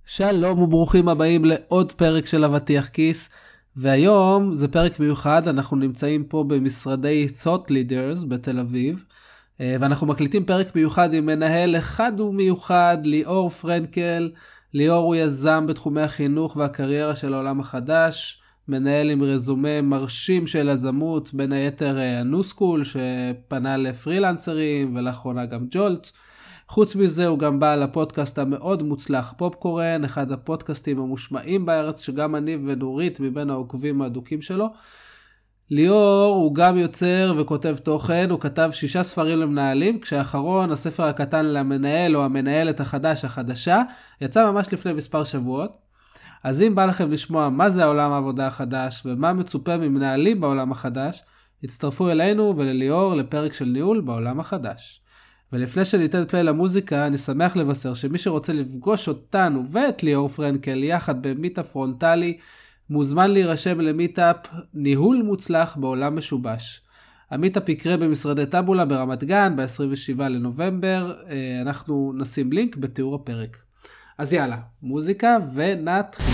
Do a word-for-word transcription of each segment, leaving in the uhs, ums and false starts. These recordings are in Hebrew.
שלום וברוכים הבאים לעוד פרק של אבטיח כיס, והיום זה פרק מיוחד. אנחנו נמצאים פה במשרדי Thought Leaders בתל אביב, ואנחנו מקליטים פרק מיוחד עם מנהל אחד ומיוחד, ליאור פרנקל. ליאור הוא יזם בתחומי החינוך והקריירה של העולם החדש, מנהל עם רזומה מרשים של יזמות, בין היתר הניו סקול שפנה לפרילנסרים ולאחרונה גם ג'ולט. חוץ מזה הוא גם בעל הפודקאסט המאוד מוצלח פופקורן, אחד הפודקאסטים המושמעים בארץ שגם אני ונורית מבין העוקבים האדוקים שלו. ליאור הוא גם יוצר וכותב תוכן, הוא כתב שישה ספרים למנהלים, כשהאחרון, הספר הקטן למנהל או המנהלת החדש החדשה, יצא ממש לפני מספר שבועות. אז אם בא לכם לשמוע מה זה העולם העבודה החדש ומה מצופה ממנהלים בעולם החדש, הצטרפו אלינו ולליאור לפרק של ניהול בעולם החדש. ולפני שניתן פליי למוזיקה, אני שמח לבשר שמי שרוצה לפגוש אותנו ואת ליאור פרנקל יחד במיטאפ פרונטלי, מוזמן להירשם למיטאפ ניהול מוצלח בעולם משובש. המיטאפ יקרה במשרדי טאבולה ברמת גן ב-עשרים ושבעה לנובמבר, אנחנו נשים לינק בתיאור הפרק. אז יאללה, מוזיקה ונתחיל.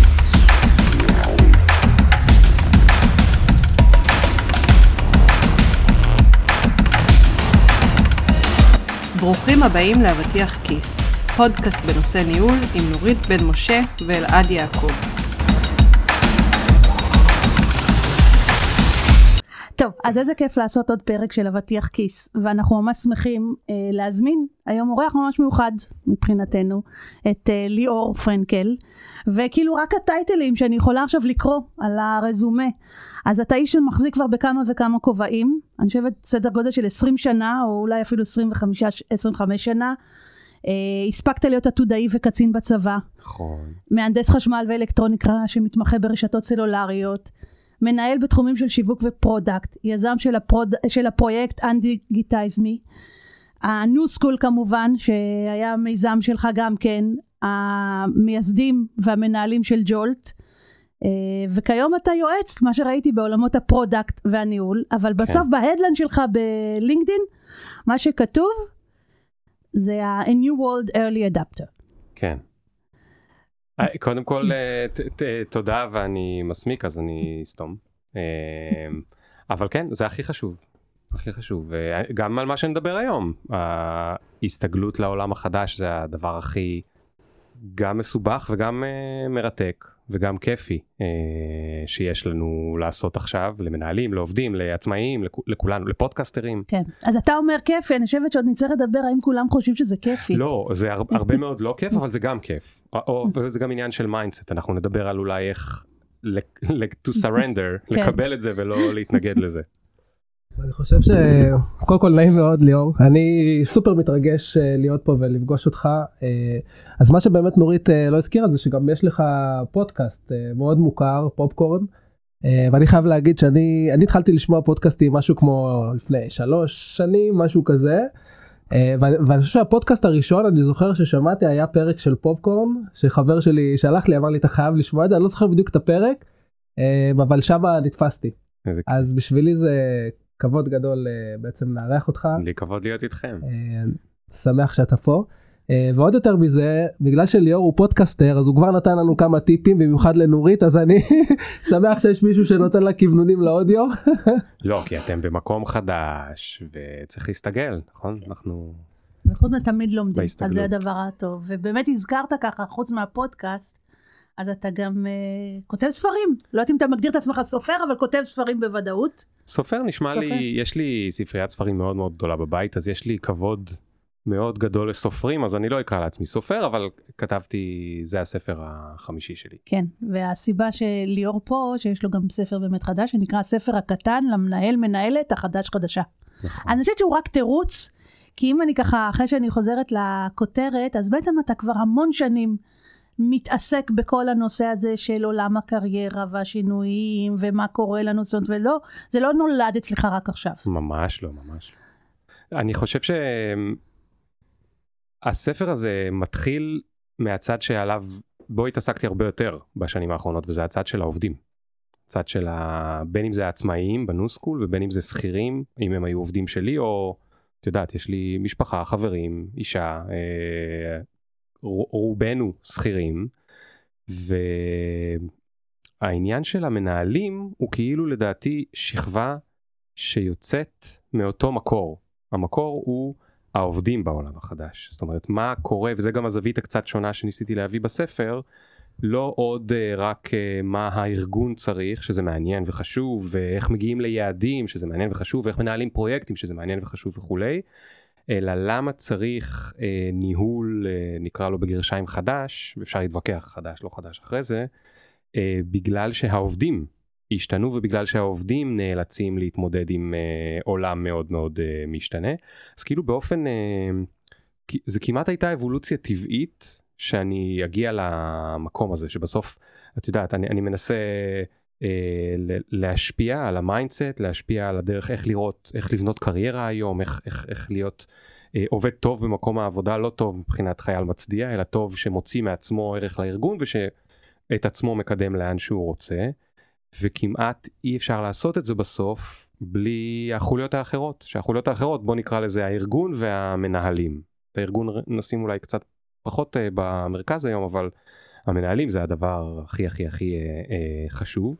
ברוכים הבאים לאבטיח כיס, פודקאסט בנושא ניהול עם נורית בן משה ואלעד יעקב. טוב, אז איזה כיף לעשות עוד פרק של אבטיח כיס, ואנחנו ממש שמחים אה, להזמין היום אורח ממש מיוחד מבחינתנו, את אה, ליאור פרנקל, וכאילו רק הטייטלים שאני יכולה עכשיו לקרוא על הרזומה. אז אתה איש שמחזיק כבר בכמה וכמה כובעים, אני חושבת סדר גודל של עשרים שנה, או אולי אפילו עשרים וחמש שנה, אה, הספקת להיות עתודאי וקצין בצבא, נכון. מהנדס חשמל ואלקטרוניקה שמתמחה ברשתות סלולריות, מנהל בתחומים של שיווק ופרודקט, יזם של, הפרוד, של הפרויקט Undigitize Me, הניו סקול כמובן, שהיה מיזם שלך גם כן, המייסדים והמנהלים של ג'ולט, וכיום אתה יועץ, מה שראיתי בעולמות הפרודקט והניהול, אבל בסוף כן. בהדלן שלך בלינקדין, מה שכתוב, זה ה-A New World Early Adapter. כן. קודם כל תודה, ואני מסמיק אז אני אסתום, אבל כן, זה הכי חשוב, הכי חשוב, גם על מה שנדבר היום. ההסתגלות לעולם החדש זה הדבר הכי גם מסובך וגם מרתק וגם כיפי שיש לנו לעשות עכשיו, למנהלים, לעובדים, לעצמאים, לכולנו, לפודקאסטרים. כן, אז אתה אומר כיפי, אני חושבת שעוד נצטרך לדבר האם כולם חושבים שזה כיפי. לא, זה הרבה מאוד לא כיף, אבל זה גם כיף. וזה גם עניין של מיינדסט, אנחנו נדבר על אולי איך to surrender, לקבל את זה ולא להתנגד לזה. אני חושב שקודם כל נעים מאוד ליאור, אני סופר מתרגש להיות פה ולפגוש אותך. אז מה שבאמת נורית לא הזכירה זה שגם יש לך פודקאסט מאוד מוכר, פופקורן, ואני חייב להגיד שאני אני התחלתי לשמוע פודקאסטים משהו כמו לפני שלוש שנים, משהו כזה, ואני חושב שהפודקאסט הראשון אני זוכר ששמעתי היה פרק של פופקורן, שחבר שלי שלח לי, אמר לי אתה חייב לשמוע את זה, אני לא זוכר בדיוק את הפרק, אבל שם נתפסתי. אז בשבילי זה כבוד גדול בעצם לארח אותך. לי כבוד להיות איתכם. שמח שאתה פה. ועוד יותר מזה, בגלל שליאור הוא פודקאסטר, אז הוא כבר נתן לנו כמה טיפים, במיוחד לנורית, אז אני שמח שיש מישהו שנותן לה כיוונונים לאודיו. לא, כי אתם במקום חדש, וצריך להסתגל, נכון? אנחנו... אנחנו תמיד לומדים, אז זה הדבר הטוב. ובאמת הזכרת ככה, חוץ מהפודקאסט, אז אתה גם uh, כותב ספרים. לא יודעת אם אתה מגדיר את עצמך סופר, אבל כותב ספרים בוודאות. סופר נשמע סופר. לי, יש לי ספריית ספרים מאוד מאוד גדולה בבית, אז יש לי כבוד מאוד גדול לסופרים, אז אני לא אקרא לעצמי סופר, אבל כתבתי, זה הספר החמישי שלי. כן, והסיבה שליאור פה, שיש לו גם ספר באמת חדש, שנקרא הספר הקטן למנהל מנהלת החדש חדשה. נכון. אני חושבת שהוא רק תירוץ, כי אם אני ככה, אחרי שאני חוזרת לכותרת, אז בעצם אתה כבר המון שנים, מתעסק בכל הנושא הזה של עולם הקריירה והשינויים ומה קורה לנו, זאת ולא, זה לא נולד אצלך רק עכשיו. ממש לא, ממש לא. אני חושב שהספר הזה מתחיל מהצד שעליו, בו התעסקתי הרבה יותר בשנים האחרונות, וזה הצד של העובדים. הצד של ה... בין אם זה העצמאיים בניו סקול, ובין אם זה שכירים, אם הם היו עובדים שלי, או, את יודעת, יש לי משפחה, חברים, אישה, אה... רובנו שכירים, והעניין של המנהלים הוא כאילו לדעתי שכבה שיוצאת מאותו מקור. המקור הוא העובדים בעולם החדש. זאת אומרת, מה קורה, וזה גם הזווית הקצת שונה שניסיתי להביא בספר, לא עוד רק מה הארגון צריך, שזה מעניין וחשוב, ואיך מגיעים ליעדים, שזה מעניין וחשוב, ואיך מנהלים פרויקטים, שזה מעניין וחשוב וכולי, אלא למה צריך אה, ניהול, אה, נקרא לו בגרשיים חדש, ואפשר להתווכח חדש, לא חדש אחרי זה, אה, בגלל שהעובדים השתנו, ובגלל שהעובדים נאלצים להתמודד עם אה, עולם מאוד מאוד אה, משתנה. אז כאילו באופן, אה, זה כמעט הייתה אבולוציה טבעית, שאני אגיע למקום הזה, שבסוף, את יודעת, אני, אני מנסה אה, להשפיע על המיינדסט, להשפיע על הדרך איך לראות, איך לבנות קריירה היום, איך, איך, איך להיות אה, עובד טוב במקום העבודה, לא טוב מבחינת חייל מצדיע, אלא טוב שמוציא מעצמו ערך לארגון, ושאת עצמו מקדם לאן שהוא רוצה, וכמעט אי אפשר לעשות את זה בסוף, בלי החוליות האחרות, שהחוליות האחרות, בוא נקרא לזה הארגון והמנהלים. את הארגון נשים אולי קצת פחות uh, במרכז היום, אבל המנהלים זה הדבר הכי הכי הכי uh, uh, חשוב.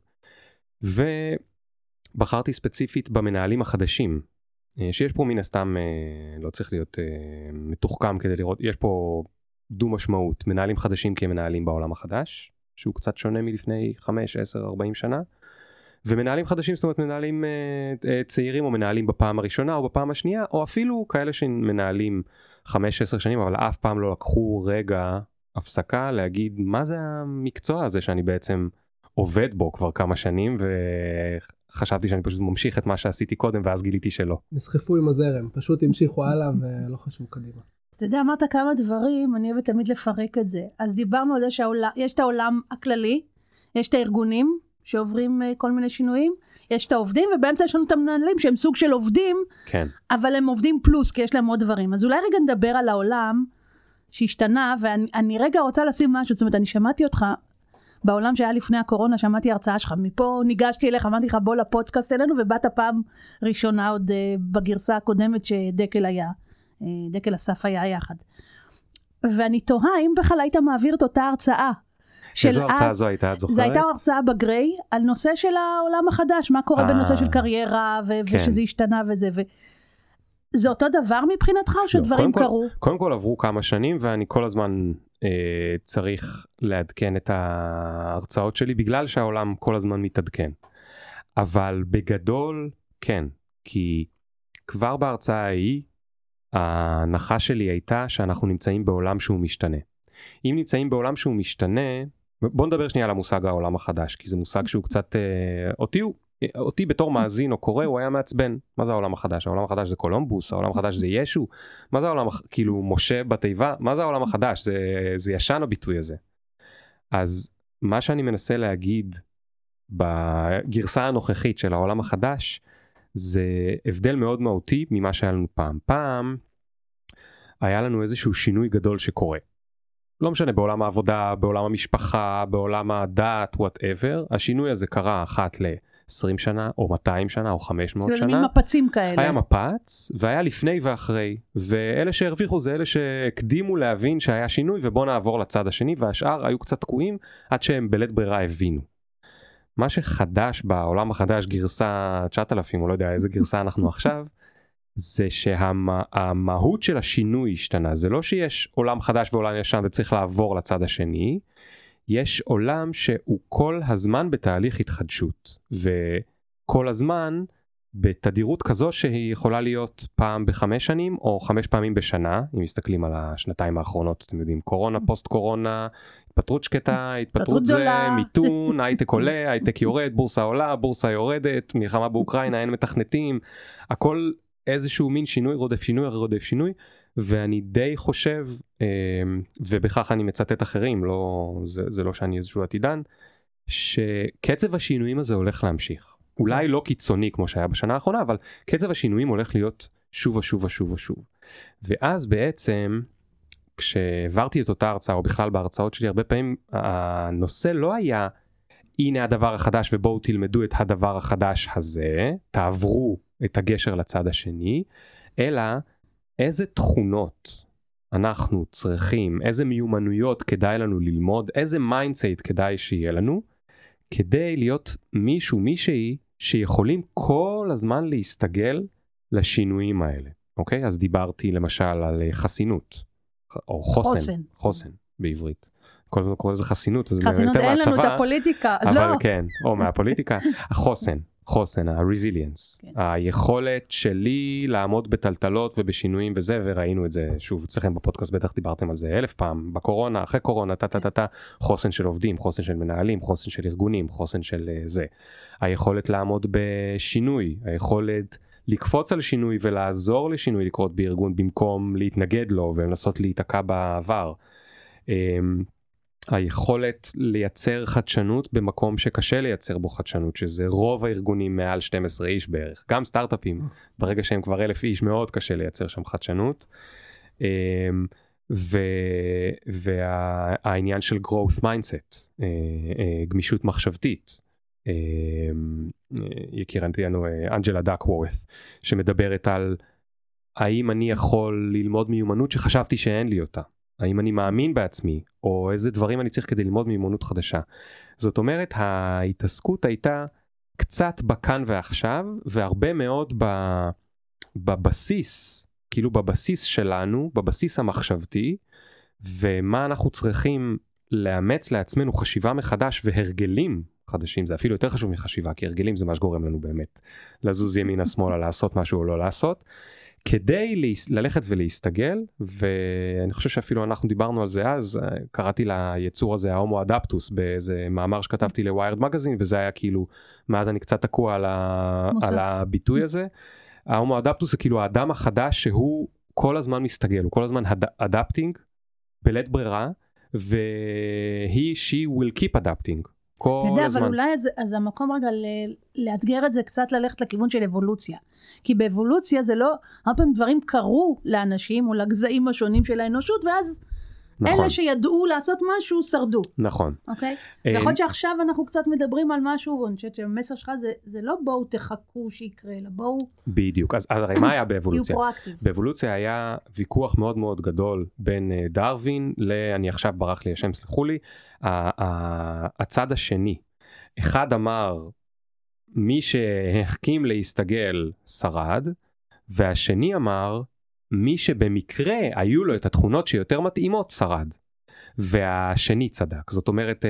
ובחרתי ספציפית במנהלים החדשים, uh, שיש פה מן הסתם, uh, לא צריך להיות uh, מתוחכם כדי לראות, יש פה דו משמעות, מנהלים חדשים כמנהלים בעולם החדש, שהוא קצת שונה מלפני חמש, עשר, ארבעים שנה, ומנהלים חדשים, זאת אומרת מנהלים uh, uh, צעירים או מנהלים בפעם הראשונה או בפעם השנייה, או אפילו כאלה שמנהלים חמש עשר שנים, אבל אף פעם לא לקחו רגע הפסקה להגיד מה זה המקצוע הזה שאני בעצם עובד בו כבר כמה שנים, וחשבתי שאני פשוט ממשיך את מה שעשיתי קודם, ואז גיליתי שלא. נסחפו עם הזרם, פשוט המשיכו הלאה ולא חשבו קדימה. אתה יודע, אמרת כמה דברים, אני אוהבת תמיד לפרק את זה. אז דיברנו על זה שיש את העולם הכללי, יש את הארגונים שעוברים כל מיני שינויים, יש את העובדים, ובאמצע יש לנו את המנהלים שהם סוג של עובדים, כן. אבל הם עובדים פלוס, כי יש להם עוד דברים. אז אולי רגע נדבר על העולם שהשתנה, ואני אני רגע רוצה לשים משהו, זאת אומרת, אני שמעתי אותך בעולם שהיה לפני הקורונה, שמעתי הרצאה שלך, מפה ניגשתי אליך, אמרתי לך בוא לפודקאסט אלינו, ובאת פעם ראשונה עוד uh, בגרסה הקודמת שדקל היה, uh, דקל אסף היה יחד. ואני תוהה, אם בכלל היית מעביר את אותה הרצאה, איזו הרצאה זו הייתה, את זוכרת? זו הייתה הרצאה בגריי, על נושא של העולם החדש, מה קורה בנושא של קריירה, ושזה השתנה וזה, זה אותו דבר מבחינתך, או שדברים קרו? קודם כל עברו כמה שנים, ואני כל הזמן צריך לעדכן את ההרצאות שלי, בגלל שהעולם כל הזמן מתעדכן. אבל בגדול, כן, כי כבר בהרצאה ההיא, ההנחה שלי הייתה שאנחנו נמצאים בעולם שהוא משתנה. אם נמצאים בעולם שהוא משתנה, בוא נדבר שנייה על המושג העולם החדש, כי זה מושג שהוא קצת, אה, אותי, אותי בתור מאזין או קורא, הוא היה מעצבן. מה זה העולם החדש? העולם החדש זה קולומבוס, העולם החדש זה ישו, מה זה העולם, כאילו משה בתיבה, מה זה העולם החדש? זה, זה ישן הביטוי הזה. אז מה שאני מנסה להגיד בגרסה הנוכחית של העולם החדש, זה הבדל מאוד מהותי ממה שהיה לנו פעם. פעם היה לנו איזשהו שינוי גדול שקורה. לא משנה, בעולם העבודה, בעולם המשפחה, בעולם הדת, whatever, השינוי הזה קרה אחת ל-עשרים שנה, או מאתיים שנה, או חמש מאות שנה. זה מפצים כאלה. היה מפץ, והיה לפני ואחרי, ואלה שהרוויחו זה אלה שהקדימו להבין שהיה שינוי, ובוא נעבור לצד השני, והשאר היו קצת תקועים, עד שהם בלית ברירה הבינו. מה שחדש בעולם החדש, גרסה תשעת אלפים, או לא יודע איזה גרסה אנחנו עכשיו, זה שהמהות של השינוי השתנה. זה לא שיש עולם חדש ועולם ישן וצריך לעבור לצד השני, יש עולם שהוא כל הזמן בתהליך התחדשות, וכל הזמן בתדירות כזו שהיא יכולה להיות פעם בחמש שנים או חמש פעמים בשנה, אם מסתכלים על השנתיים האחרונות, אתם יודעים, קורונה, פוסט קורונה, התפטרות שקטה, התפטרות זה, מיתון, הייטק עולה, הייטק יורד, בורסה עולה, בורסה יורדת, מלחמה באוקראינה, אין מתכנתים, הכל איזשהו מין שינוי, רודף שינוי, רודף שינוי, ואני די חושב, ובכך אני מצטט אחרים, לא, זה, זה לא שאני איזשהו עתידן, שקצב השינויים הזה הולך להמשיך. אולי לא קיצוני כמו שהיה בשנה האחרונה, אבל קצב השינויים הולך להיות שוב ושוב ושוב ושוב. ואז בעצם, כשעברתי את אותה הרצאה, או בכלל בהרצאות שלי, הרבה פעמים הנושא לא היה, הנה הדבר החדש ובואו תלמדו את הדבר החדש הזה, תעברו את הגשר לצד השני, אלא איזה תכונות אנחנו צריכים, איזה מיומנויות כדאי לנו ללמוד, איזה מיינדסט כדאי שיהיה לנו, כדי להיות מישהו, מישהי, שיכולים כל הזמן להסתגל לשינויים האלה. אוקיי? אז דיברתי למשל על חסינות, או חוסן. חוסן. חוסן, בעברית. כל הזמן קורא לזה חסינות. חסינות, אין לנו את הפוליטיקה. אבל לא. כן, או מהפוליטיקה. החוסן. חוסן, ה-resilience, כן. היכולת שלי לעמוד בטלטלות ובשינויים וזה, וראינו את זה, שוב, אצלכם בפודקאסט בטח דיברתם על זה אלף פעם, בקורונה, אחרי קורונה, טה-טה-טה, חוסן של עובדים, חוסן של מנהלים, חוסן של ארגונים, חוסן של זה. היכולת לעמוד בשינוי, היכולת לקפוץ על שינוי ולעזור לשינוי לקרות בארגון, במקום להתנגד לו ולנסות להתעקע בעבר. היכולת לייצר חדשנות במקום שקשה לייצר בו חדשנות, שזה רוב הארגונים מעל שנים עשר איש בערך, גם סטארט-אפים, ברגע שהם כבר אלף איש מאוד קשה לייצר שם חדשנות, והעניין של growth mindset, גמישות מחשבתית, יקירתנו אנג'לה דקוורת, שמדברת על האם אני יכול ללמוד מיומנות שחשבתי שאין לי אותה, האם אני מאמין בעצמי, או איזה דברים אני צריך כדי ללמוד מיומנות חדשה. זאת אומרת, ההתעסקות הייתה קצת בכאן ועכשיו, והרבה מאוד בבסיס, כאילו בבסיס שלנו, בבסיס המחשבתי, ומה אנחנו צריכים לאמץ לעצמנו חשיבה מחדש והרגלים חדשים. זה אפילו יותר חשוב מחשיבה, כי הרגלים זה מה שגורם לנו באמת לזוז ימינה שמאלה, לעשות משהו או לא לעשות. כדי ללכת ולהסתגל, ואני חושב שאפילו אנחנו דיברנו על זה אז, קראתי ליצור הזה ההומו אדפטוס באיזה מאמר שכתבתי לוויירד מגזין, וזה היה כאילו, מאז אני קצת תקוע על, ה... על הביטוי הזה. ההומו אדפטוס זה כאילו האדם החדש שהוא כל הזמן מסתגל, הוא כל הזמן אדפטינג, בלית ברירה, והיא, she will keep adapting. אתה יודע, אבל אולי אז, אז המקום רגע לאתגר את זה קצת ללכת לכיוון של אבולוציה. כי באבולוציה זה לא, הרבה פעמים דברים קרו לאנשים או לגזעים השונים של האנושות, ואז נכון. אלה שידעו לעשות משהו שרדו. נכון. אוקיי? נכון שעכשיו אנחנו קצת מדברים על משהו, ואני חושבת שהמסר שלך זה, זה לא בואו תחכו שיקרה, אלא בואו... בדיוק. אז הרי מה היה באבולוציה? תהיו פרואקטיב. באבולוציה היה ויכוח מאוד מאוד גדול בין דרווין ל... אני עכשיו ברח לי השם, סלחו לי, הצד השני. אחד אמר, מי שהחכים להסתגל שרד, והשני אמר, מי שבמקרה היו לו את התכונות שיותר מתאימות שרד, והשני צדק. זאת אומרת,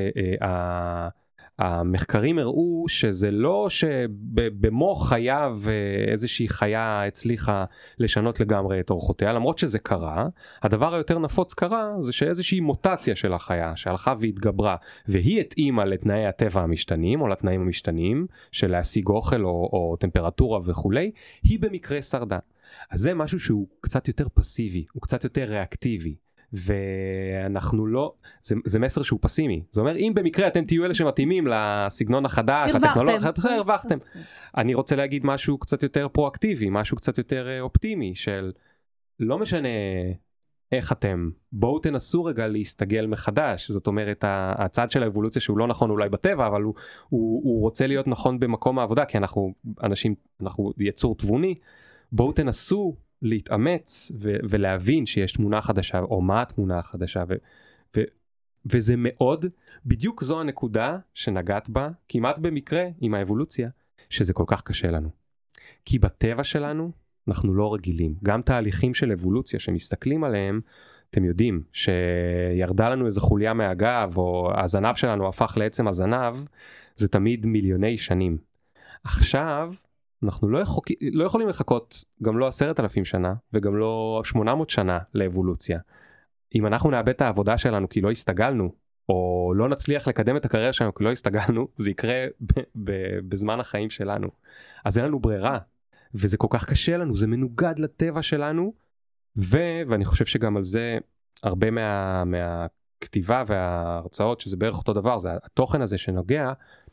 המחקרים הראו שזה לא שבמוח חיה ואיזושהי חיה הצליחה לשנות לגמרי את אורחותיה, למרות שזה קרה. הדבר היותר נפוץ קרה זה שאיזושהי מוטציה של החיה שהלכה והתגברה, והיא התאימה לתנאי הטבע המשתנים או לתנאים המשתנים של להשיג אוכל או, או טמפרטורה וכולי, היא במקרה שרדה. אז זה משהו שהוא קצת יותר פסיבי, הוא קצת יותר ריאקטיבי, ואנחנו לא, זה, זה מסר שהוא פסימי. זה אומר, אם במקרה אתם תהיו אלה שמתאימים לסגנון החדש, הטכנולוגיה, הרווחתם. אני רוצה להגיד משהו קצת יותר פרואקטיבי, משהו קצת יותר אופטימי, של לא משנה איך אתם, בואו תנסו רגע להסתגל מחדש. זאת אומרת, הצד של האבולוציה שהוא לא נכון אולי בטבע, אבל הוא, הוא, הוא רוצה להיות נכון במקום העבודה, כי אנחנו אנשים, אנחנו יצור תבוני. בואו תנסו להתאמץ ו- ולהבין שיש תמונה חדשה, או מה התמונה החדשה, ו- ו- וזה מאוד, בדיוק זו הנקודה שנגעת בה, כמעט במקרה עם האבולוציה, שזה כל כך קשה לנו. כי בטבע שלנו אנחנו לא רגילים. גם תהליכים של אבולוציה שמסתכלים עליהם, אתם יודעים שירדה לנו איזו חוליה מהגב, או הזנב שלנו הפך לעצם הזנב, זה תמיד מיליוני שנים. עכשיו, אנחנו לא, יכול, לא יכולים לחכות גם לא עשרת אלפים שנה וגם לא שמונה מאות שנה לאבולוציה. אם אנחנו נאבד את העבודה שלנו כי לא הסתגלנו, או לא נצליח לקדם את הקריירה שלנו כי לא הסתגלנו, זה יקרה ב- ב- בזמן החיים שלנו. אז אין לנו ברירה, וזה כל כך קשה לנו, זה מנוגד לטבע שלנו, ו- ואני חושב שגם על זה הרבה מה- מהכתיבה וההרצאות, שזה בערך אותו דבר, זה התוכן הזה שנוגע,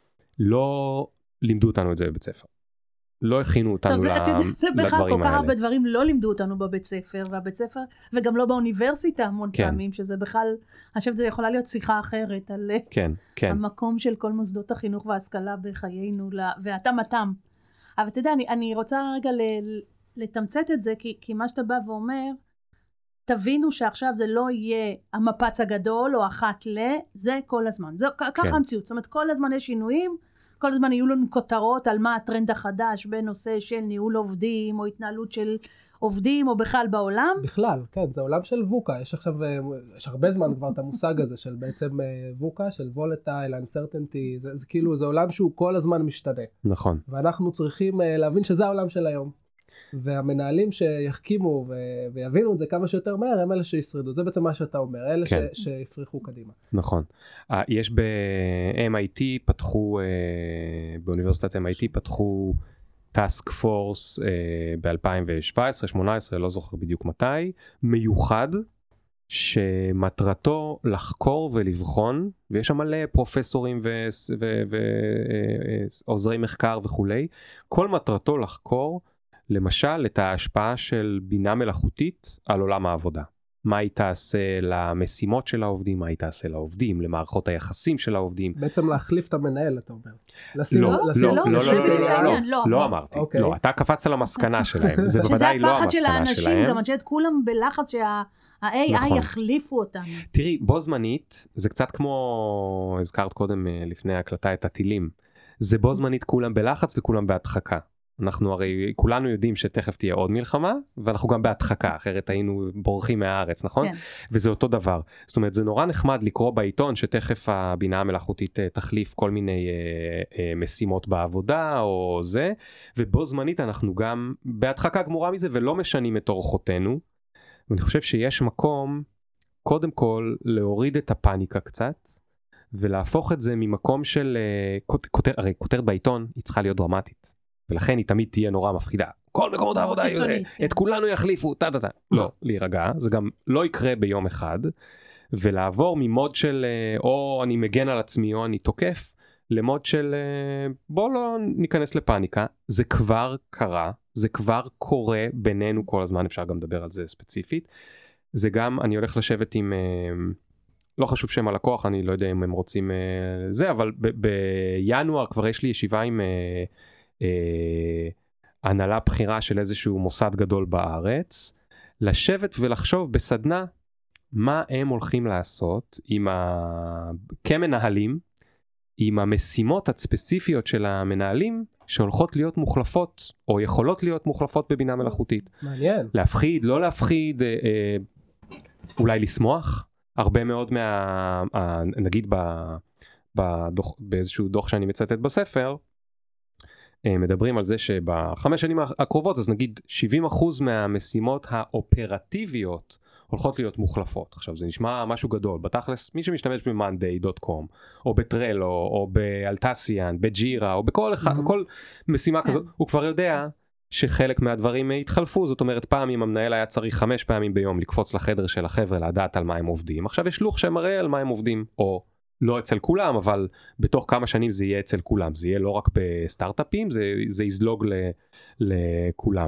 לא לימדו אותנו את זה בבית ספר. לא הכינו אותנו לדברים האלה. זה בכלל כל כך הרבה דברים לא לימדו אותנו בבית ספר, והבית ספר, וגם לא באוניברסיטה המון פעמים, שזה בכלל, אני חושבת שזה יכולה להיות שיחה אחרת, על המקום של כל מוסדות החינוך וההשכלה בחיינו, והתאמתם. אבל אתה יודע, אני רוצה רגע לתמצת את זה, כי מה שאתה בא ואומר, תבינו שעכשיו זה לא יהיה המפץ הגדול או אחת ל, זה כל הזמן. זה ככה כן. המציאות. זאת אומרת, כל הזמן יש שינויים, כל הזמן יהיו לנו כותרות על מה הטרנד החדש בנושא של ניהול עובדים או התנהלות של עובדים או בכלל בעולם. בכלל, כן, זה עולם של ווקה. יש עכשיו, יש הרבה זמן כבר את המושג הזה של בעצם ווקה, של volatile, uncertainty, זה, זה כאילו, זה עולם שהוא כל הזמן משתנה. נכון. ואנחנו צריכים להבין שזה העולם של היום. והמנהלים שיחכימו ו- ויבינו את זה כמה שיותר מהר, הם אלה שישרדו. זה בעצם מה שאתה אומר, אלה כן. ש- שיפריחו קדימה. נכון. Uh, יש ב-אם איי טי פתחו, uh, באוניברסיטת אם איי טי פתחו טאסק פורס uh, ב-אלפיים שבע עשרה שמונה עשרה, לא זוכר בדיוק מתי, מיוחד, שמטרתו לחקור ולבחון, ויש שם מלא פרופסורים ועוזרי מחקר וכולי, כל מטרתו לחקור, למשל, את ההשפעה של בינה מלאכותית על עולם העבודה. מה היא תעשה למשימות של העובדים, מה היא תעשה לעובדים, למערכות היחסים של העובדים. בעצם להחליף את המנהל, אתה אומר. לא, לא, לא, לא, לא, לא אמרתי. לא, אתה קפצת למסקנה שלהם. זה בוודאי לא המסקנה שלהם. שזה הפחד של האנשים, גם את כולם בלחץ שה-איי איי יחליפו אותם. תראי, בו זמנית, זה קצת כמו, הזכרת קודם לפני ההקלטה את הטילים. זה בו זמנית כולם בלחץ וכולם בהדחקה. אנחנו הרי כולנו יודעים שתכף תהיה עוד מלחמה, ואנחנו גם בהדחקה, אחרת היינו בורחים מהארץ, נכון? כן. וזה אותו דבר. זאת אומרת, זה נורא נחמד לקרוא בעיתון שתכף הבינה המלאכותית תחליף כל מיני אה, אה, משימות בעבודה או זה, ובו זמנית אנחנו גם בהדחקה גמורה מזה ולא משנים את אורחותינו, ואני חושב שיש מקום, קודם כל, להוריד את הפאניקה קצת, ולהפוך את זה ממקום של, אה, כותר, הרי כותרת בעיתון היא צריכה להיות דרמטית. ולכן היא תמיד תהיה נורא מפחידה. כל מקומות העבודה, את כולנו יחליפו, טה טה טה. לא, להירגע, זה גם לא יקרה ביום אחד, ולעבור ממוד של, או אני מגן על עצמי, או אני תוקף, למוד של, בוא לא ניכנס לפאניקה, זה כבר קרה, זה כבר קורה בינינו כל הזמן, אפשר גם לדבר על זה ספציפית. זה גם, אני הולך לשבת עם, לא חשוב שהם הלקוח, אני לא יודע אם הם רוצים זה, אבל בינואר כבר יש לי ישיבה עם, הנהלה בחירה של איזשהו מוסד גדול בארץ, לשבת ולחשוב בסדנה מה הם הולכים לעשות עם ה... כמנהלים, עם המשימות הספציפיות של המנהלים שהולכות להיות מוחלפות או יכולות להיות מוחלפות בבינה מלאכותית. מעניין. להפחיד, לא להפחיד, אה, אה, אולי לשמוח. הרבה מאוד מה... אה, נגיד ב... בדוח, באיזשהו דוח שאני מצטט בספר, מדברים על זה שבחמש שנים הקרובות, אז נגיד שבעים אחוז מהמשימות האופרטיביות הולכות להיות מוחלפות. עכשיו זה נשמע משהו גדול, בתכלס מי שמשתמש ב-מאנדיי דוט קום, או בטרלו, או באלטסיאן, בג'ירה, או בכל אחד, כל משימה כזאת, הוא כבר יודע שחלק מהדברים התחלפו, זאת אומרת פעם אם המנהל היה צריך חמש פעמים ביום לקפוץ לחדר של החבר'ה לדעת על מה הם עובדים, עכשיו יש לוח שמראה על מה הם עובדים, או לא אצל כולם, אבל בתוך כמה שנים זה יהיה אצל כולם. זה יהיה לא רק בסטארט-אפים, זה, זה יזלוג ל, לכולם.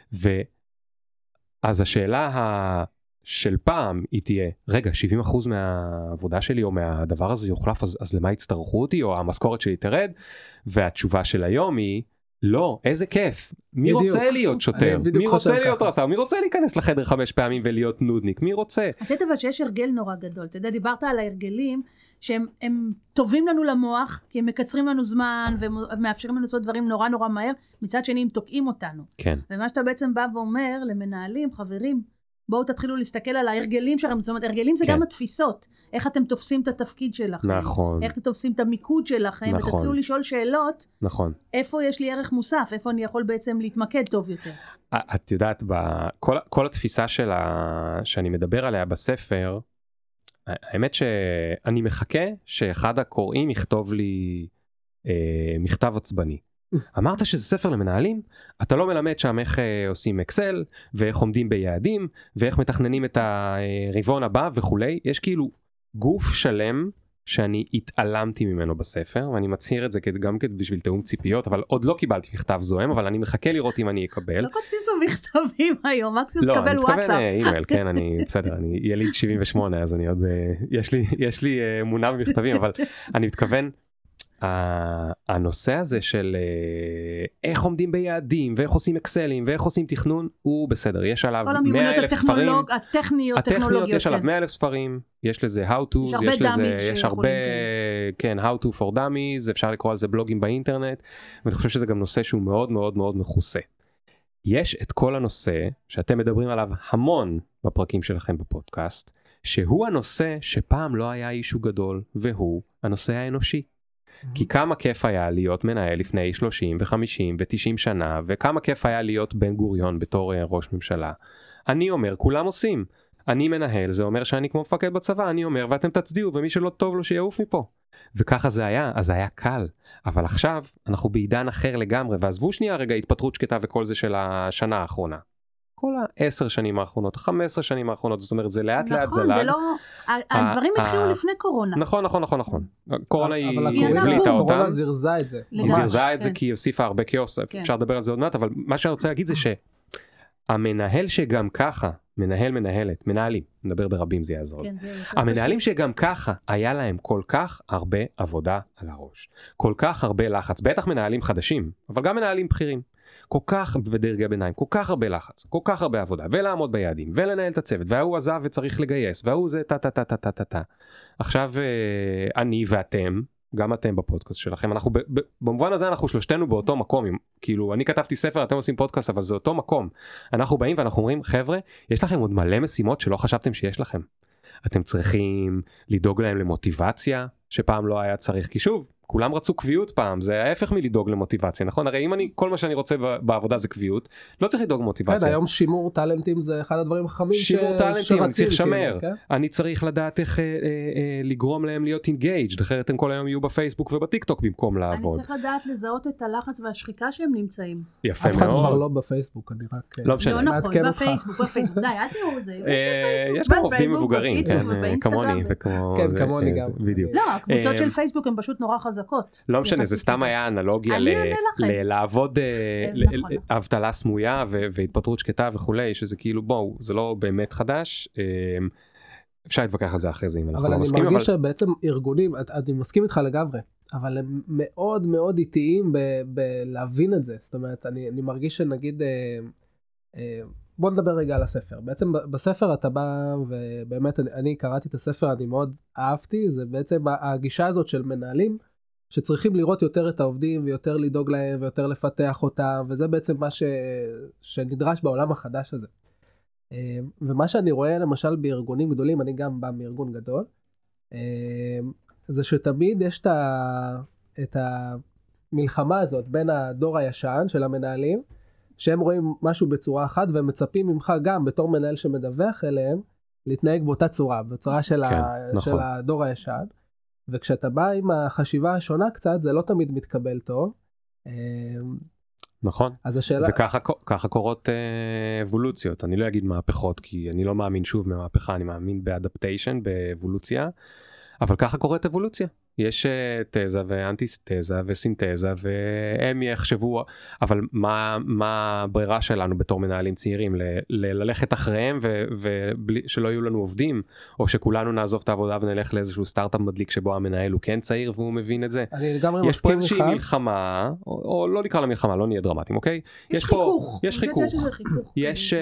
ואז השאלה ה... של פעם היא תהיה, רגע, שבעים אחוז מהעבודה שלי או מהדבר הזה יוחלף, אז, אז למה יצטרכו אותי, או המשכורת שלי תרד? והתשובה של היום היא, לא, איזה כיף. מי בדיוק. רוצה להיות שוטר? מי רוצה להיות רס"ר? מי רוצה להיכנס לחדר חמש פעמים ולהיות נודניק? מי רוצה? אני חושבת אבל שיש הרגל נורא גדול. אתה יודע, דיברת על ההרגלים, שהם הם טובים לנו למוח, כי הם מקצרים לנו זמן, ומאפשרים לנו לעשות דברים נורא נורא מהר, מצד שני הם תוקעים אותנו. כן. ומה שאתה בעצם בא ואומר למנהלים, חברים, בואו תתחילו להסתכל על ההרגלים שלכם, זאת אומרת, הרגלים זה כן. גם התפיסות, איך אתם תופסים את התפקיד שלכם, נכון. איך אתם תופסים את המיקוד שלכם, נכון. ותתחילו לשאול שאלות, נכון. איפה יש לי ערך מוסף, איפה אני יכול בעצם להתמקד טוב יותר. את יודעת, כל, כל התפיסה שלה, שאני מדבר עליה בספר, האמת שאני מחכה שאחד הקוראים יכתוב לי אה, מכתב עצבני. אמרת שזה ספר למנהלים, אתה לא מלמד שם איך אה, עושים אקסל, ואיך עומדים ביעדים, ואיך מתכננים את הרבעון הבא וכולי. יש כאילו גוף שלם שאני התעלמתי ממנו בספר, ואני מצהיר את זה גם בשביל תאום ציפיות, אבל עוד לא קיבלתי מכתב זוהם, אבל אני מחכה לראות אם אני אקבל. לא כותבים פה מכתבים היום, מקסימום לא, תקבל וואטסאפ. לא, אני מתכוון אימייל, כן, אני בסדר, אני יליד שבעים ושמונה, אז אני עוד, יש לי, יש לי אמונה במכתבים, אבל אני מתכוון, הנושא הזה של איך עומדים ביעדים ואיך עושים אקסלים ואיך עושים תכנון הוא בסדר, יש עליו מאה אלף ספרים, הטכניות, הטכניות יש עליו מאה אלף ספרים, יש לזה how to, יש לזה, יש הרבה, כן, how to for dummies, אפשר לקרוא על זה בלוגים באינטרנט, ואני חושב שזה גם נושא שהוא מאוד מאוד מאוד מכוסה. יש את כל הנושא שאתם מדברים עליו המון בפרקים שלכם בפודקאסט, שהוא הנושא שפעם לא היה אישו גדול, והוא הנושא האנושי. כי כמה כיף היה להיות מנהל לפני שלושים וחמישים ותשעים שנה, וכמה כיף היה להיות בן גוריון בתור ראש ממשלה. אני אומר, כולם עושים. אני מנהל, זה אומר שאני כמו מפקד בצבא, אני אומר, ואתם תצדיעו, ומי שלא טוב לו שיעוף מפה. וככה זה היה, אז זה היה קל. אבל עכשיו אנחנו בעידן אחר לגמרי, ועזבו שנייה רגע התפטרות שקטה וכל זה של השנה האחרונה. כל העשר שנים האחרונות, חמש עשרה שנים האחרונות, זאת אומרת, זה לאט לאט זלג. נכון, זה לא, הדברים התחילו לפני קורונה. נכון, נכון, נכון, נכון. קורונה היא הבליטה אותם. קורונה זירזה את זה. היא זירזה את זה כי היא הוסיפה הרבה כאוס, אפשר לדבר על זה עוד מעט, אבל מה שאני רוצה להגיד זה שהמנהל שגם ככה, מנהל מנהלת, מנהלים, נדבר ברבים זה יעזור. המנהלים שגם ככה היה להם כל כך הרבה עבודה על הראש. כל כך הרבה לחץ, בטח מנהלים חדשים, אבל גם מנהלים בכירים. כל כך בדרגי ביניים, כל כך הרבה לחץ, כל כך הרבה עבודה, ולעמוד ביעדים, ולנהל את הצוות, והוא עזב וצריך לגייס, והוא זה טה טה טה טה טה טה טה. עכשיו אני ואתם, גם אתם בפודקאסט שלכם, אנחנו במובן הזה אנחנו שלושתנו באותו מקום, כאילו אני כתבתי ספר, אתם עושים פודקאסט, אבל זה אותו מקום. אנחנו באים ואנחנו אומרים, חבר'ה, יש לכם עוד מלא משימות שלא חשבתם שיש לכם. אתם צריכים לדאוג להם למוטיבציה, שפעם לא היה צריך, כי שוב, כולם רצו קביעות פעם, זה ההפך מלדאוג למוטיבציה, נכון? הרי אם אני, כל מה שאני רוצה בעבודה זה קביעות, לא צריך לדאוג למוטיבציה. כן, היום שימור טלנטים זה אחד הדברים החמים שרצים. שימור טלנטים, אני צריך שמר. אני צריך לדעת איך לגרום להם להיות engaged, אחרת הם כל היום יהיו בפייסבוק ובטיק טוק במקום לעבוד. אני צריך לדעת לזהות את הלחץ והשחיקה שהם נמצאים. יפה מאוד. אף אחד כבר לא בפייסבוק, אני רק... לא משנה. לא נכון, בפייסבוק, בפייסבוק. די, אל תראו זה. יש גם עובדים מבוגרים, כמוני. כן, כמוני גם. לא, הקבוצות של פייסבוק הן פשוט נורא חזקות. לא משנה, זה סתם היה אנלוגיה לעבוד אבטלה סמויה והתפטרות שקטה וכולי, שזה כאילו בואו, זה לא באמת חדש, אפשר להתווכח על זה אחרי זה אם אנחנו לא מסכים. אבל אני מרגיש שבעצם ארגונים, אני מסכים איתך לגמרי, אבל הם מאוד מאוד איטיים בלהבין את זה, זאת אומרת, אני מרגיש שנגיד, בוא נדבר רגע על הספר, בעצם בספר אתה בא, ובאמת אני קראתי את הספר, אני מאוד אהבתי, זה בעצם הגישה הזאת של מנהלים, שצריכים לראות יותר את העובדים ויותר לדאוג להם ויותר לפתח אותם, וזה בעצם מה ש... שנדרש בעולם החדש הזה. ומה שאני רואה למשל בארגונים גדולים, אני גם בא מארגון גדול, זה שתמיד יש את, ה... את המלחמה הזאת בין הדור הישן של המנהלים, שהם רואים משהו בצורה אחת והם מצפים ממך גם בתור מנהל שמדווח אליהם, להתנהג באותה צורה, בצורה של, כן, ה... נכון. של הדור הישן. וכשאתה בא עם החשיבה השונה קצת, זה לא תמיד מתקבל טוב. נכון. אז השאלה... וככה ככה קורות אבולוציות. אני לא אגיד מהפכות, כי אני לא מאמין שוב במהפכה, אני מאמין באדפטיישן, באבולוציה, אבל ככה קורית אבולוציה. יש תזה ואנטיתזה וסינתזה, והם יחשבו, אבל מה, מה הברירה שלנו בתור מנהלים צעירים? ל- ל- ללכת אחריהם ושלא יהיו לנו עובדים, או שכולנו נעזוב את העבודה ונלך לאיזשהו סטארט-אפ מדליק שבו המנהל הוא כן צעיר והוא מבין את זה. יש פה איזושהי מלחמה, או, או לא נקרא למלחמה, לא נהיה דרמטיים, אוקיי? יש, יש חיכוך. פה, יש חיכוך. יש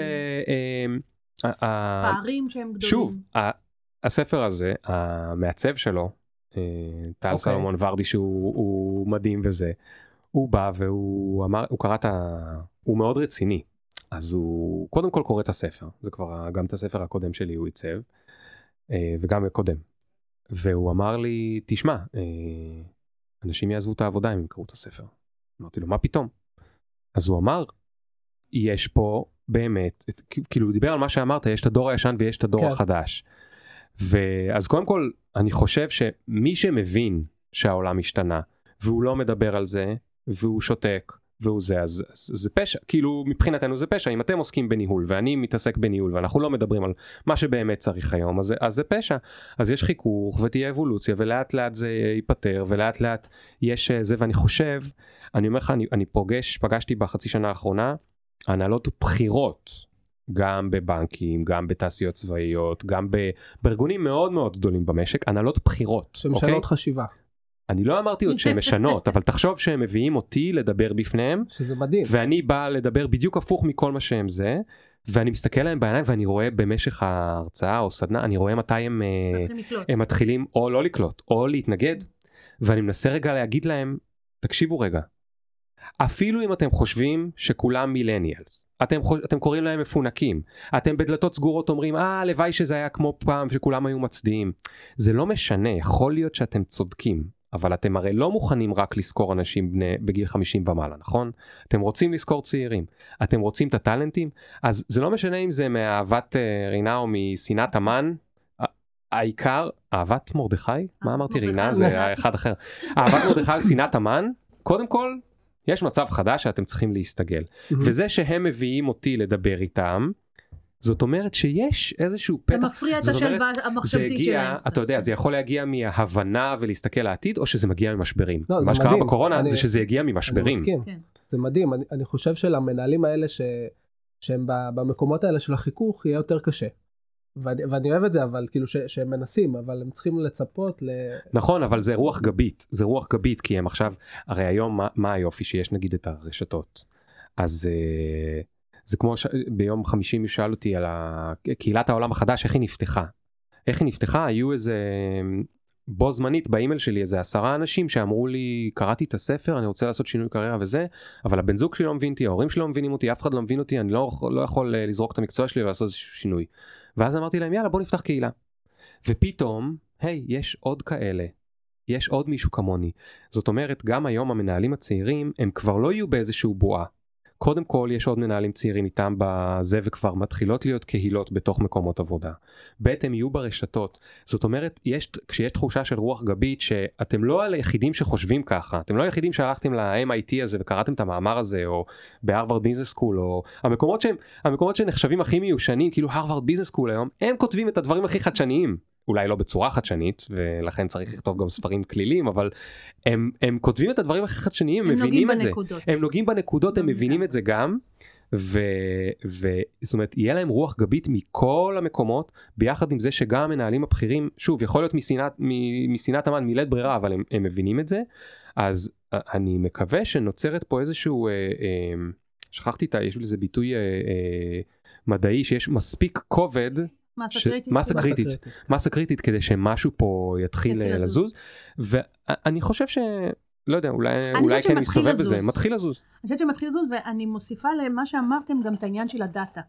פערים שהם גדולים. שוב, הספר הזה, המעצב שלו, טל סלומון ורדי שהוא מדהים וזה, הוא בא והוא אמר, הוא קרא את ה... הוא מאוד רציני, אז הוא קודם כל קורא את הספר, זה כבר גם את הספר הקודם שלי הוא ייצב, וגם הקודם, והוא אמר לי, תשמע, אנשים יעזבו את העבודה אם הם יקראו את הספר. אמרתי לו, מה פתאום? אז הוא אמר, יש פה באמת, כאילו הוא דיבר על מה שאמרת, יש את הדור הישן ויש את הדור החדש. ואז קודם כל אני חושב שמי שמבין שהעולם השתנה והוא לא מדבר על זה והוא שותק והוא זה, אז, אז זה פשע, כאילו מבחינתנו זה פשע. אם אתם עוסקים בניהול ואני מתעסק בניהול ואנחנו לא מדברים על מה שבאמת צריך היום, אז, אז זה פשע. אז יש חיכוך ותהיה אבולוציה ולאט לאט זה ייפטר ולאט לאט יש זה, ואני חושב, אני אומר לך, אני, אני פוגש, פגשתי בחצי שנה האחרונה הנהלות בחירות, גם בבנקים, גם בתעשיות צבאיות, גם בארגונים מאוד מאוד גדולים במשק, הנהלות בחירות. שמשנות אוקיי? חשיבה. אני לא אמרתי עוד שהן משנות, אבל תחשוב שהם מביאים אותי לדבר בפניהם, שזה מדהים. ואני בא לדבר בדיוק הפוך מכל מה שהם זה, ואני מסתכל להם בעיניים ואני רואה במשך ההרצאה או סדנה, אני רואה מתי הם, הם מתחילים או לא לקלוט, או להתנגד, ואני מנסה רגע להגיד להם, תקשיבו רגע, אפילו אם אתם חושבים שכולם מילניאלס, אתם, חוש... אתם קוראים להם מפונקים, אתם בדלתות סגורות אומרים, אה, לוואי שזה היה כמו פעם שכולם היו מצדיעים. זה לא משנה, יכול להיות שאתם צודקים, אבל אתם הרי לא מוכנים רק לזכור אנשים בני, בגיל חמישים ומעלה, נכון? אתם רוצים לזכור צעירים, אתם רוצים את הטלנטים, אז זה לא משנה אם זה מאהבת uh, רינה או משנאת המן, העיקר, אהבת מרדכי? מה אמרתי רינה? זה אחד אחר. אהבת מרדכי או שנאת המן, קודם כל, יש מצב חדש שאתם צריכים להסתגל. וזה שהם מביאים אותי לדבר איתם, זאת אומרת שיש איזשהו פתח. זה מפריע את השלווה המחשבתית שלהם. אתה יודע, זה יכול להגיע מההבנה ולהסתכל לעתיד, או שזה מגיע ממשברים. מה שקרה בקורונה זה שזה הגיע ממשברים. אני מסכים. זה מדהים. אני חושב שלמנהלים האלה שהם במקומות האלה של החיכוך יהיה יותר קשה. ואני, ואני אוהב את זה, אבל כאילו ש, שהם מנסים, אבל הם צריכים לצפות ל... נכון, אבל זה רוח גבית, זה רוח גבית, כי הם עכשיו, הרי היום מה, מה היופי שיש נגיד את הרשתות, אז אה, זה כמו ש... ביום חמישי מי שאל אותי על קהילת העולם החדש, איך היא נפתחה? איך היא נפתחה? היו איזה בו זמנית באימייל שלי, איזה עשרה אנשים שאמרו לי, קראתי את הספר, אני רוצה לעשות שינוי קריירה וזה, אבל הבן זוג שלי לא מבין אותי, ההורים שלי לא מבינים אותי, אף אחד לא מבין אותי, אני לא, לא יכול לזרוק את המקצוע שלי ולעשות איזשהו שינוי. ואז אמרתי להם, יאללה, בוא נפתח קהילה. ופתאום, היי, יש עוד כאלה. יש עוד מישהו כמוני. זאת אומרת, גם היום המנהלים הצעירים, הם כבר לא יהיו באיזשהו בועה. קודם כל, יש עוד מנהלים צעירים איתם בזה, וכבר מתחילות להיות קהילות בתוך מקומות עבודה. ב' הם יהיו ברשתות. זאת אומרת, יש, כשיש תחושה של רוח גבית, שאתם לא היחידים שחושבים ככה, אתם לא היחידים שהלכתם ל-אם איי טי הזה, וקראתם את המאמר הזה, או בהרווארד ביזנס סקול, או המקומות שהם, המקומות שנחשבים הכי מיושנים, כאילו הרווארד ביזנס סקול היום, הם כותבים את הדברים הכי חדשניים. אולי לא בצורה חדשנית, ולכן צריך לכתוב גם ספרים כלילים, אבל הם, הם כותבים את הדברים הכי חדשניים, הם מבינים את זה. הם נוגעים בנקודות, הם מבינים את זה גם, ו, ו, זאת אומרת, יהיה להם רוח גבית מכל המקומות, ביחד עם זה שגם המנהלים הבכירים, שוב, יכול להיות משנאת, משנאת המן, מילד ברירה, אבל הם, הם מבינים את זה, אז אני מקווה שנוצרת פה איזשהו, אה, אה, שכחתי את, יש לזה ביטוי אה, אה, מדעי, שיש מספיק כובד, מסה קריטית. מסה קריטית, מסה קריטית כדי שמשהו פה יתחיל לזוז, ואני חושב ש... לא יודע, אולי כן מסתובב בזה, מתחיל לזוז. אני חושבת שמתחיל לזוז, ואני מוסיפה למה שאמרתם גם את העניין של הדאטה.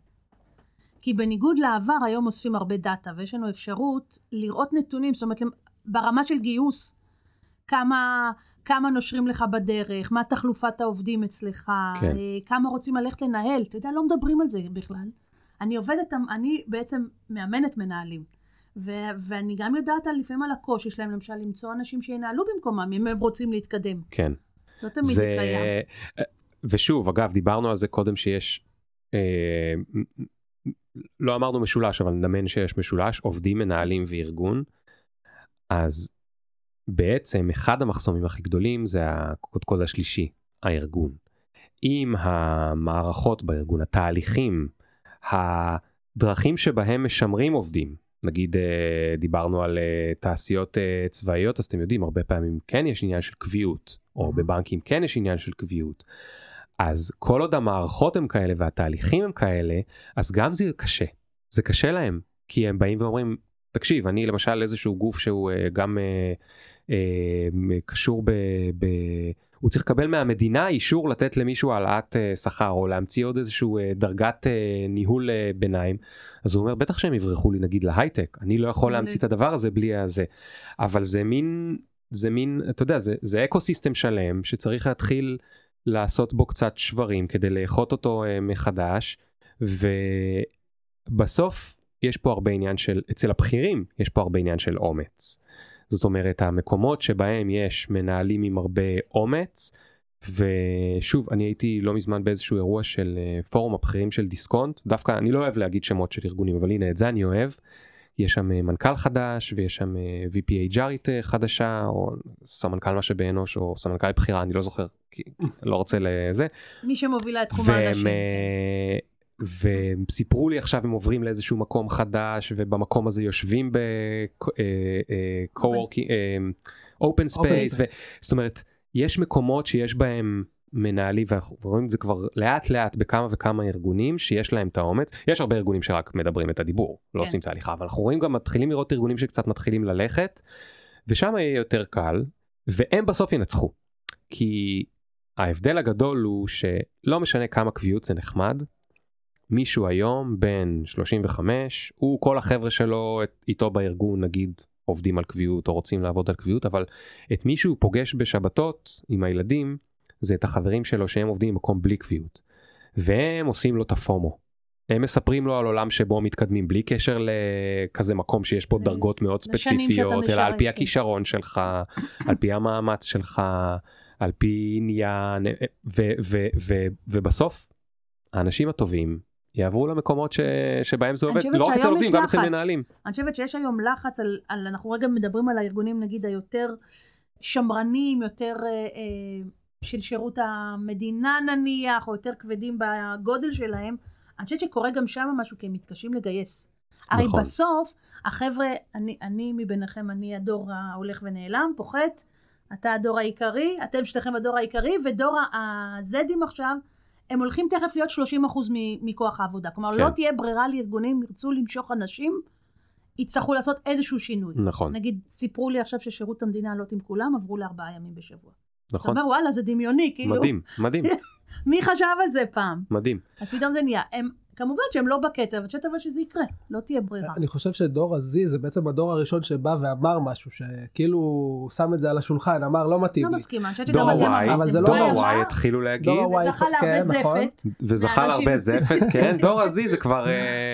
כי בניגוד לעבר היום אוספים הרבה דאטה, ויש לנו אפשרות לראות נתונים, זאת אומרת, ברמה של גיוס, כמה, כמה נושרים לך בדרך, מה תחלופת העובדים אצלך, כן. כמה רוצים ללכת לנהל, אתה יודע, לא מדברים על זה בכלל. אני עובדת, אני בעצם מאמנת מנהלים, ו- ואני גם יודעת על, לפעמים על הקושי שלהם, למשל, למצוא אנשים שינהלו במקומם, אם הם רוצים להתקדם. כן. לא תמיד זה, זה קיים. ושוב, אגב, דיברנו על זה קודם שיש, אה, לא אמרנו משולש, אבל נדמיין שיש משולש, עובדים, מנהלים וארגון, אז בעצם אחד המחסומים הכי גדולים זה הקודקוד השלישי, הארגון. עם המערכות בארגון, התהליכים, הדרכים שבהם משמרים עובדים, נגיד דיברנו על תעשיות צבאיות, אז אתם יודעים, הרבה פעמים כן יש עניין של קביעות, או בבנקים כן יש עניין של קביעות, אז כל עוד המערכות הם כאלה והתהליכים הם כאלה, אז גם זה קשה, זה קשה להם, כי הם באים ואומרים, תקשיב, אני למשל איזשהו גוף שהוא גם אה, אה, קשור ב... ב הוא צריך לקבל מהמדינה אישור לתת למישהו העלאת שכר, או להמציא עוד איזשהו דרגת ניהול ביניים, אז הוא אומר, בטח שהם יברחו לי נגיד להייטק, אני לא יכול להמציא את הדבר הזה בלי הזה, אבל זה מין, זה מין, אתה יודע, זה, זה אקוסיסטם שלם, שצריך להתחיל לעשות בו קצת שברים, כדי לאחות אותו מחדש, ובסוף יש פה הרבה עניין של, אצל הבכירים, יש פה הרבה עניין של אומץ, זאת אומרת, המקומות שבהם יש מנהלים עם הרבה אומץ, ושוב, אני הייתי לא מזמן באיזשהו אירוע של פורום הבכירים של דיסקונט, דווקא אני לא אוהב להגיד שמות של ארגונים, אבל הנה, את זה אני אוהב, יש שם מנכ"ל חדש, ויש שם וי פי אייץ' אר חדשה, או סמנכ"ל משאבי אנוש, או סמנכ"ל בחירה, אני לא זוכר, כי לא רוצה לזה. מי שמובילה את תחום האנשים. והם סיפרו לי עכשיו הם עוברים לאיזשהו מקום חדש, ובמקום הזה יושבים ב-co-working, אופן ספייס, זאת אומרת, יש מקומות שיש בהם מנהלים, ואנחנו רואים את זה כבר לאט לאט בכמה וכמה ארגונים שיש להם את האומץ. יש הרבה ארגונים שרק מדברים את הדיבור, לא עושים תהליכה, אבל אנחנו רואים גם מתחילים לראות ארגונים שקצת מתחילים ללכת, ושם יהיה יותר קל, והם בסוף ינצחו. כי ההבדל הגדול הוא שלא משנה כמה קביעות זה נחמד, מישהו היום בין שלושים וחמש, הוא כל החבר'ה שלו איתו בארגון נגיד עובדים על קביעות או רוצים לעבוד על קביעות, אבל את מישהו פוגש בשבתות עם הילדים, זה את החברים שלו שהם עובדים במקום בלי קביעות. והם עושים לו את הפומו. הם מספרים לו על עולם שבו מתקדמים בלי קשר לכזה מקום שיש פה דרגות מאוד ספציפיות, אלא על פי הכישרון שלך, על פי המאמץ שלך, על פי עניין, ובסוף האנשים הטובים יעברו למקומות שבהם זה עובד, לא רק אצל עובדים, גם אצל מנהלים. אני חושבת שיש היום לחץ על, אנחנו רגע מדברים על הארגונים נגיד היותר שמרנים, יותר של שירות המדינה נניח, או יותר כבדים בגודל שלהם, אני חושבת שקורה גם שם משהו, כי הם מתקשים לגייס. הרי נכון. בסוף, החבר'ה, אני, אני מביניכם, אני הדור ההולך ונעלם, פוחת, אתה הדור העיקרי, אתם שתיכם הדור העיקרי, ודור הזדים עכשיו, הם הולכים תכף להיות שלושים אחוז מכוח העבודה. כלומר, כן. לא תהיה ברירה לארגונים, ירצו למשוך אנשים, יצטרכו לעשות איזשהו שינוי. נכון. נגיד, סיפרו לי עכשיו ששירות המדינה לא עם כולם, עברו לארבעה ימים בשבוע. נכון. אתה אומר, וואלה, זה דמיוני, כאילו. מדהים, מדהים. מי חשב על זה פעם? מדהים. אז פתאום זה נהיה. הם, כמובן שהם לא בקצב, אבל שתבל שזה יקרה, לא תהיה ברירה. אני חושב שדור הזי זה בעצם הדור הראשון שבא ואמר משהו, שכאילו שם את זה על השולחן, אמר לא מתאים לי. לא מסכימה, אני חושבת שגם על זה ממש. דור הוואי התחילו להגיד. זה זכה להרבה זפת. וזכה להרבה זפת, כן. דור הזי זה כבר...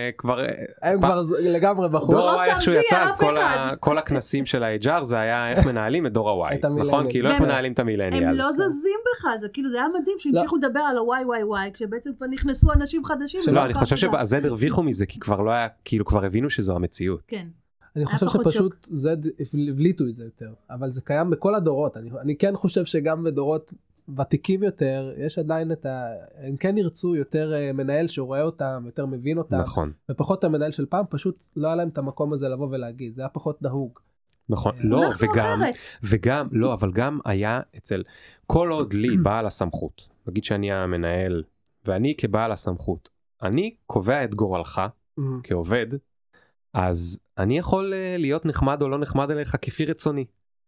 הם כבר לגמרי בחוץ. דור הוואי איכשהו יצא, אז כל הכנסים של ה-אייץ' אר זה היה איך מנהלים את דור הוואי. נכון? כי לא איך מנהלים את המילניאלס. הם לא זזים בכלל, זה כאילו זה היה מדהים שהמשיכו לדבר על ה-וואי וואי וואי, כשבעצם כבר נכנסו אנשים חדשים. לא, אני חושב שהזד הרוויחו מזה, כי כבר לא היה, כאילו כבר הבינו שזו המציאות. כן. אני חושב שפשוט זד הבליטו את זה יותר, אבל זה קיים בכל הדורות. אני, אני כן חושב שגם בדורות ותיקים יותר, יש עדיין את ה... הם כן ירצו יותר מנהל שרואה אותם, יותר מבין אותם. נכון. ופחות המנהל של פעם, פשוט לא היה להם את המקום הזה לבוא ולהגיד, זה היה פחות נהוג. נכון, לא, וגם, וגם, לא, אבל גם היה אצל, כל עוד לי בעל הסמכות, נגיד שאני המנהל, ואני כבעל הסמכות, אני קובע את גורלך כעובד, אז אני יכול להיות נחמד או לא נחמד אליך כפי רצוני.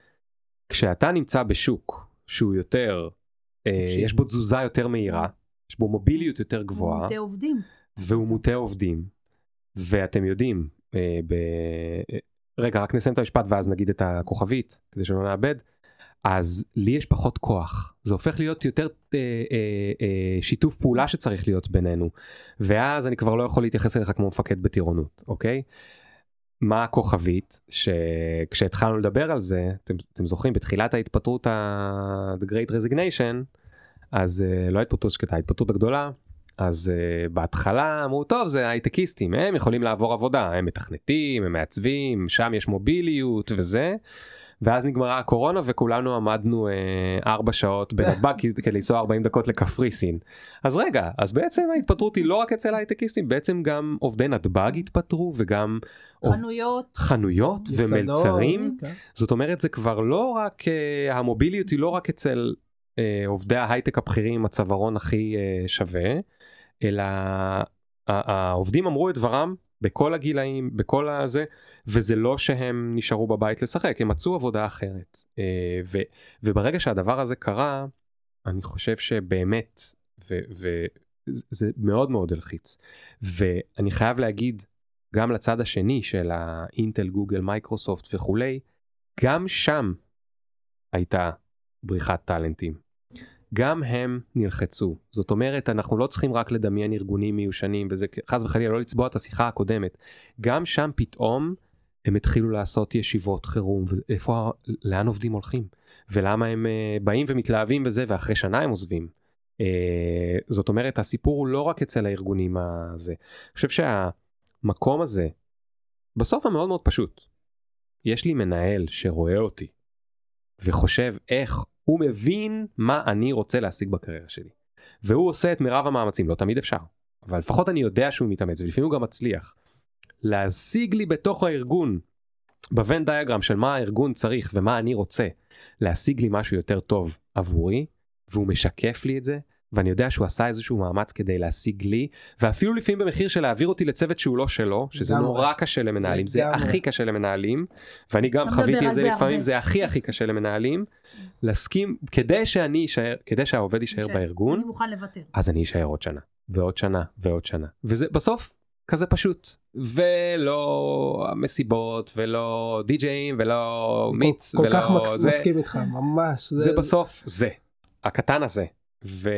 כשאתה נמצא בשוק שהוא יותר, יש בו תזוזה יותר מהירה, יש בו מוביליות יותר גבוהה, הוא מוטה עובדים. והוא מוטה עובדים, ואתם יודעים, ב... רגע, רק נסיים את המשפט ואז נגיד את הכוכבית, כדי שלא נאבד, אז לי יש פחות כוח, זה הופך להיות יותר אה, אה, אה, שיתוף פעולה שצריך להיות בינינו, ואז אני כבר לא יכול להתייחס אליך כמו מפקד בטירונות, אוקיי? מה הכוכבית, שכשהתחלנו לדבר על זה, אתם, אתם זוכרים, בתחילת ההתפטרות, ה- The Great Resignation, אז אה, לא ההתפטרות שקטה, ההתפטרות הגדולה, אז uh, בהתחלה אמרו, טוב, זה הייטקיסטים, הם יכולים לעבור עבודה, הם מתכנתים, הם מעצבים, שם יש מוביליות וזה, ואז נגמרה הקורונה וכולנו עמדנו uh, ארבע שעות בנתב"ג כדי לנסוע ארבעים דקות לקפריסין. אז רגע, אז בעצם ההתפטרות היא לא רק אצל הייטקיסטים, בעצם גם עובדי נתב"ג התפטרו וגם חנויות, עוב... חנויות ומלצרים, okay. זאת אומרת זה כבר לא רק, uh, המוביליות היא לא רק אצל uh, עובדי ההייטק הבכירים עם הצווארון הכי uh, שווה, אלא העובדים אמרו את דברם בכל הגילאים, בכל הזה, וזה לא שהם נשארו בבית לשחק, הם מצאו עבודה אחרת. ו, וברגע שהדבר הזה קרה, אני חושב שבאמת, וזה מאוד מאוד הלחיץ. ואני חייב להגיד, גם לצד השני של האינטל, גוגל, מייקרוסופט וכולי, גם שם הייתה בריחת טלנטים. גם הם נלחצו. זאת אומרת, אנחנו לא צריכים רק לדמיין ארגונים מיושנים, וזה חס וחלילה לא לצבוע את השיחה הקודמת. גם שם פתאום הם התחילו לעשות ישיבות חירום, ואיפה, לאן עובדים הולכים? ולמה הם uh, באים ומתלהבים בזה, ואחרי שנה הם עוזבים. Uh, זאת אומרת, הסיפור הוא לא רק אצל הארגונים הזה. אני חושב שהמקום הזה, בסוף המאוד מאוד פשוט. יש לי מנהל שרואה אותי, וחושב איך הוא מבין מה אני רוצה להשיג בקריירה שלי. והוא עושה את מרב המאמצים, לא תמיד אפשר. אבל לפחות אני יודע שהוא מתאמץ, ולפעמים הוא גם מצליח. להשיג לי בתוך הארגון, בוון דיאגרם של מה הארגון צריך ומה אני רוצה, להשיג לי משהו יותר טוב עבורי, והוא משקף לי את זה, ואני יודע שהוא עשה איזשהו מאמץ כדי להשיג לי, ואפילו לפעמים במחיר של להעביר אותי לצוות שהוא לא שלו, שזה נורא קשה למנהלים, זה הכי קשה למנהלים, ואני גם חוויתי את זה לפעמים, זה הכי הכי קשה למנהלים, להסכים, כדי שאני יישאר, כדי שהעובד יישאר בארגון, אני מוכן לוותר. אז אני אשאר עוד שנה, ועוד שנה, ועוד שנה, וזה בסוף כזה פשוט, ולא מסיבות, ולא די-ג'אים, ולא מיץ, כל כך ולא זה, מסכים איתך, ממש. זה בסוף, זה, הקטן הזה. ו...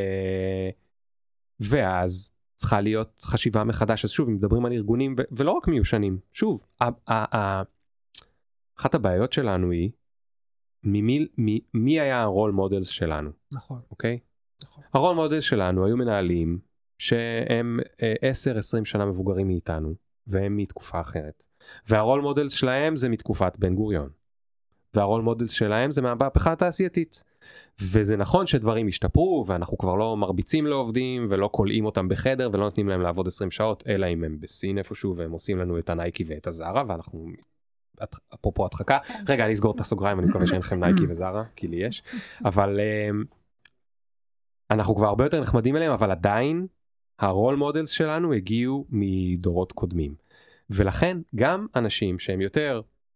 ואז צריכה להיות חשיבה מחדש. אז שוב, אם מדברים על ארגונים, ו... ולא רק מיושנים, שוב, ה... ה... ה... אחת הבעיות שלנו היא, ממי, מי, מי היה הרול מודלס שלנו? נכון. אוקיי? נכון. הרול מודלס שלנו היו מנהלים, שהם עשר עשרים שנה מבוגרים מאיתנו, והם מתקופה אחרת. והרול מודלס שלהם זה מתקופת בן גוריון. והרול מודלס שלהם זה מהפכה התעשייתית. וזה נכון שדברים השתפרו, ואנחנו כבר לא מרביצים לעובדים, ולא קולעים אותם בחדר, ולא נותנים להם לעבוד עשרים שעות, אלא אם הם בסין איפשהו, והם עושים לנו את הנייקי ואת הזרה, ואנחנו, אפרופו הדחקה, רגע, אני אסגור את הסוגריים, אני מקווה שאין לכם נייקי וזרה, כי לי יש, אבל אנחנו כבר הרבה יותר נחמדים אליהם, אבל עדיין, הרול מודלס שלנו הגיעו מדורות קודמים. ולכן, גם אנשים שהם יותר,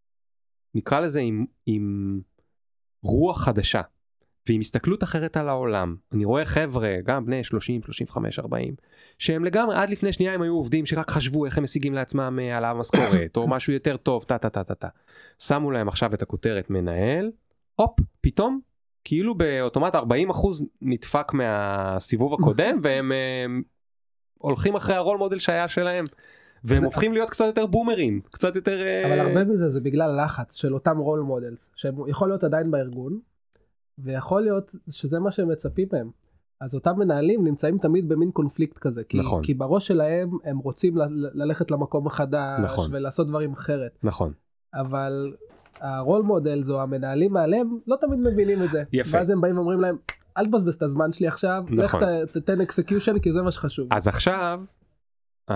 נקרא לזה עם, עם רוח חדשה, ועם הסתכלות אחרת על העולם. אני רואה חבר'ה, גם בני שלושים, שלושים וחמש, ארבעים, שהם לגמרי, עד לפני שנייה הם היו עובדים שרק חשבו איך הם משיגים לעצמם על המשכורת, או משהו יותר טוב, טה טה טה טה טה. שמו להם עכשיו את הכותרת מנהל, הופ, פתאום, כאילו באוטומט ארבעים אחוז נדפק מהסיבוב הקודם, והם הם, הולכים אחרי הרול מודל שהיה שלהם. והם הופכים להיות קצת יותר בומרים, קצת יותר... אבל הרבה מזה זה בגלל לחץ של אותם רול מודלס, שיכול להיות עדיין בארגון, ויכול להיות שזה מה שהם מצפים מהם. אז אותם מנהלים נמצאים תמיד במין קונפליקט כזה, כי, נכון. כי בראש שלהם הם רוצים ל- ללכת למקום החדש, נכון. ולעשות דברים אחרת. נכון. אבל הרול מודלס או המנהלים מעליהם לא תמיד מבינים את זה. יפה. ואז הם באים ואומרים להם, אל תבזבז את הזמן שלי עכשיו, נכון. לך תתן אקסקיושן, כי זה מה שחשוב. אז עכשיו, uh,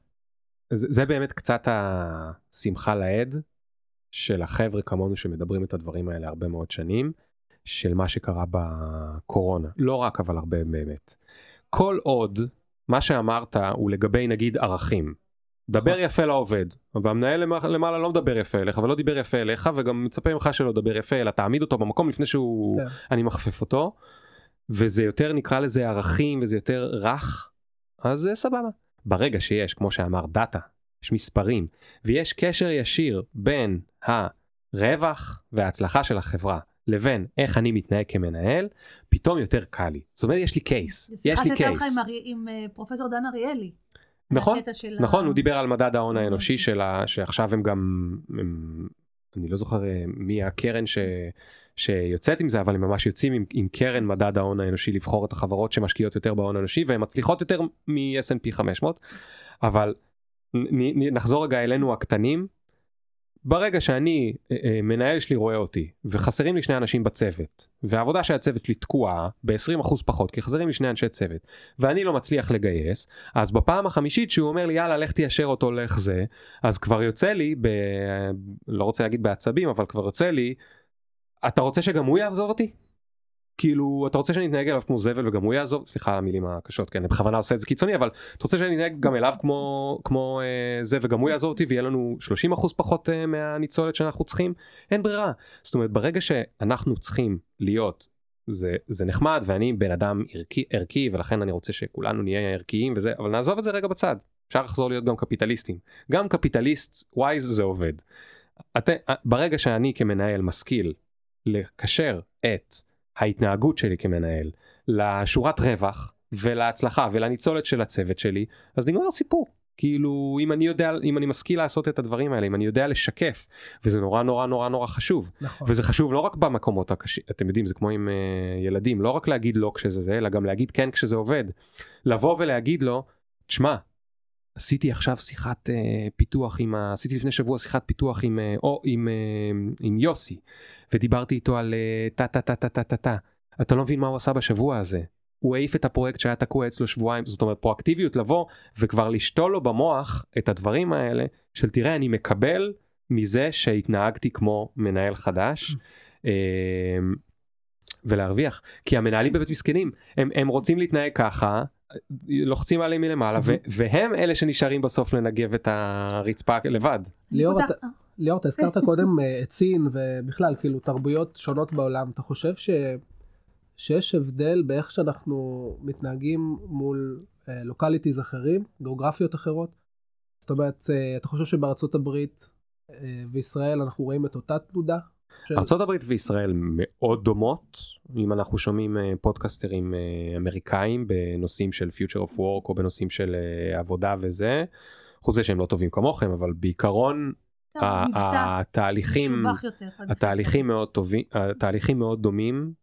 זה, זה באמת קצת השמחה לעד של החבר'ה כמונו שמדברים את הדברים האלה הרבה מאוד שנים, של מה שקרה בקורונה. לא רק, אבל הרבה באמת. כל עוד, מה שאמרת הוא לגבי נגיד ערכים. דבר יפה לעובד, והמנהל למעלה לא מדבר יפה אליך, אבל לא דיבר יפה אליך, וגם מצפה ממך שלא דבר יפה, אלא תעמיד אותו במקום לפני שהוא, כן. אני מחפף אותו, וזה יותר נקרא לזה ערכים, וזה יותר רך, אז זה סבבה. ברגע שיש, כמו שאמר, דאטה, יש מספרים, ויש קשר ישיר בין הרווח וההצלחה של החברה, לבין איך אני מתנהג כמנהל, פתאום יותר קל לי. זאת אומרת, יש לי קייס. יש לי קייס. זה שיחה שהייתה לך עם פרופסור דן אריאלי. נכון, נכון, הוא דיבר על מדד ההון האנושי שלה, שעכשיו הם גם, אני לא זוכר מי הקרן ש... שיוצאת עם זה, אבל הם ממש יוצאים עם, עם קרן מדד ההון האנושי לבחור את החברות שמשקיעות יותר בהון האנושי, והן מצליחות יותר מ-אס אנד פי חמש מאות, אבל נ, נ, נחזור רגע אלינו הקטנים, ברגע שאני, מנהל שלי רואה אותי, וחסרים לי שני אנשים בצוות, והעבודה שהצוות שלי תקועה ב-עשרים אחוז פחות, כי חסרים לי שני אנשי צוות, ואני לא מצליח לגייס, אז בפעם החמישית שהוא אומר לי, יאללה, לך תיישר אותו, לך זה, אז כבר יוצא לי, ב... לא רוצה להגיד בעצבים, אבל כבר יוצא לי, אתה רוצה שגם הוא יעזוב אותי? כאילו, אתה רוצה שאני אתנהג אליו כמו זבל וגם הוא יעזוב? סליחה על המילים הקשות, כן, אני בכוונה עושה את זה קיצוני, אבל אתה רוצה שאני אתנהג גם אליו כמו, כמו אה, זה וגם הוא יעזוב אותי ויהיה לנו שלושים אחוז פחות אה, מהניצולת שאנחנו צריכים? אין ברירה. זאת אומרת, ברגע שאנחנו צריכים להיות, זה, זה נחמד, ואני בן אדם ערכי, ערכי, ולכן אני רוצה שכולנו נהיה ערכיים וזה, אבל נעזוב את זה רגע בצד. אפשר לחזור להיות גם קפיטליסטים. גם קפיטליסט ווייז זה עובד. את, ברגע שאני כמנהל משכיל לקשר את ההתנהגות שלי כמנהל לשורת רווח ולהצלחה ולניצולת של הצוות שלי, אז נגמר הסיפור. כאילו, אם אני יודע, אם אני משכיל לעשות את הדברים האלה, אם אני יודע לשקף, וזה נורא נורא נורא נורא חשוב. נכון. וזה חשוב לא רק במקומות הקשים, אתם יודעים, זה כמו עם uh, ילדים, לא רק להגיד לא כשזה זה, אלא גם להגיד כן כשזה עובד. לבוא ולהגיד לו, תשמע, עשיתי עכשיו שיחת uh, פיתוח עם, ה... עשיתי לפני שבוע שיחת פיתוח עם, uh, או עם, uh, עם יוסי, ודיברתי איתו על טה טה טה טה טה טה טה. אתה לא מבין מה הוא עשה בשבוע הזה. הוא העיף את הפרויקט שהיה תקוע אצלו שבועיים, זאת אומרת פרואקטיביות לבוא וכבר לשתול לו במוח את הדברים האלה של תראה אני מקבל מזה שהתנהגתי כמו מנהל חדש, ולהרוויח, כי המנהלים באמת מסכנים, הם, הם רוצים להתנהג ככה, לוחצים עליהם מלמעלה, ו- והם אלה שנשארים בסוף לנגב את הרצפה לבד. ליאור, אתה, ליאור, אתה הזכרת קודם את סין, ובכלל, כאילו, תרבויות שונות בעולם, אתה חושב ש... שיש הבדל באיך שאנחנו מתנהגים מול אה, לוקליטיז אחרים, גיאוגרפיות אחרות? זאת אומרת, אה, אתה חושב שבארצות הברית אה, וישראל אנחנו רואים את אותה תנודה? של... ארצות הברית וישראל מאוד דומות, אם אנחנו שומעים אה, פודקאסטרים אה, אמריקאים בנושאים של Future of Work או בנושאים של אה, עבודה וזה, חוץ זה שהם לא טובים כמוכם, אבל בעיקרון התהליכים, התהליכים מאוד טובים, התהליכים מאוד דומים,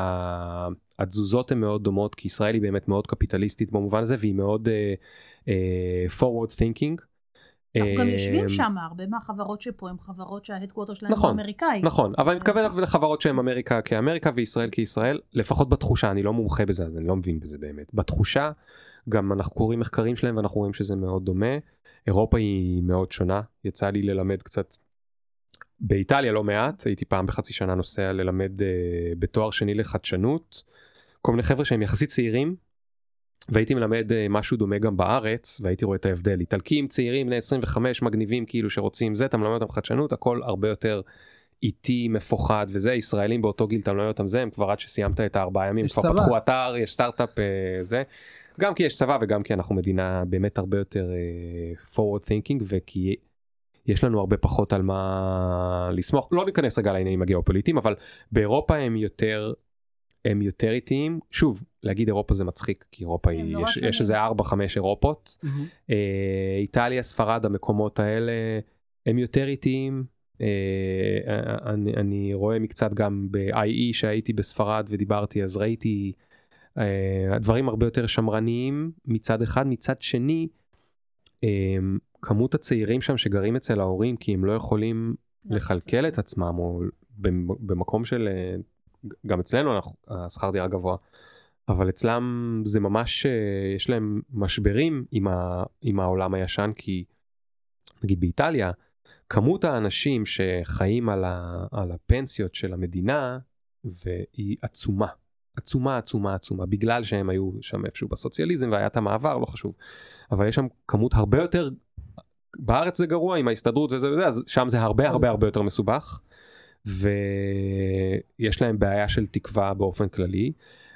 התזוזות הן מאוד דומות, כי ישראל היא באמת מאוד קפיטליסטית במובן הזה, והיא מאוד uh, uh, forward thinking. אנחנו גם יושבים שם, הרבה מהחברות שפה הם חברות שההדקוורטר שלהם הוא אמריקאי. נכון, אבל אני מתכוון לחברות שהן אמריקה כאמריקה וישראל כישראל, לפחות בתחושה, אני לא מומחה בזה, אז אני לא מבין בזה באמת. בתחושה, גם אנחנו קוראים מחקרים שלהם ואנחנו רואים שזה מאוד דומה. אירופה היא מאוד שונה, יצא לי ללמד קצת באיטליה לא מעט, הייתי פעם בחצי שנה נוסע ללמד uh, בתואר שני לחדשנות, כל מיני חבר'ה שהם יחסית צעירים, והייתי מלמד uh, משהו דומה גם בארץ, והייתי רואה את ההבדל, איטלקים צעירים בני עשרים וחמש מגניבים כאילו שרוצים זה, אתה מלמד אותם חדשנות, הכל הרבה יותר איטי, מפוחד וזה, ישראלים באותו גיל אתה מלמד אותם זה, הם כבר עד שסיימת את הארבעה ימים, כבר פתחו אתר, יש סטארט-אפ uh, זה, גם כי יש צבא וגם כי אנחנו מדינה באמת הרבה יותר uh, forward thinking, וכי יש לנו הרבה פחות על מה לסמוך, לא ניכנס רגע לעניינים הגיאופוליטיים, אבל באירופה הם יותר, הם יותר איטיים, שוב, להגיד אירופה זה מצחיק, כי אירופה היא, יש, יש איזה ארבע, חמש אירופות, mm-hmm. אה, איטליה, ספרד, המקומות האלה, הם יותר איטיים, אה, אני, אני רואה מקצת גם ב-איי אי שהייתי בספרד ודיברתי, אז ראיתי אה, הדברים הרבה יותר שמרניים מצד אחד, מצד שני, אה, כמות הצעירים שם שגרים אצל ההורים כי הם לא יכולים לכלכל את עצמם או במקום של, גם אצלנו השכר דירה גבוה, אבל אצלם זה ממש, יש להם משברים עם, ה, עם העולם הישן, כי נגיד באיטליה, כמות האנשים שחיים על, ה, על הפנסיות של המדינה והיא עצומה, עצומה, עצומה, עצומה, בגלל שהם היו שם איפשהו בסוציאליזם והיה את המעבר, לא חשוב, אבל יש שם כמות הרבה יותר, בארץ זה גרוע עם ההסתדרות וזה וזה, אז שם זה הרבה הרבה הרבה יותר מסובך, ויש להם בעיה של תקווה באופן כללי.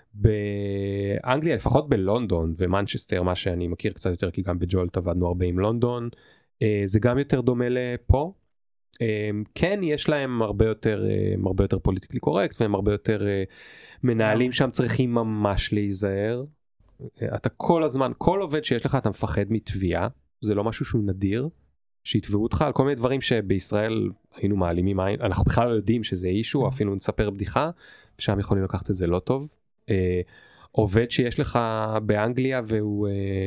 באנגליה, לפחות בלונדון ומנצ'סטר, מה שאני מכיר קצת יותר, כי גם בג'ולט עבדנו הרבה עם לונדון, זה גם יותר דומה לפה. כן, יש להם הרבה יותר, הרבה יותר פוליטיקלי קורקט, והם הרבה יותר מנהלים שם צריכים ממש להיזהר. אתה כל הזמן, כל עובד שיש לך, אתה מפחד מתביעה, זה לא משהו שהוא נדיר, שיתבעו אותך על כל מיני דברים שבישראל היינו מעלימים עין, אנחנו בכלל לא יודעים שזה אישו, אפילו נספר בדיחה, שם יכולים לקחת את זה לא טוב. עובד שיש לך באנגליה והוא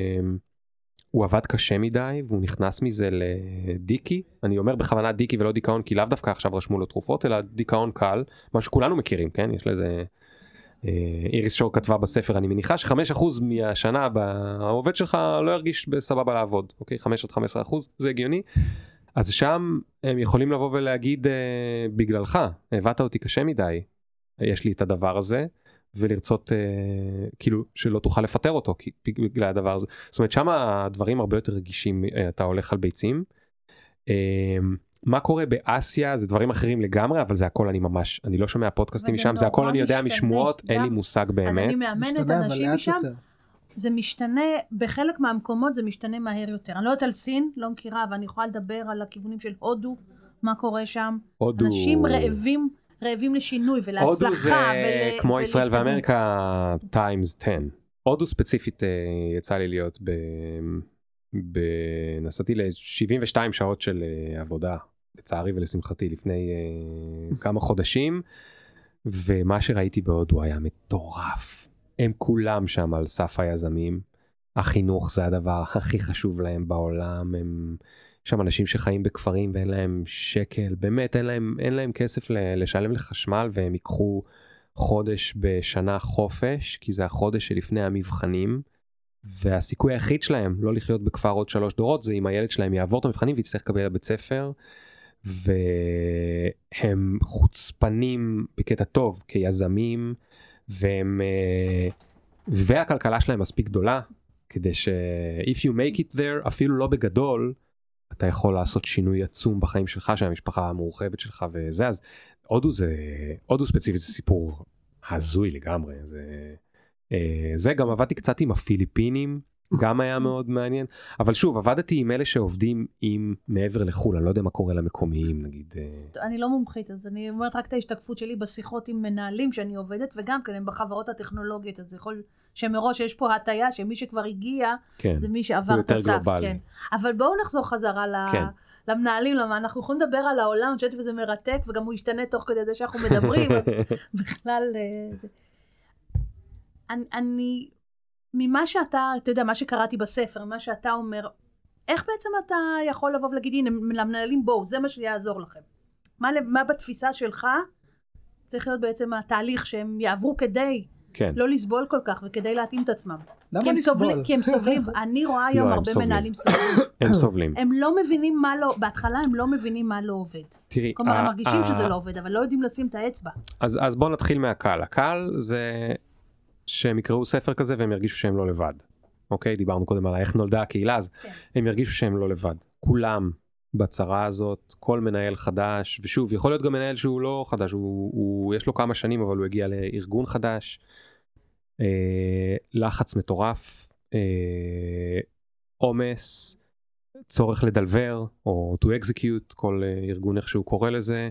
הוא עבד קשה מדי, והוא נכנס מזה לדיקי, אני אומר בכוונה דיקי ולא דיכאון, כי לאו דווקא עכשיו רשמו לו תרופות, אלא דיכאון קל, מה שכולנו מכירים, כן? יש לזה... איריס שור כתבה בספר, אני מניחה שחמש אחוז מהשנה העובד שלך לא ירגיש בסבבה לעבוד, אוקיי? חמש עד חמש עשרה אחוז, זה הגיוני. אז שם הם יכולים לבוא ולהגיד, בגללך, הבאת אותי קשה מדי, יש לי את הדבר הזה, ולרצות, כאילו, שלא תוכל לפטר אותו, בגלל הדבר הזה. זאת אומרת, שם הדברים הרבה יותר רגישים, אתה הולך על ביצים. מה קורה באסיה, זה דברים אחרים לגמרי, אבל זה הכל אני ממש, אני לא שומע פודקאסטים משם, זה הכל אני יודע משמועות, אין לי מושג באמת. אז אני מאמנת אנשים משם, זה משתנה, בחלק מהמקומות זה משתנה מהר יותר. אני לא יודעת על סין, לא מכירה, אבל אני יכולה לדבר על הכיוונים של הודו, מה קורה שם. אנשים רעבים, רעבים לשינוי ולהצלחה. הודו זה כמו ישראל ואמריקה, טיימס עשר. הודו ספציפית יצא לי להיות ב... נסעתי ל-שבעים ושתיים שעות של עבודה, לצערי ולשמחתי, לפני uh, כמה חודשים, ומה שראיתי בהודו היה מטורף. הם כולם שם על סף היזמים, החינוך זה הדבר הכי חשוב להם בעולם, הם שם אנשים שחיים בכפרים ואין להם שקל, באמת אין להם, אין להם כסף לשלם לחשמל, והם ייקחו חודש בשנה חופש, כי זה החודש שלפני המבחנים, והסיכוי היחיד שלהם לא לחיות בכפר עוד שלוש דורות, זה אם הילד שלהם יעבור את המבחנים ויצטרך לקבל לבית ספר, והם חוצפנים בקטע טוב כיזמים, והם, והכלכלה שלהם מספיק גדולה, כדי ש- if you make it there, אפילו לא בגדול, אתה יכול לעשות שינוי עצום בחיים שלך, של המשפחה המורחבת שלך וזה. אז הודו זה, הודו ספציפית זה סיפור הזוי לגמרי. זה, זה גם עבדתי קצת עם הפיליפינים, גם היה מאוד מעניין, אבל שוב, עבדתי עם אלה שעובדים עם מעבר לחול, אני לא יודע מה קורה למקומיים, נגיד. אני לא מומחית, אז אני אומרת רק את ההשתקפות שלי בשיחות עם מנהלים שאני עובדת, וגם כן הם בחברות הטכנולוגיות, אז יכול שמראש יש פה הטיה, שמי שכבר הגיע, כן, זה מי שעבר את הסף. כן. אבל בואו נחזור חזרה ל... כן. למנהלים, למה אנחנו יכולים לדבר על העולם, שאני וזה מרתק, וגם הוא ישתנה תוך כדי זה שאנחנו מדברים, אז בכלל... זה... אני... אני... ממה שאתה, אתה יודע, מה שקראתי בספר, מה שאתה אומר, איך בעצם אתה יכול לבוא ולהגיד, הנה, למנהלים בואו, זה מה שיעזור לכם. מה, מה בתפיסה שלך צריך להיות בעצם התהליך שהם יעברו כדי כן. לא לסבול כל כך, וכדי להתאים את עצמם. למה לסבול? כי הם סובלים, אני רואה היום לא, הרבה סובלים. מנהלים סובלים. הם סובלים. הם לא מבינים מה לא, בהתחלה הם לא מבינים מה לא עובד. תראי, כלומר, הם ה- מרגישים ה- שזה לא עובד, אבל לא יודעים לשים את האצבע. אז, אז בואו נתחיל מהקל. הקל זה שהם יקראו ספר כזה והם ירגישו שהם לא לבד. אוקיי? דיברנו קודם על איך נולדה הקהילה, אז כן. הם ירגישו שהם לא לבד. כולם בצרה הזאת, כל מנהל חדש, ושוב, יכול להיות גם מנהל שהוא לא חדש, הוא, הוא, יש לו כמה שנים, אבל הוא הגיע לארגון חדש, אה, לחץ מטורף, אה, עומס, צורך לדלבר, או to execute, כל אה, ארגון איך שהוא קורא לזה,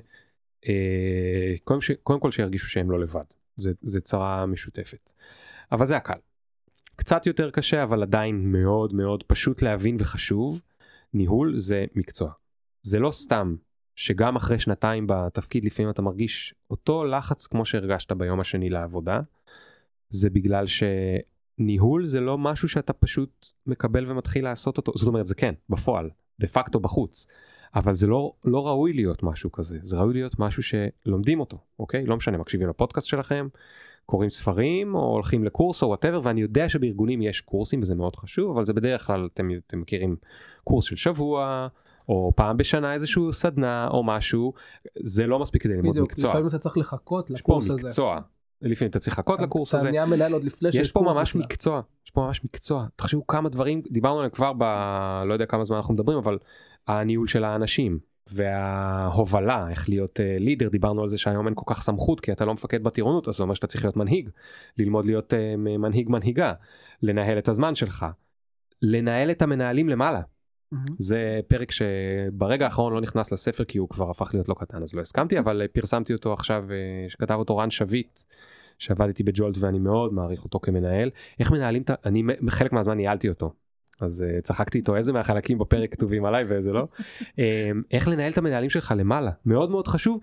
אה, קודם, ש, קודם כל שירגישו שהם לא לבד. זה, זה צרה משותפת. אבל זה הקל. קצת יותר קשה, אבל עדיין מאוד מאוד פשוט להבין וחשוב. ניהול זה מקצוע. זה לא סתם שגם אחרי שנתיים בתפקיד לפעמים אתה מרגיש אותו לחץ כמו שהרגשת ביום השני לעבודה. זה בגלל שניהול זה לא משהו שאתה פשוט מקבל ומתחיל לעשות אותו. זאת אומרת, זה כן, בפועל, דה פקטו בחוץ. אבל זה לא, לא ראוי להיות משהו כזה. זה ראוי להיות משהו שלומדים אותו, אוקיי? לא משנה, מקשיבים לפודקאסט שלכם, קוראים ספרים או הולכים לקורס או whatever, ואני יודע שבארגונים יש קורסים וזה מאוד חשוב, אבל זה בדרך כלל, אתם, אתם מכירים קורס של שבוע, או פעם בשנה איזשהו סדנה או משהו, זה לא מספיק כדי ללמוד בדיוק, מקצוע. לפעמים אתה צריך לחכות לקורס הזה. יש פה מקצוע, לפעמים אתה צריך לחכות לקורס הזה. אתה נהיה מנהל עוד לפני שיש יש פה קורס ממש בכלל. מקצוע, יש פה ממש מקצוע. תחשבו כמה דברים, דיברנו עליהם כבר ב... לא יודע כמה זמן אנחנו מדברים, אבל הניהול של האנשים. וההובלה, איך להיות uh, לידר, דיברנו על זה שהיום אין כל כך סמכות, כי אתה לא מפקד בטירונות, אז זה אומר שאתה צריך להיות מנהיג, ללמוד להיות uh, מנהיג מנהיגה, לנהל את הזמן שלך, לנהל את המנהלים למעלה. Mm-hmm. זה פרק שברגע האחרון לא נכנס לספר, כי הוא כבר הפך להיות לא קטן, אז לא הסכמתי, אבל uh, פרסמתי אותו עכשיו, uh, שכתב אותו רן שביט, שעבדתי בג'ולט, ואני מאוד מעריך אותו כמנהל. איך מנהלים את... אני חלק מהזמן ניהלתי אותו. אז uh, צחקתי איתו איזה מהחלקים בפרק כתובים עליי ואיזה לא. um, איך לנהל את המנהלים שלך למעלה, מאוד מאוד חשוב,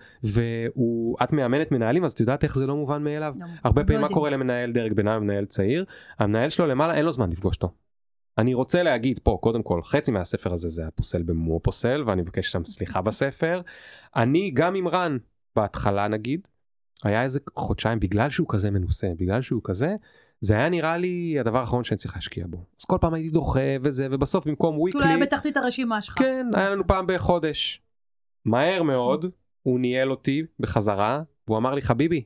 ואת מאמנת מנהלים, אז את יודעת איך זה לא מובן מאליו. לא, הרבה פעמים לא מה קורה למנהל דרג ביניים ומנהל צעיר, המנהל שלו למעלה אין לו זמן לפגוש אותו. אני רוצה להגיד פה, קודם כל, חצי מהספר הזה זה הפוסל במו פוסל, ואני מבקש שם סליחה בספר. אני גם עם רן, בהתחלה נגיד, היה איזה חודשיים, בגלל שהוא כזה מנוסה, בגלל שהוא כזה, זה היה נראה לי הדבר האחרון שאני צריך להשקיע בו. אז כל פעם הייתי דוחה וזה, ובסוף במקום וויקלי... הוא היה בתחתית הרשימה שלך. כן, היה לנו פעם בחודש. מהר מאוד, הוא ניהל אותי בחזרה, והוא אמר לי, חביבי,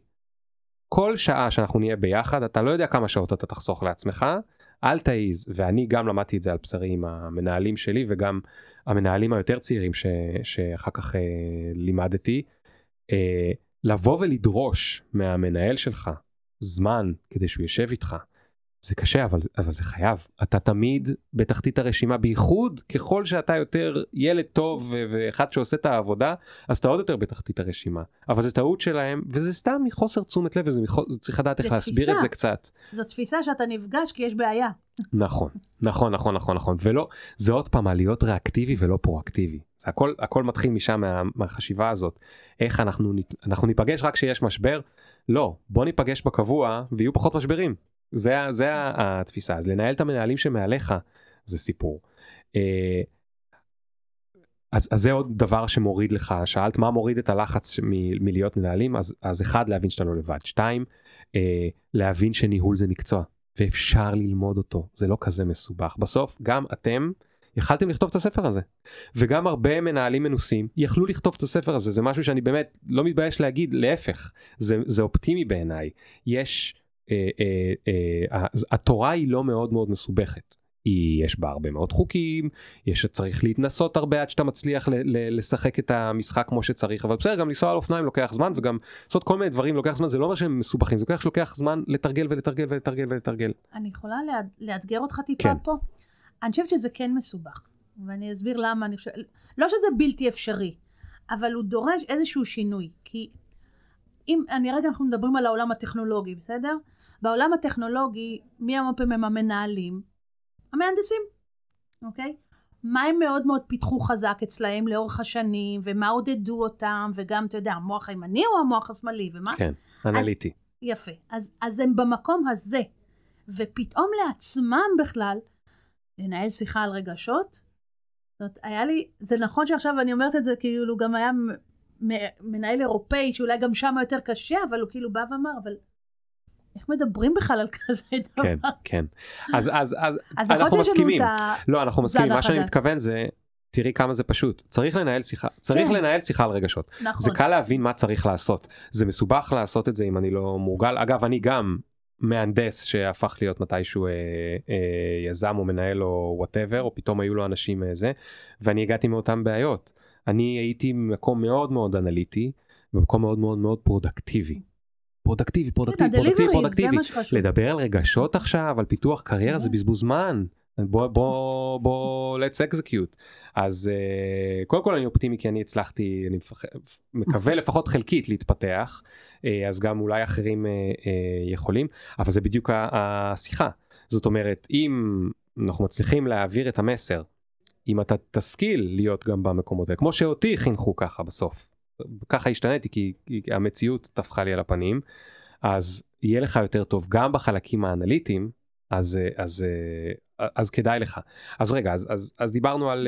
כל שעה שאנחנו נהיה ביחד, אתה לא יודע כמה שעות אתה תחסוך לעצמך, אל תעיז. ואני גם למדתי את זה על בשרי עם המנהלים שלי, וגם המנהלים היותר צעירים ש... שאחר כך אה, לימדתי, אה, לבוא ולדרוש מהמנהל שלך, זמן כדי שהוא ישב איתך, זה קשה, אבל, אבל זה חייב. אתה תמיד בתחתית הרשימה, בייחוד ככל שאתה יותר ילד טוב ו- ואחד שעושה את העבודה, אז אתה עוד יותר בתחתית הרשימה. אבל זה טעות שלהם, וזה סתם מחוסר תשומת לב, וזה מחו... צריך לדעת איך להסביר את זה קצת. זו תפיסה שאתה נפגש כי יש בעיה. נכון, נכון, נכון, נכון, נכון. ולא, זה עוד פעם על להיות ריאקטיבי ולא פרואקטיבי. זה הכל, הכל מתחיל משם מה, מהחשיבה הזאת. איך אנחנו, אנחנו ניפגש רק כשיש משבר? לא, בוא ניפגש בקבוע ויהיו פחות משברים. זה, זה התפיסה. אז לנהל את המנהלים שמעליך, זה סיפור. אז, אז זה עוד דבר שמוריד לך. שאלת מה מוריד את הלחץ מ, מלהיות מנהלים? אז, אז אחד, להבין שאתה לא לבד. שתיים, להבין שניהול זה מקצוע, ואפשר ללמוד אותו. זה לא כזה מסובך. בסוף, גם אתם יכלתם לכתוב את הספר הזה. וגם הרבה מנהלים מנוסים יכלו לכתוב את הספר הזה, זה משהו שאני באמת לא מתבייש להגיד, להפך, זה, זה אופטימי בעיניי. יש, אה, אה, אה, התורה היא לא מאוד מאוד מסובכת. יש בה הרבה מאוד חוקים, יש שצריך להתנסות הרבה עד שאתה מצליח ל- ל- לשחק את המשחק כמו שצריך, אבל בסדר, גם לנסוע על אופניים לוקח זמן, וגם לעשות כל מיני דברים לוקח זמן, זה לא אומר שהם מסובכים, זה לוקח שלוקח זמן לתרגל ולתרגל ולתרגל ולתרגל. אני יכולה לאתגר אותך טיפה כן. פה? אני חושבת שזה כן מסובך, ואני אסביר למה, אני חושבת, לא שזה בלתי אפשרי, אבל הוא דורש איזשהו שינוי, כי אם, אני רגע אנחנו מדברים על העולם הטכנולוגי, בסדר? בעולם הטכנולוגי, מי המופים הם המנהלים? המהנדסים, אוקיי? מה הם מאוד מאוד פיתחו חזק אצלהם לאורך השנים, ומה עודדו אותם, וגם, אתה יודע, המוח הימני או המוח השמאלי, ומה? כן, אנליטי. אז, יפה. אז, אז הם במקום הזה, ופתאום לעצמם בכלל, לנהל שיחה על רגשות, זאת אומרת, היה לי, זה נכון שעכשיו אני אומרת את זה, כאילו גם היה מנהל אירופאי, שאולי גם שם יותר קשה, אבל הוא כאילו בא ואמר, אבל איך מדברים בכלל על כזה דבר? כן, כן. אז, אז, אז, אז אנחנו מסכימים. את לא, אנחנו מסכימים. מה שאני החדש. מתכוון זה, תראי כמה זה פשוט. צריך לנהל שיחה, צריך כן. לנהל שיחה על רגשות. נכון. זה קל להבין מה צריך לעשות. זה מסובך לעשות את זה אם אני לא מורגל. אגב, אני גם מהנדס שהפך להיות מתישהו אה, אה, יזם או מנהל או whatever, או פתאום היו לו אנשים איזה, ואני הגעתי מאותם בעיות. אני הייתי במקום מאוד מאוד אנליטי, במקום מאוד מאוד מאוד פרודקטיבי. פרודקטיבי, פרודקטיבי, פרודקטיבי, פרודקטיבי. לדבר על רגשות עכשיו, על פיתוח קריירה, זה בזבוז זמן. בוא, בוא, בוא, let's execute. אז קודם כל אני אופטימי, כי אני הצלחתי, אני מקווה לפחות חלקית להתפתח, אז גם אולי אחרים יכולים, אבל זה בדיוק השיחה. זאת אומרת, אם אנחנו מצליחים להעביר את המסר, אם אתה תשכיל להיות גם במקומות האלה, כמו שאותי חינכו ככה בסוף. ככה השתניתי, כי, כי המציאות תפחה לי על הפנים, אז יהיה לך יותר טוב גם בחלקים האנליטיים, אז, אז, אז, אז כדאי לך. אז רגע, אז, אז, אז דיברנו על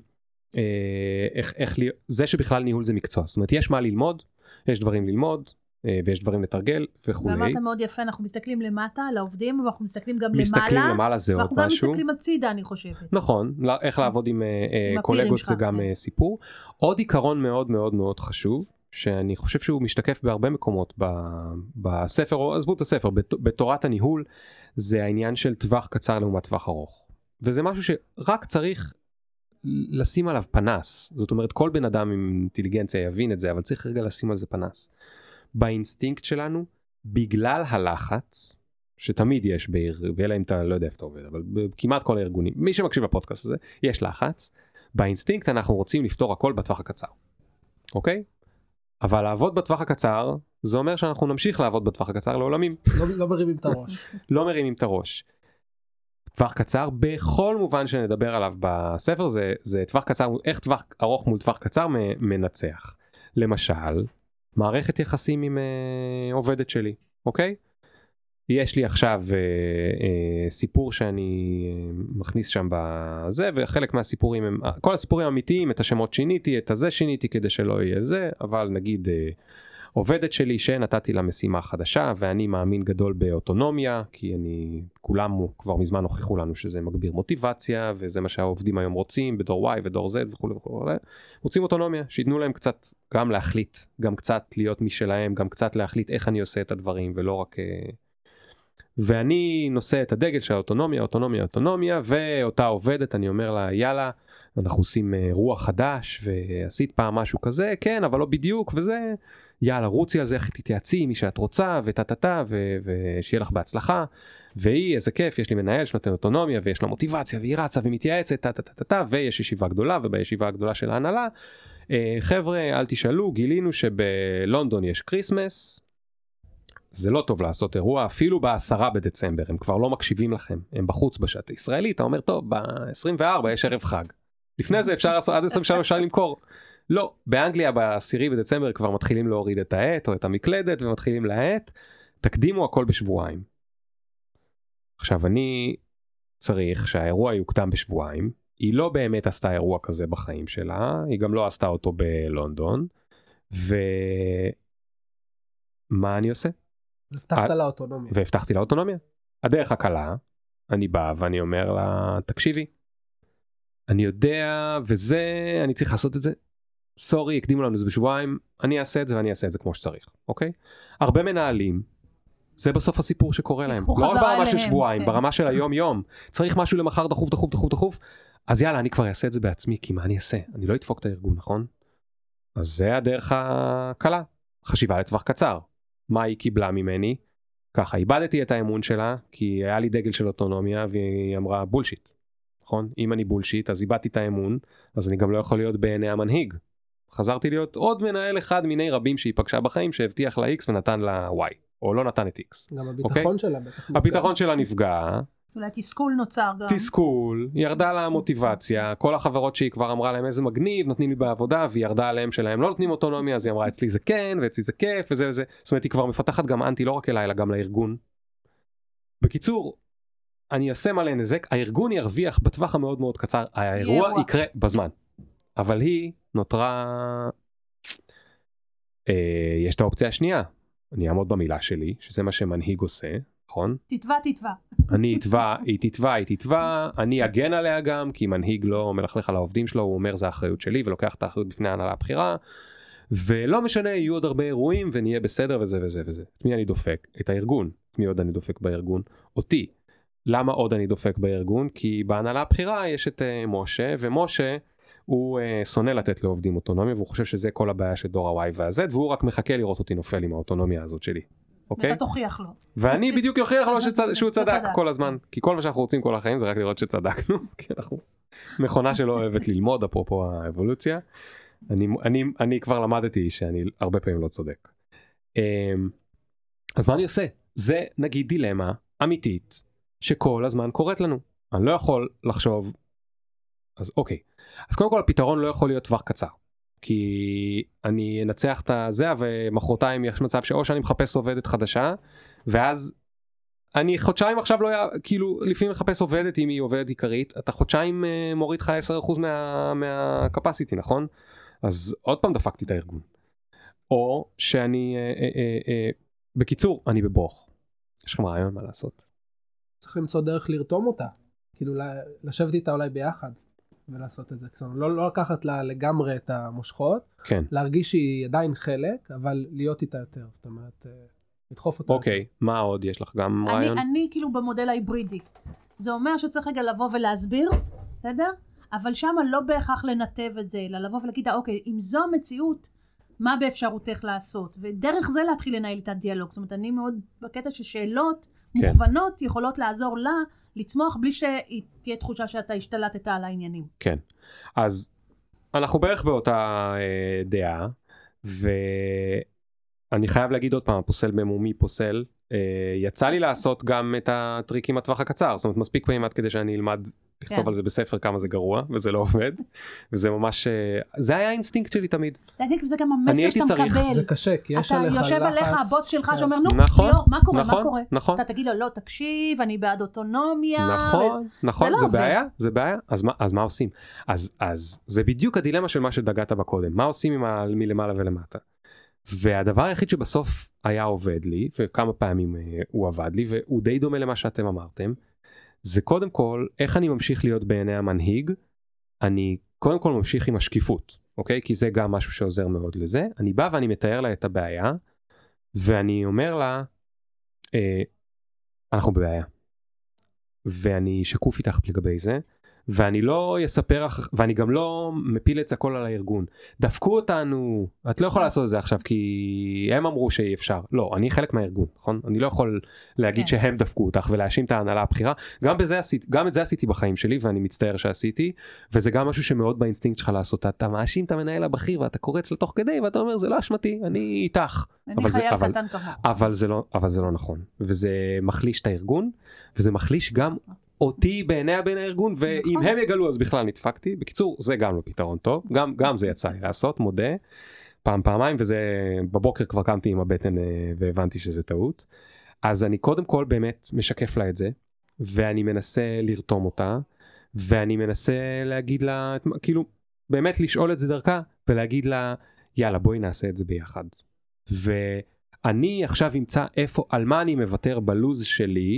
אה, איך, איך, זה שבכלל ניהול זה מקצוע. זאת אומרת, יש מה ללמוד, יש דברים ללמוד, ויש דברים לתרגל וכולי. ואמרת מאוד יפה, אנחנו מסתכלים למטה על העובדים, ואנחנו מסתכלים גם מסתכלים למעלה. למעלה זה עוד משהו. ואנחנו גם מסתכלים הצידה, אני חושבת. נכון, איך לעבוד עם, עם קולגות זה גם כן. סיפור. עוד עיקרון מאוד מאוד מאוד חשוב, שאני חושב שהוא משתקף בהרבה מקומות בספר, או עזבו את הספר, בתורת הניהול, זה העניין של טווח קצר לעומת טווח ארוך. וזה משהו שרק צריך לשים עליו פנס. זאת אומרת, כל בן אדם עם אינטליגנציה יבין את זה, אבל צריך רגע לשים על זה פנס. באינסטינקט שלנו, בגלל הלחץ, שתמיד יש בעיר, ואלה אם אתה לא יודע איפה אתה עובד, אבל כמעט כל הארגונים, מי שמקשיב לפודקאסט הזה, יש לחץ, באינסטינקט אנחנו רוצים לפתור הכל בטווח הקצר. אוקיי? אבל לעבוד בטווח הקצר, זה אומר שאנחנו נמשיך לעבוד בטווח הקצר לעולמים. לא, לא מרימים את הראש. לא מרימים את הראש. טווח קצר, בכל מובן שנדבר עליו בספר, זה, זה טווח קצר, איך טווח ארוך מול טווח קצר מנצח. למשל, מערכת יחסים עם אה, עובדת שלי, אוקיי? יש לי עכשיו אה, אה, סיפור שאני אה, מכניס שם בזה, וחלק מהסיפורים הם, כל הסיפורים האמיתיים, את השמות שיניתי, את הזה שיניתי כדי שלא יהיה זה, אבל נגיד אה, עובדת שלי שנתתי לה משימה חדשה, ואני מאמין גדול באוטונומיה, כי אני, כולם כבר מזמן הוכיחו לנו שזה מגביר מוטיבציה, וזה מה שהעובדים היום רוצים, בדור Y ודור Z וכו' וכו'. רוצים אוטונומיה, שיתנו להם קצת גם להחליט, גם קצת להיות משלהם, גם קצת להחליט איך אני עושה את הדברים, ולא רק... ואני נושא את הדגל של האוטונומיה, אוטונומיה, אוטונומיה, ואותה עובדת, אני אומר לה, יאללה, אנחנו עושים רוח חדש, ועשית פעם משהו כזה, כן, אבל לא בדיוק, וזה... יאללה, רוצי על זה, איך תתייעצי, מי שאת רוצה, וטטטה, ושיהיה לך בהצלחה, והיא, איזה כיף, יש לי מנהל שנותן אוטונומיה, ויש לה מוטיבציה, והיא רצה ומתייעצת, טטטטטה, ויש ישיבה גדולה, ובישיבה הגדולה של ההנהלה, חבר'ה, אל תשאלו, גילינו שבלונדון יש קריסמס, זה לא טוב לעשות אירוע, אפילו בעשרה בדצמבר, הם כבר לא מקשיבים לכם, הם בחוץ בשעת הישראלית, אתה אומר, טוב, ב-עשרים וארבע יש ערב חג, לפני זה אפשר לעשות, עד עשרים ושלוש אפשר למכור, לא, באנגליה בעשירי בדצמבר כבר מתחילים להוריד את העט או את המקלדת ומתחילים לעט, תקדימו הכל בשבועיים. עכשיו אני צריך שהאירוע יוקדם בשבועיים, היא לא באמת עשתה אירוע כזה בחיים שלה, היא גם לא עשתה אותו בלונדון, ומה אני עושה? הבטחת לה אוטונומיה. והבטחתי לה אוטונומיה. הדרך הקלה, אני בא ואני אומר לה, תקשיבי, אני יודע, וזה, אני צריך לעשות את זה. סורי, הקדימו לנו זה בשבועיים, אני אעשה את זה ואני אעשה את זה כמו שצריך, אוקיי? הרבה מנהלים, זה בסוף הסיפור שקורה להם. לא רק ברמה של שבועיים, כן. ברמה של היום יום. צריך משהו למחר דחוף, דחוף, דחוף, דחוף. אז יאללה, אני כבר אעשה את זה בעצמי, כי מה אני אעשה? אני לא אדפוק את הארגון, נכון? אז זה הדרך הקלה. חשיבה לטווח קצר. מה היא קיבלה ממני? ככה, איבדתי את האמון שלה, כי היה לי דגל של אוטונומיה, והיא אמרה בולשיט. נכון? אם אני בולשיט, אז איבדתי את האמון, אז אני גם לא יכול להיות בעיני המנהיג. חזרתי להיות עוד מנהל אחד מיני רבים שהיא פגשה בחיים, שהבטיח לה X ונתן לה Y, או לא נתן את X. גם הביטחון שלה בטח נפגע. הביטחון שלה נפגע. אולי תסכול נוצר גם. תסכול, ירדה לה המוטיבציה, כל החברות שהיא כבר אמרה להם איזה מגניב, נותנים לי בעבודה, והיא ירדה עליהם שלהם לא נותנים אוטונומיה, אז היא אמרה אצלי זה כן, ואצלי זה כיף, וזה וזה. זאת אומרת, היא כבר מפתחת גם אנטי לא רק אליי, אלא גם לארגון. בקיצור, אני אעשה מלא נזק, הארגון ירוויח בטווח המאוד מאוד קצר, האירוע יקרה בזמן. אבל היא נותרה, אה, יש את האופציה השנייה, אני אעמוד במילה שלי, שזה מה שמנהיג עושה, נכון? תתווה, תתווה. אני תתווה, היא תתווה, היא תתווה, אני אגן עליה גם, כי מנהיג לא מלכלך על העובדים שלו, הוא אומר זה האחריות שלי, ולוקח את האחריות בפני ההנהלה הבכירה, ולא משנה, יהיו עוד הרבה אירועים, ונהיה בסדר וזה וזה וזה. את מי אני דופק? את הארגון. את מי עוד אני דופק בארגון? אותי. למה עוד אני דופק בארגון? כי בהנהלה הבכירה יש את uh, משה, ומשה הוא uh, שונא לתת לעובדים אוטונומיה, והוא חושב שזה כל הבעיה של דור ה-Y וה-Z, והוא רק מחכה לראות אותי נופל עם האוטונומיה הזאת שלי. אוקיי? ואתה תוכיח לו. ואני בדיוק יוכיח לו שצד... שהוא צדק כל הזמן. כי כל מה שאנחנו רוצים כל החיים זה רק לראות שצדקנו. כי אנחנו מכונה שלא אוהבת ללמוד, אפרופו האבולוציה. אני, אני, אני כבר למדתי שאני הרבה פעמים לא צודק. אז מה אני עושה? זה נגיד דילמה אמיתית שכל הזמן קורית לנו. אני לא יכול לחשוב, אז אוקיי. אז קודם כל הפתרון לא יכול להיות טווח קצר. כי אני אנצח את הזה, ומחרתיים יש מצב שאו שאני מחפש עובדת חדשה, ואז אני חודשיים עכשיו לא היה, כאילו לפעמים מחפש עובדת אם היא עובדת עיקרית, אתה חודשיים מוריד לך עשרה אחוז מה, מהקפסיטי, נכון? אז עוד פעם דפקתי את הארגון. או שאני, אה, אה, אה, אה, בקיצור, אני בברוך. יש לכם רעיון מה לעשות? צריך למצוא דרך לרתום אותה. כאילו לשבת איתה אולי ביחד. ולעשות את זה. לא, לא לקחת לה לגמרי את המושכות. כן. להרגיש שהיא עדיין חלק, אבל להיות איתה יותר. זאת אומרת, לדחוף אותה. אוקיי. מה עוד? יש לך גם אני, רעיון? אני כאילו במודל ההיברידי. זה אומר שצריך רגע לבוא ולהסביר, בסדר? אבל שם לא בהכרח לנתב את זה, אלא לבוא ולהגיד, אוקיי, אם זו המציאות, מה באפשרותך לעשות? ודרך זה להתחיל לנהל את הדיאלוג. זאת אומרת, אני מאוד בקטע ששאלות כן. מוכוונות יכולות לעזור לה, לצמוח בלי שתהיה תחושה שאתה השתלטת על העניינים. כן. אז אנחנו בערך באותה אה, דעה, ואני חייב להגיד עוד פעם, פוסל במומי פוסל, אה, יצא לי לעשות גם את הטריקים הטווח הקצר, זאת אומרת מספיק פעמים עד כדי שאני אלמד לכתוב כן. על זה בספר כמה זה גרוע, וזה לא עובד, וזה ממש, זה היה האינסטינקט שלי תמיד. זה גם המסר שאתה מקבל. זה קשה, כי יש עליך לחץ. אתה יושב עליך, הבוס שלך שאומר, נו, נכון, מה קורה, נכון, מה קורה? נכון. אתה תגיד לו, לא, תקשיב, אני בעד אוטונומיה. נכון, נכון, זה בעיה, זה בעיה. אז מה עושים? אז זה בדיוק הדילמה של מה שדגעת בה קודם. מה עושים מלמעלה ולמטה? והדבר היחיד שבסוף היה עובד לי, וכמה פעמים הוא עבד לי, והוא די דומה למה שאתם אמרתם, זה קודם כל, איך אני ממשיך להיות בעיני המנהיג, אני קודם כל ממשיך עם השקיפות, אוקיי? כי זה גם משהו שעוזר מאוד לזה. אני בא ואני מתאר לה את הבעיה, ואני אומר לה, אה, אנחנו בבעיה. ואני שקוף איתך לגבי זה, ואני לא יספר, ואני גם לא מפיל את זה הכל על הארגון. דפקו אותנו, את לא יכולה לעשות את זה עכשיו, כי הם אמרו שאי אפשר. לא, אני חלק מהארגון, נכון? אני לא יכול להגיד כן. שהם דפקו אותך, ולהאשים את ההנהלה הבכירה. גם בזה עשיתי, גם את זה עשיתי בחיים שלי, ואני מצטער שעשיתי, וזה גם משהו שמאוד באינסטינקט שלך לעשות. אתה מאשים את המנהל הבכיר, ואתה קורץ לתוך כדי, ואתה אומר, זה לא אשמתי, אני איתך. אני אבל חייל זה, אבל, קטן כמוך. אבל זה לא, אבל זה לא נכון. וזה מחליש את הארגון, וזה מחליש גם אותי בעיני בין הארגון, ואם הם יגלו אז בכלל נדפקתי. בקיצור, זה גם לא פתרון טוב, גם, גם זה יצא לי לעשות, מודה, פעם פעמיים, וזה בבוקר כבר קמתי עם הבטן והבנתי שזה טעות. אז אני קודם כל באמת משקף לה את זה, ואני מנסה לרתום אותה, ואני מנסה להגיד לה, כאילו, באמת לשאול את זה דרכה, ולהגיד לה, יאללה בואי נעשה את זה ביחד. ואני עכשיו אמצא איפה, על מה אני מוותר בלוז שלי,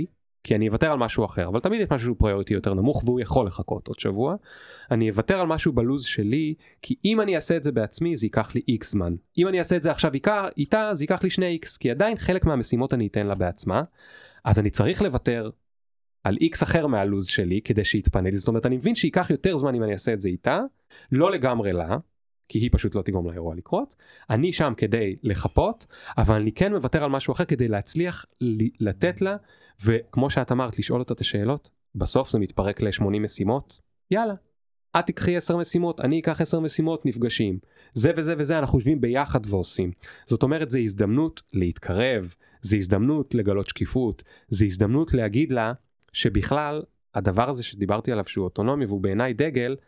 כי אני אוותר על משהו אחר, אבל תמיד יש משהו שהוא פריוריטי יותר נמוך, והוא יכול לחכות עוד שבוע. אני אוותר על משהו בלוז שלי, כי אם אני אעשה את זה בעצמי, זה ייקח לי X זמן. אם אני אעשה את זה עכשיו איתה, זה ייקח לי שני X, כי עדיין חלק מהמשימות אני אתן לה בעצמה, אז אני צריך לוותר על X אחר מהלוז שלי, כדי שיתפנה לי. זאת אומרת, אני מבין שייקח יותר זמן אם אני אעשה את זה איתה, לא לגמרי לה, כי היא פשוט לא תגרום לאירוע לקרות. אני שם כדי לחפות, אבל אני כן מוותר על משהו אחר כדי להצליח לתת לה, וכמו שאת אמרת, לשאול אותה את השאלות, בסוף זה מתפרק ל-שמונים משימות, יאללה, את תקחי עשר משימות, אני אקח עשר משימות, נפגשים. זה וזה וזה, אנחנו יושבים ביחד ועושים. זאת אומרת, זה הזדמנות להתקרב, זה הזדמנות לגלות שקיפות, זה הזדמנות להגיד לה, שבכלל, הדבר הזה שדיברתי עליו שהוא אוטונומי, והוא בעיניי דגל,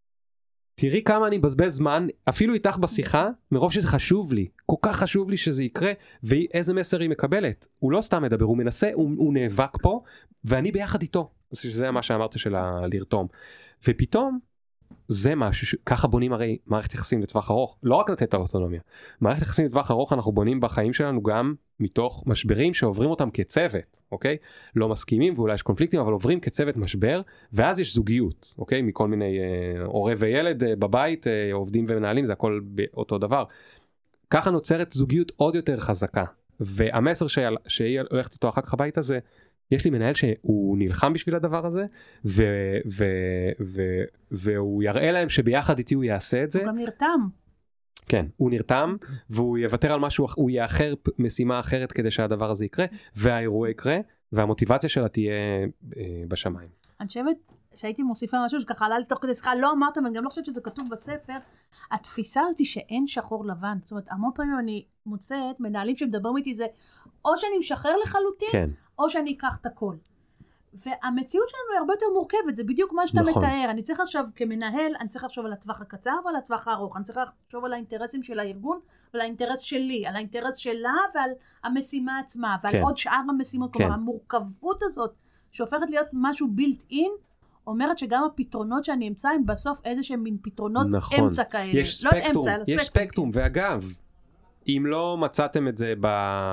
תראי כמה אני מבזבז זמן, אפילו איתך בשיחה, מרוב שזה חשוב לי, כל כך חשוב לי שזה יקרה, ואיזה מסר היא מקבלת. הוא לא סתם מדבר, הוא מנסה, הוא, הוא נאבק פה, ואני ביחד איתו. שזה מה שאמרת של לרתום. ופתאום, זה משהו, ש... ככה בונים הרי מערכת יחסים לטווח ארוך, לא רק לתת את האוטונומיה. מערכת יחסים לטווח ארוך אנחנו בונים בחיים שלנו גם מתוך משברים שעוברים אותם כצוות, אוקיי? לא מסכימים ואולי יש קונפליקטים, אבל עוברים כצוות משבר, ואז יש זוגיות, אוקיי? מכל מיני אה, הורה וילד אה, בבית, אה, עובדים ומנהלים, זה הכל באותו דבר. ככה נוצרת זוגיות עוד יותר חזקה, והמסר שהיא, שהיא הולכת איתו אחר כך הביתה זה, יש לי מנהל שהוא נלחם בשביל הדבר הזה, ו, ו, ו, והוא יראה להם שביחד איתי הוא יעשה את זה. הוא גם נרתם. כן, הוא נרתם, והוא יוותר על משהו, הוא יאחר משימה אחרת כדי שהדבר הזה יקרה, והאירוע יקרה, והמוטיבציה שלה תהיה אה, בשמיים. אני חושבת שהייתי מוסיפה משהו שככה עלה לתוך כדי שיחה, לא אמרת, ואני גם לא חושבת שזה כתוב בספר, התפיסה הזאת היא שאין שחור לבן. זאת אומרת, המון פעמים אני מוצאת, מנהלים שמדברים איתי זה, או שאני משחרר לחלוטין, כן. או שאני אקח את הכל. והמציאות שלנו היא הרבה יותר מורכבת, זה בדיוק מה שאתה נכון. מתאר. אני צריך עכשיו כמנהל, אני צריך לחשוב על הטווח הקצר ועל הטווח הארוך, אני צריך לחשוב על האינטרסים של הארגון, ועל האינטרס שלי, על האינטרס שלה ועל המשימה עצמה, ועל כן. עוד שאר המשימות, כן. כלומר, המורכבות הזאת, שהופכת להיות משהו בילט אין, אומרת שגם הפתרונות שאני אמצא הם בסוף איזה שהם מין פתרונות נכון. אמצע כאלה. יש לא ספקטרום, אמצע, אלא יש ספקטרום. ספקטרום, ואגב, אם לא מצאתם את זה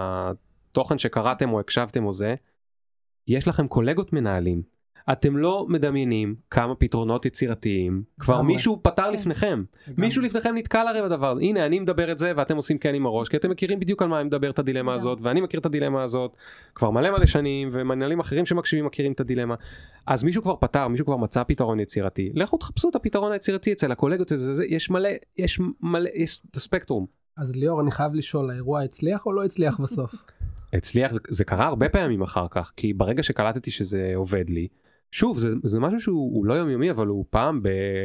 בתוכן שקראתם או הקשבתם או זה, יש לכם קולגות מנהלים. אתם לא מדמיינים כמה פתרונות יצירתיים, כבר מישהו פתר לפניכם. מישהו לפניכם נתקל הרי בדבר. הנה, אני מדבר את זה ואתם עושים כן עם הראש, כי אתם מכירים בדיוק על מה אני מדבר את הדילמה הזאת, ואני מכיר את הדילמה הזאת כבר מלא מלא שנים, ומנהלים אחרים שמקשיבים מכירים את הדילמה. אז מישהו כבר פתר, מישהו כבר מצא פתרון יצירתי. לכו תחפשו את הפתרון היצירתי אצל הקולגות, יש מלא, יש מלא, יש את הספקטרום. אז ליאור, אני חייב לשאול, האירוע הצליח או לא הצליח בסוף? הצליח, זה קרה הרבה פעמים אחר כך, כי ברגע שקלטתי שזה עובד לי, שוב, זה, זה משהו שהוא לא יומיומי, אבל הוא פעם ב...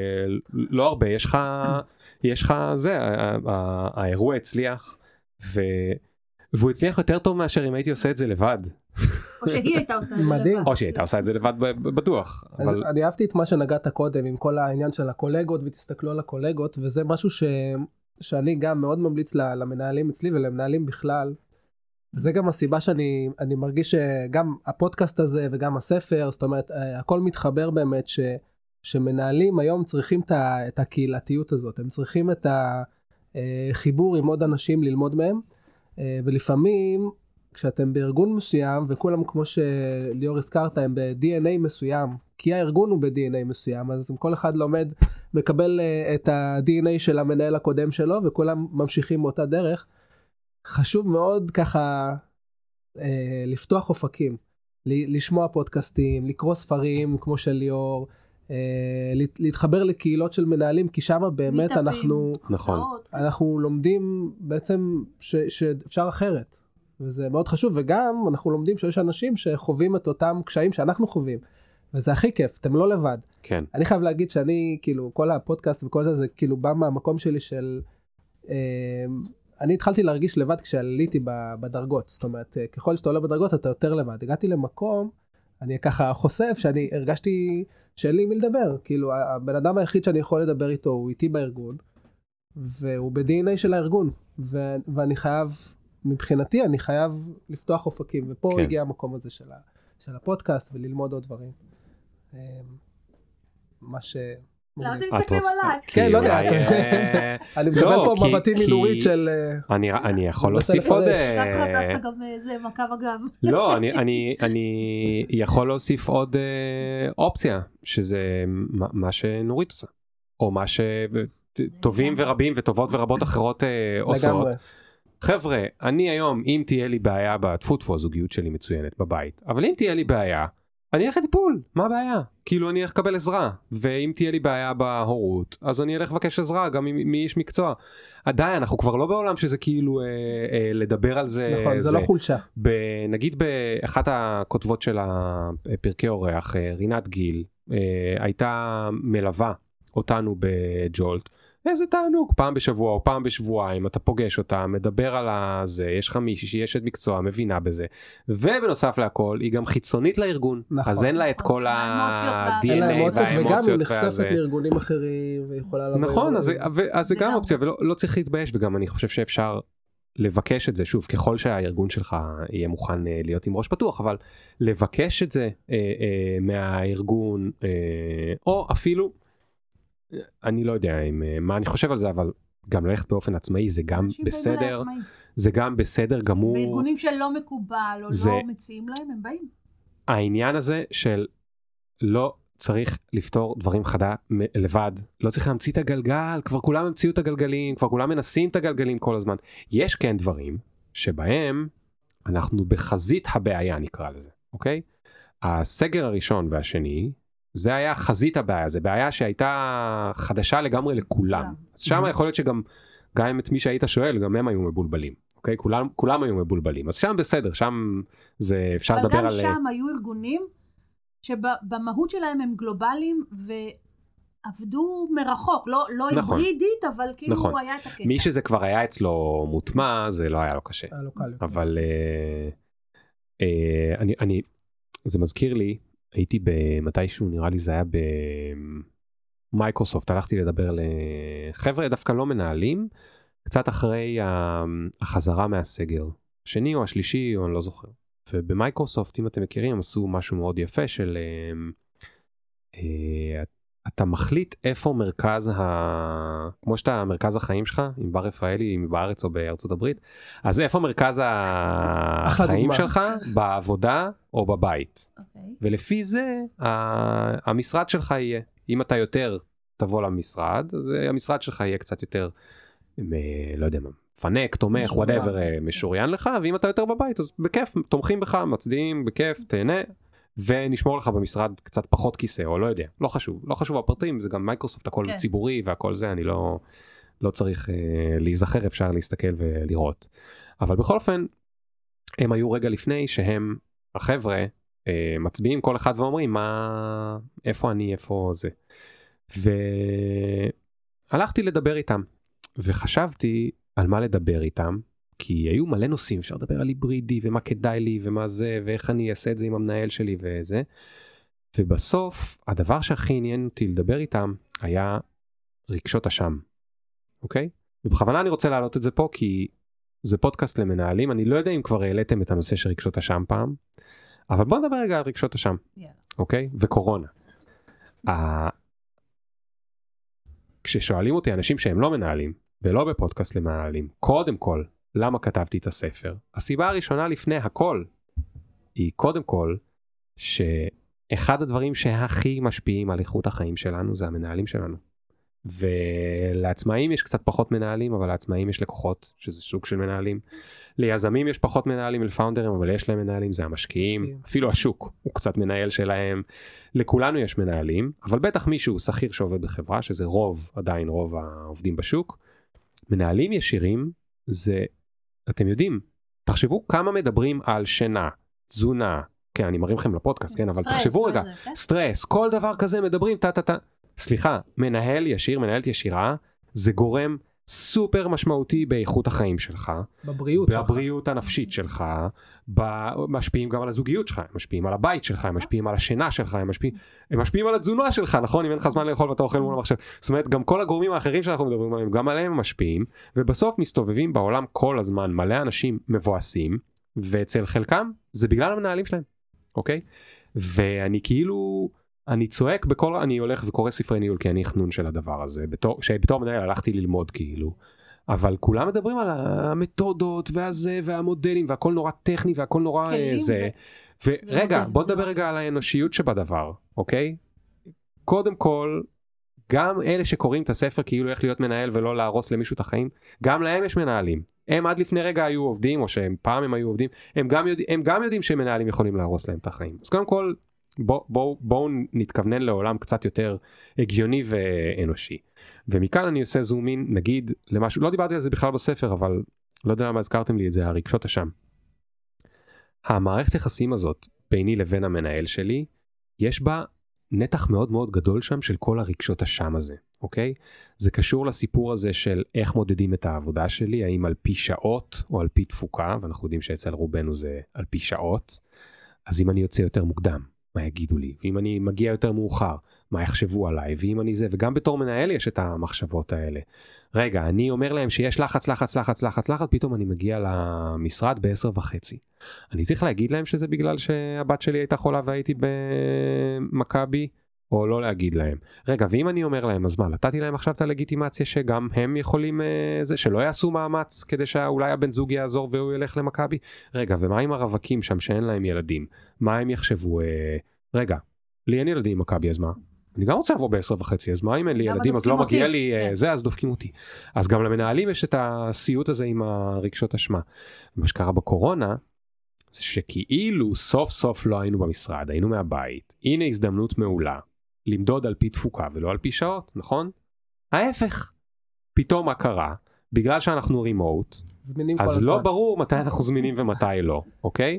לא הרבה, יש לך, יש לך זה, האירוע הצליח, ו... והוא הצליח יותר טוב מאשר אם הייתי עושה את זה לבד. או שהיא הייתה עושה את זה מדהים. לבד. או שהיא הייתה עושה את זה לבד בטוח. אז אבל... אני אהבתי את מה שנגעת קודם, עם כל העניין של הקולגות, ותסתכלו על הקולגות, וזה משהו ש... שאני גם מאוד ממליץ למנהלים אצלי ולמנהלים בכלל. זה גם הסיבה שאני אני מרגיש שגם הפודקאסט הזה וגם הספר, זאת אומרת, הכל מתחבר באמת ש, שמנהלים היום צריכים את, ה, את הקהילתיות הזאת, הם צריכים את החיבור עם עוד אנשים ללמוד מהם, ולפעמים כשאתם בארגון מסוים, וכולם כמו שליאור הזכרת, הם ב-די אן איי מסוים, כי הארגון הוא ב-די אן איי מסוים, אז כל אחד לומד, מקבל את ה-די אן איי של המנהל הקודם שלו, וכולם ממשיכים באותה דרך. חשוב מאוד ככה אה, לפתוח אופקים, ל- לשמוע פודקאסטים, לקרוא ספרים כמו של ליאור, אה, להת- להתחבר לקהילות של מנהלים, כי שם באמת מיטאפים, אנחנו, נכון. הרצאות. אנחנו לומדים בעצם ש- שאפשר אחרת, וזה מאוד חשוב, וגם אנחנו לומדים שיש אנשים שחווים את אותם קשיים שאנחנו חווים, וזה הכי כיף, אתם לא לבד. כן. אני חייב להגיד שאני, כאילו, כל הפודקאסט וכל זה, זה כאילו בא מהמקום שלי של... אה, אני התחלתי להרגיש לבד כשעליתי בדרגות, זאת אומרת, ככל שאתה עולה בדרגות אתה יותר לבד. הגעתי למקום, אני ככה חושף שאני הרגשתי שאין לי מי לדבר, כאילו הבן אדם היחיד שאני יכול לדבר איתו הוא איתי בארגון, והוא ב-די אן איי של הארגון, ו- ואני חייב, מבחינתי אני חייב לפתוח אופקים, ופה כן. הגיע המקום הזה של, ה- של הפודקאסט וללמוד עוד דברים. מה ש... למה אתם מסתכלים עליי? כן, לא יודע. אני מקבל פה מבטים מילורית של... אני יכול להוסיף עוד... עכשיו חטפת גם איזה מכה בגב. לא, אני יכול להוסיף עוד אופציה, שזה מה שנורית עושה. או מה שטובים ורבים וטובות ורבות אחרות עושות. חבר'ה, אני היום, אם תהיה לי בעיה בטפו-טפו, הזוגיות שלי מצוינת בבית, אבל אם תהיה לי בעיה, אני אלך לטיפול, מה הבעיה? כאילו אני אלך לקבל עזרה, ואם תהיה לי בעיה בהורות, אז אני אלך לבקש עזרה, גם מאיש מקצוע. עדיין, אנחנו כבר לא בעולם שזה כאילו אה, אה, לדבר על זה. נכון, זה, זה לא חולשה. ב, נגיד באחת הכותבות של הפרקי אורח, רינת גיל, אה, הייתה מלווה אותנו בג'ולט, איזה תענוג, פעם בשבוע או פעם בשבועיים, אתה פוגש אותה, מדבר על זה, יש לך מישהי שיש את מקצוע, מבינה בזה, ובנוסף להכל, היא גם חיצונית לארגון, נכון. אז אין לה את כל ה-די אן איי והאמוציות, וגם היא נחשפת לארגונים אחרים, ויכולה לבוא... נכון, אז, אז זה גם אופציה, ולא לא צריך להתבייש, וגם אני חושב שאפשר לבקש את זה, שוב, ככל שהארגון שלך יהיה מוכן להיות עם ראש פתוח, אבל לבקש את זה אה, אה, מהארגון, אה, או אפילו, אני לא יודע עם, מה אני חושב על זה, אבל גם ללכת באופן עצמאי זה גם בסדר, זה גם בסדר גמור. בארגונים שלא מקובל או זה, לא מציעים להם, הם באים. העניין הזה של לא צריך לפתור דברים חדה לבד, לא צריך להמציא את הגלגל, כבר כולם המציאו את הגלגלים, כבר כולם מנסים את הגלגלים כל הזמן. יש כן דברים שבהם אנחנו בחזית הבעיה נקרא לזה, אוקיי? הסגר הראשון והשני, זה היה חזית הבעיה, זה בעיה שהייתה חדשה לגמרי לכולם. אז שם יכול להיות שגם, גם את מי שהיית שואל, גם הם היו מבולבלים. אוקיי? כולם, כולם היו מבולבלים. אז שם בסדר, שם זה אפשר לדבר על... אבל גם שם היו ארגונים שבמהות שלהם הם גלובליים ועבדו מרחוק, לא, לא נכון. היברידית, אבל כאילו נכון. הוא היה את הקטע. מי שזה כבר היה אצלו מוטמע, זה לא היה לו קשה. היה לו קל. אבל אה, אה, אני, אני, זה מזכיר לי, הייתי במתישהו, נראה לי זה היה במייקרוסופט, הלכתי לדבר לחבר'ה, דווקא לא מנהלים, קצת אחרי החזרה מהסגר, שני או השלישי, או אני לא זוכר. ובמייקרוסופט, אם אתם מכירים, הם עשו משהו מאוד יפה של, אתה מחליט איפה מרכז, ה... כמו שאתה מרכז החיים שלך, אם בר רפאלי, אם בארץ או בארצות הברית, אז איפה מרכז החיים שלך, בעבודה או בבית. Okay. ולפי זה, המשרד שלך יהיה. אם אתה יותר תבוא למשרד, אז המשרד שלך יהיה קצת יותר, לא יודע מה, פנק, תומך, whatever, משוריין לך, ואם אתה יותר בבית, אז בכיף, תומכים בך, מצדיעים, בכיף, תהנה. ונשמור לך במשרד קצת פחות כיסא, או לא יודע, לא חשוב, לא חשוב הפרטים, זה גם מייקרוסופט, הכל כן. ציבורי והכל זה, אני לא, לא צריך אה, להיזכר, אפשר להסתכל ולראות. אבל בכל אופן, הם היו רגע לפני שהם, החבר'ה, אה, מצביעים כל אחד ואומרים, מה, איפה אני, איפה זה. והלכתי לדבר איתם, וחשבתי על מה לדבר איתם, כי היו מלא נושאים, אפשר לדבר על היברידי, ומה כדאי לי, ומה זה, ואיך אני אעשה את זה עם המנהל שלי, וזה. ובסוף, הדבר שהכי עניין אותי לדבר איתם, היה רגשות אשם. אוקיי? ובכוונה אני רוצה להעלות את זה פה, כי זה פודקאסט למנהלים, אני לא יודע אם כבר העליתם את הנושא של רגשות אשם פעם, אבל בואו נדבר רגע על רגשות אשם. Yeah. אוקיי? וקורונה. Uh, כששואלים אותי אנשים שהם לא מנהלים, ולא בפודקאסט למנהלים, קודם כל, למה כתבתי את הספר? הסיבה הראשונה לפני הכל, היא קודם כל, שאחד הדברים שהכי משפיעים על איכות החיים שלנו, זה המנהלים שלנו. ולעצמאים יש קצת פחות מנהלים, אבל לעצמאים יש לקוחות, שזה סוג של מנהלים. ליזמים יש פחות מנהלים לפאונדרים, אבל יש להם מנהלים, זה המשקיעים. משקיעים. אפילו השוק הוא קצת מנהל שלהם. לכולנו יש מנהלים, אבל בטח מישהו שכיר שעובד בחברה, שזה רוב, עדיין רוב העובדים בשוק. מנהלים ישירים, זה, אתם יודעים, תחשבו כמה מדברים על שינה, תזונה, כן, אני מרים לכם לפודקאסט, כן, אבל תחשבו רגע, סטרס, כל דבר כזה מדברים, טה טה טה. סליחה, מנהל ישיר, מנהלת ישירה, זה גורם סופר משמעותי באיכות החיים שלך, בבריאות, בבריאות הנפשית שלך, משפיעים גם על הזוגיות שלך, משפיעים על הבית שלך, משפיעים על השינה שלך, הם משפיעים, הם משפיעים על התזונה שלך, נכון? אם אין לך זמן לאכול ואתה אוכל מול המחשב. זאת אומרת, גם כל הגורמים האחרים שאנחנו מדברים עליהם, גם עליהם הם משפיעים, ובסוף מסתובבים בעולם כל הזמן מלא אנשים מבואסים, ואצל חלקם זה בגלל המנהלים שלהם, אוקיי? ואני כאילו אני צועק בכל, אני הולך וקורא ספרי ניהול כי אני חנון של הדבר הזה, בתור, שבתור מנהל הלכתי ללמוד כאילו, אבל כולם מדברים על המתודות והזה והמודלים והכל נורא טכני והכל נורא זה, ו... ורגע בוא נדבר רגע על האנושיות שבדבר, אוקיי? קודם כל, גם אלה שקוראים את הספר כאילו איך להיות מנהל ולא להרוס למישהו את החיים, גם להם יש מנהלים. הם עד לפני רגע היו עובדים, או שהם פעם הם היו עובדים, הם גם, יודע, הם גם יודעים שמנהלים יכולים להרוס להם את החיים. אז קודם כל, בואו בוא, בוא נתכוונן לעולם קצת יותר הגיוני ואנושי. ומכאן אני עושה זומין, נגיד, למשהו, לא דיברתי על זה בכלל בספר, אבל לא יודע למה הזכרתם לי את זה, הרגשות אשם. המערכת יחסים הזאת, ביני לבין המנהל שלי, יש בה נתח מאוד מאוד גדול שם של כל הרגשות אשם הזה, אוקיי? זה קשור לסיפור הזה של איך מודדים את העבודה שלי, האם על פי שעות או על פי תפוקה, ואנחנו יודעים שאצל רובנו זה על פי שעות, אז אם אני יוצא יותר מוקדם, מה יגידו לי? ואם אני מגיע יותר מאוחר, מה יחשבו עליי? ואם אני זה, וגם בתור מנהל יש את המחשבות האלה. רגע, אני אומר להם שיש לחץ, לחץ, לחץ, לחץ, לחץ, פתאום אני מגיע למשרד בעשר וחצי. אני צריך להגיד להם שזה בגלל שהבת שלי הייתה חולה והייתי במכבי, או לא להגיד להם. רגע, ואם אני אומר להם, אז מה, נתתי להם עכשיו את הלגיטימציה שגם הם יכולים, זה, שלא יעשו מאמץ כדי שאולי הבן זוג יעזור והוא ילך למכבי? רגע, ומה עם הרווקים שם שאין להם ילדים? מה הם יחשבו? רגע, לי אין ילדים מכבי, אז מה? אני גם רוצה לבוא בעשר וחצי, אז מה אם אין לי ילדים, אז לא מגיע לי זה, אז דופקים אותי. אז גם למנהלים יש את הסיוט הזה עם הרגשות אשמה. מה שקרה בקורונה, זה שכאילו סוף סוף לא היינו במשרד, היינו מהבית. הנה הזדמנות מעולה, למדוד על פי תפוקה ולא על פי שעות, נכון? ההפך. פתאום מה קרה? בגלל שאנחנו רימוט, אז לא ברור מתי אנחנו זמינים ומתי לא, אוקיי?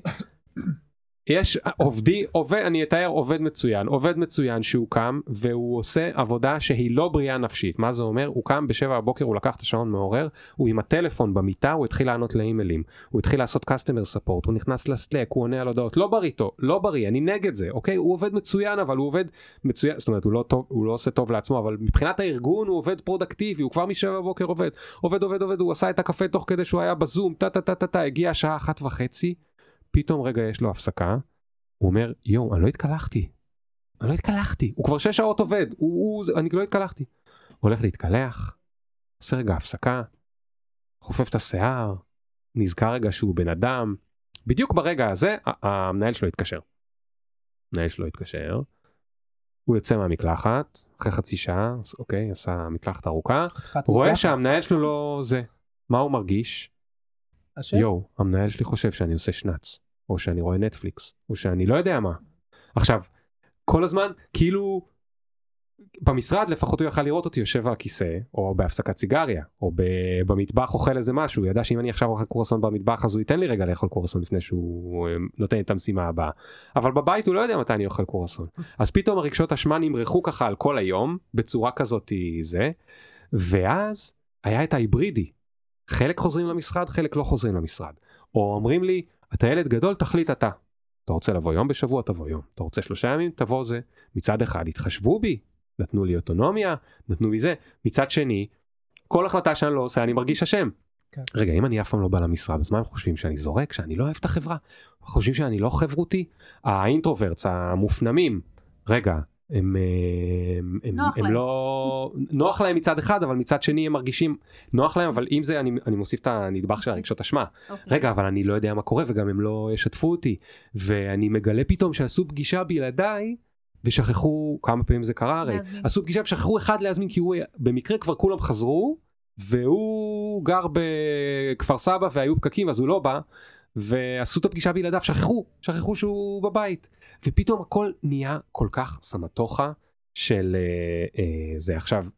יש עובדי, עובד, אני אתאר עובד מצוין, עובד מצוין שהוא קם והוא עושה עבודה שהיא לא בריאה נפשית. מה זה אומר? הוא קם בשבע בבוקר, הוא לקח את השעון מעורר, הוא עם הטלפון במיטה, הוא התחיל לענות לאימיילים, הוא התחיל לעשות קסטומר ספורט, הוא נכנס לסלק, הוא עונה על הודעות, לא בריא טוב, לא בריא, אני נגד זה, אוקיי? הוא עובד מצוין, אבל הוא עובד מצוין, זאת אומרת, הוא לא טוב, הוא לא עושה טוב לעצמו, אבל מבחינת הארגון הוא עובד פרודקטיבי, הוא כבר משבע בבוקר עובד, עובד, עובד, עובד, הוא עשה את הקפה תוך כדי שהוא היה בזום, טה, טה, טה, טה, טה, הגיע השעה אחת וחצי, פתאום רגע יש לו הפסקה, הוא אומר, יו, אני לא התקלחתי, אני לא התקלחתי, הוא כבר שש שעות עובד, הוא, הוא, אני לא התקלחתי. הולך להתקלח, עושה רגע הפסקה, חופף את השיער, נזכר רגע שהוא בן אדם, בדיוק ברגע הזה, המנהל שלו התקשר. המנהל שלו התקשר, הוא יוצא מהמקלחת, אחרי חצי שעה, אוקיי, עשה מקלחת ארוכה, רואה שהמנהל שלו לא זה, מה הוא מרגיש? יו, המנהל שלי חושב שאני עושה שנץ. או שאני רואה נטפליקס, או שאני לא יודע מה. עכשיו, כל הזמן, כאילו, במשרד לפחות הוא יכל לראות אותי יושב על הכיסא, או בהפסקת סיגריה, או במטבח אוכל איזה משהו, הוא ידע שאם אני עכשיו אוכל קורסון במטבח, אז הוא ייתן לי רגע לאכול קורסון לפני שהוא נותן את המשימה הבאה. אבל בבית הוא לא יודע מתי אני אוכל קורסון. אז פתאום הרגשות אשמה נמרחו ככה על כל היום, בצורה כזאת זה, ואז היה את ההיברידי. חלק חוזרים למשרד, חלק לא חוזרים למשרד. או אומרים לי, אתה ילד גדול, תחליט אתה. אתה רוצה לבוא יום בשבוע, תבוא יום. אתה רוצה שלושה ימים, תבוא זה. מצד אחד, התחשבו בי, נתנו לי אוטונומיה, נתנו לי זה. מצד שני, כל החלטה שאני לא עושה, אני מרגיש אשם. כן. רגע, אם אני אף פעם לא בא למשרד, אז מה הם חושבים? שאני זורק? שאני לא אוהב את החברה? חושבים שאני לא חברותי? האינטרוברטס, המופנמים, רגע, הם, הם, הם, נוח הם להם. לא, נוח להם מצד אחד, אבל מצד שני הם מרגישים נוח להם, אבל אם זה אני, אני מוסיף את הנדבך של הרגשות אשמה. Okay. רגע, אבל אני לא יודע מה קורה, וגם הם לא ישתפו אותי, ואני מגלה פתאום שעשו פגישה בלעדיי, ושכחו, כמה פעמים זה קרה הרי, עשו פגישה ושכחו אחד להזמין, כי הוא, במקרה כבר כולם חזרו, והוא גר בכפר סבא, והיו פקקים, אז הוא לא בא, ועשו את הפגישה בלעדיו, שכחו, שכחו שהוא בבית. ופתאום הכל נהיה כל כך סמטוחה של אה, אה, זה. עכשיו,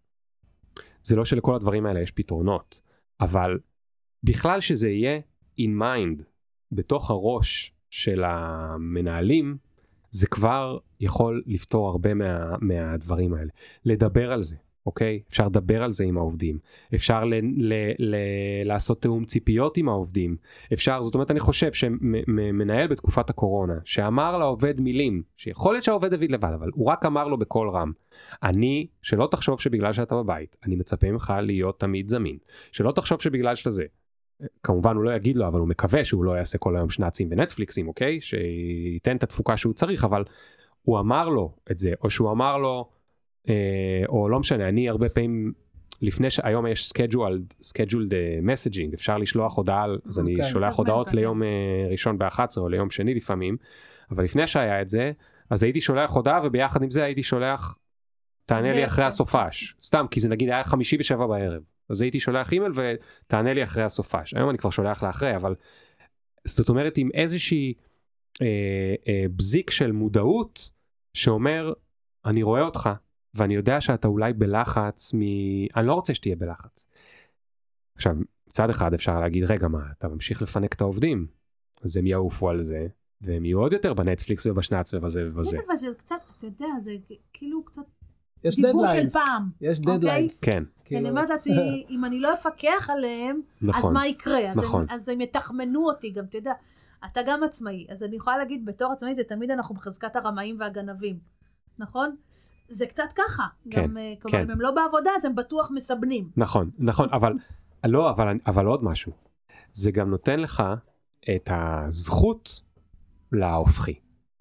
זה לא שלכל הדברים האלה יש פתרונות, אבל בכלל שזה יהיה in mind, בתוך הראש של המנהלים, זה כבר יכול לפתור הרבה מה, מהדברים האלה. לדבר על זה. אוקיי? אפשר לדבר על זה עם העובדים. אפשר ל- ל- ל- לעשות תאום ציפיות עם העובדים. אפשר, זאת אומרת, אני חושב שמנהל בתקופת הקורונה, שאמר לעובד מילים, שיכול להיות שהעובד דוד לבד, אבל הוא רק אמר לו בכל רם, אני, שלא תחשוב שבגלל שאתה בבית, אני מצפה ממך להיות תמיד זמין. שלא תחשוב שבגלל שאתה זה. כמובן הוא לא יגיד לו, אבל הוא מקווה שהוא לא יעשה כל היום שנצים ונטפליקסים, אוקיי? שייתן את התפוקה שהוא צריך, אבל הוא אמר לו את זה, או שהוא אמר לו, אה, או לא משנה, אני הרבה פעמים, לפני שהיום יש scheduled, scheduled messaging, אפשר לשלוח הודעה, אז אני שולח הודעות ליום ראשון ב-אחת עשרה או ליום שני לפעמים, אבל לפני שהיה את זה, אז הייתי שולח הודעה, וביחד עם זה הייתי שולח, תענה לי אחרי הסופש, סתם, כי זה נגיד היה חמישי בשבע בערב, אז הייתי שולח אימייל ותענה לי אחרי הסופש, היום אני כבר שולח לאחרי, אבל זאת אומרת עם איזושהי אה, אה, בזיק של מודעות, שאומר, אני רואה אותך, ואני יודע שאתה אולי בלחץ מ... אני לא רוצה שתהיה בלחץ. עכשיו, מצד אחד אפשר להגיד, רגע מה, אתה ממשיך לפנק את העובדים, אז הם יעופו על זה, והם יהיו עוד יותר בנטפליקס ובשנץ ובזה ובזה. אבל זה קצת, אתה יודע, זה כאילו קצת יש דיבור דדליינס. של פעם. יש דדליינס. כן. אני אומרת לעצמי, אם אני לא אפקח עליהם, אז מה יקרה? אז הם יתחמנו אותי גם, אתה יודע, אתה גם עצמאי, אז אני יכולה להגיד, בתור עצמאי זה תמיד אנחנו בחזקת הרמאים והגנבים, נכון? זה קצת ככה, כן, גם כן. כלומר, אם הם לא בעבודה, אז הם בטוח מסבנים. נכון, נכון, אבל לא, אבל, אבל עוד משהו. זה גם נותן לך את הזכות להופכי.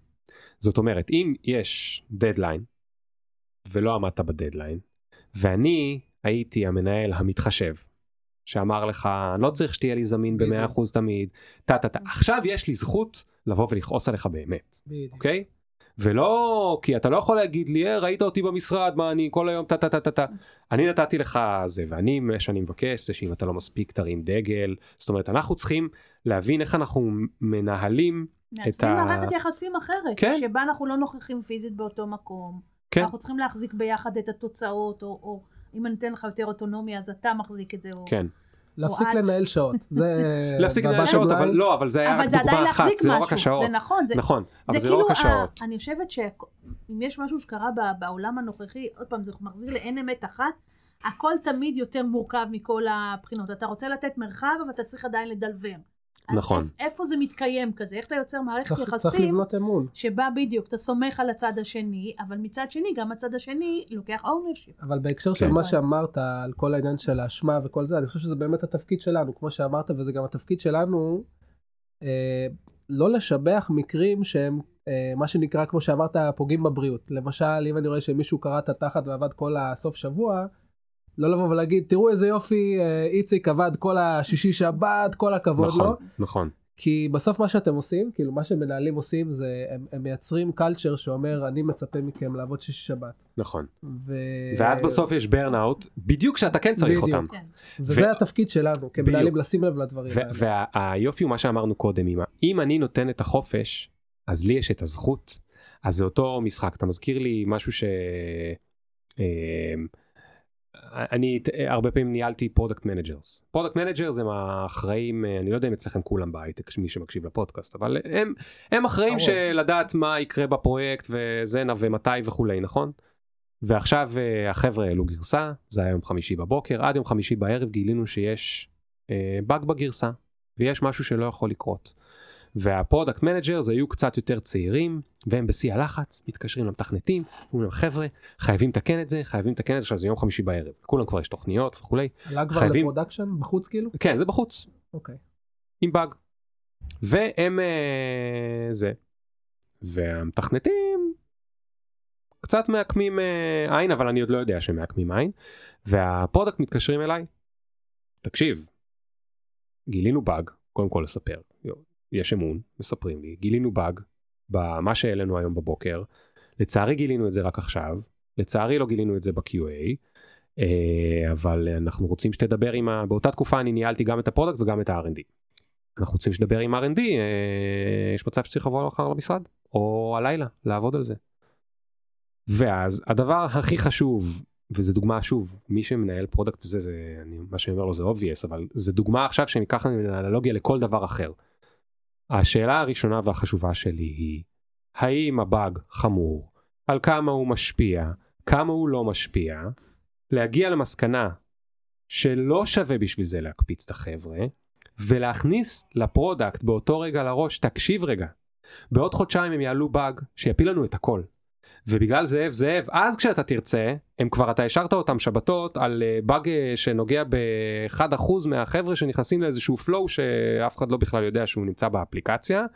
זאת אומרת, אם יש דדליין, ולא עמדת בדדליין, ואני הייתי המנהל המתחשב, שאמר לך, לא צריך שתהיה לי זמין ב-מאה אחוז תמיד, תה, תה, תה. עכשיו יש לי זכות לבוא ולכעוס עליך באמת, אוקיי? ולא, כי אתה לא יכול להגיד לי, אה, ראית אותי במשרד, מה אני כל היום, תה, תה, תה, תה, תה. אני נתתי לך זה, ואני, מה שאני מבקש, זה שאם אתה לא מספיק תרים דגל, זאת אומרת, אנחנו צריכים להבין איך אנחנו מנהלים את ה... מעצבים מערכת יחסים אחרת, כן. שבה אנחנו לא נוכחים פיזית באותו מקום. כן. אנחנו צריכים להחזיק ביחד את התוצאות, או, או אם אני אתן לך יותר אוטונומיה, אז אתה מחזיק את זה. או... כן. להפסיק לנהל שעות. להפסיק לנהל שעות, אבל לא, אבל זה היה רק דוגמה אחת, זה לא רק השעות. זה נכון, זה, נכון, זה אבל זה כאילו, לא רק השעות. אני חושבת שאם יש משהו שקרה בעולם הנוכחי, עוד פעם זה מחזיר לאין אמת אחת, הכל תמיד יותר מורכב מכל הבחינות. אתה רוצה לתת מרחב, אבל אתה צריך עדיין לדלבר. נכון. אז איפה זה מתקיים כזה? איך אתה יוצר מערכת יחסים? צריך לבנות אמון. שבה בדיוק, אתה סומך על הצד השני, אבל מצד שני, גם הצד השני לוקח ownership. אבל בהקשר של מה שאמרת על כל העניין של האשמה וכל זה, אני חושב שזה באמת התפקיד שלנו, כמו שאמרת, וזה גם התפקיד שלנו, אה, לא לשבח מקרים שהם, אה, מה שנקרא, כמו שאמרת, פוגעים בבריאות. למשל, אם אני רואה שמישהו קרא את התחת ועבד כל הסוף שבוע, לא לבוא ולהגיד, תראו איזה יופי, איציק עבד כל השישי שבת, כל הכבוד נכון, לו. נכון. כי בסוף מה שאתם עושים, כאילו מה שמנהלים עושים, זה הם, הם מייצרים קלצ'ר שאומר, אני מצפה מכם לעבוד שישי שבת. נכון. ו... ואז בסוף יש ברנאוט, בדיוק שאתה כן צריך בדיוק. אותם. כן. וזה ו... התפקיד שלנו, כמנהלים לשים לב לדברים ו- האלה. והיופי הוא מה שאמרנו קודם, אם, אם אני נותן את החופש, אז לי יש את הזכות, אז זה אותו משחק. אתה מזכיר לי משהו ש... אני הרבה פעמים ניהלתי פרודקט מנג'רס. פרודקט מנג'רס הם האחראים, אני לא יודע אם אצלכם כולם בהייטק, מי שמקשיב לפודקאסט, אבל הם, הם אחראים של לדעת מה יקרה בפרויקט וזה ומתי וכולי, נכון? ועכשיו החבר'ה העלו גרסה, זה היה יום חמישי בבוקר, עד יום חמישי בערב גילינו שיש אה, באג בגרסה, ויש משהו שלא יכול לקרות. והפרודקט מנג'רס היו קצת יותר צעירים, והם בשיא הלחץ, מתקשרים למתכנתים, אומרים, חבר'ה, חייבים לתקן את זה, חייבים לתקן את זה, עכשיו זה יום חמישי בערב, כולם כבר יש תוכניות וכולי. עלה כבר חייבים... לפרודקשן, בחוץ כאילו? כן, זה בחוץ. אוקיי. עם באג. והם אה, זה. והמתכנתים קצת מעקמים אה, עין, אבל אני עוד לא יודע שהם מעקמים עין, והפרודקט מתקשרים אליי, תקשיב, גילינו באג, קודם כל לספר, יש אמון, מספרים לי, גילינו באג במה שהעלינו היום בבוקר, לצערי גילינו את זה רק עכשיו, לצערי לא גילינו את זה ב-קיו איי, אבל אנחנו רוצים שתדבר עם, ה... באותה תקופה אני ניהלתי גם את הפרודקט וגם את ה-אר אנד די. אנחנו רוצים שתדבר עם אר אנד די, יש מצב שצריך לבוא אחר למשרד, או הלילה, לעבוד על זה. ואז הדבר הכי חשוב, וזו דוגמה שוב, מי שמנהל פרודקט וזה, זה, אני, מה שאני אומר לו זה obvious, אבל זה דוגמה עכשיו שניקח אנלוגיה לכל דבר אחר. השאלה הראשונה והחשובה שלי היא, האם הבאג חמור, על כמה הוא משפיע, כמה הוא לא משפיע, להגיע למסקנה שלא שווה בשביל זה להקפיץ את החבר'ה, ולהכניס לפרודקט באותו רגע לראש, תקשיב רגע, בעוד חודשיים הם יעלו באג שיפיל לנו את הכל. ובגלל זאב זאב, אז כשאתה תרצה, הם כבר אתה השארת אותם שבתות על באג שנוגע ב-אחד אחוז מהחבר'ה שנכנסים לאיזשהו פלואו שאף אחד לא בכלל יודע שהוא נמצא באפליקציה,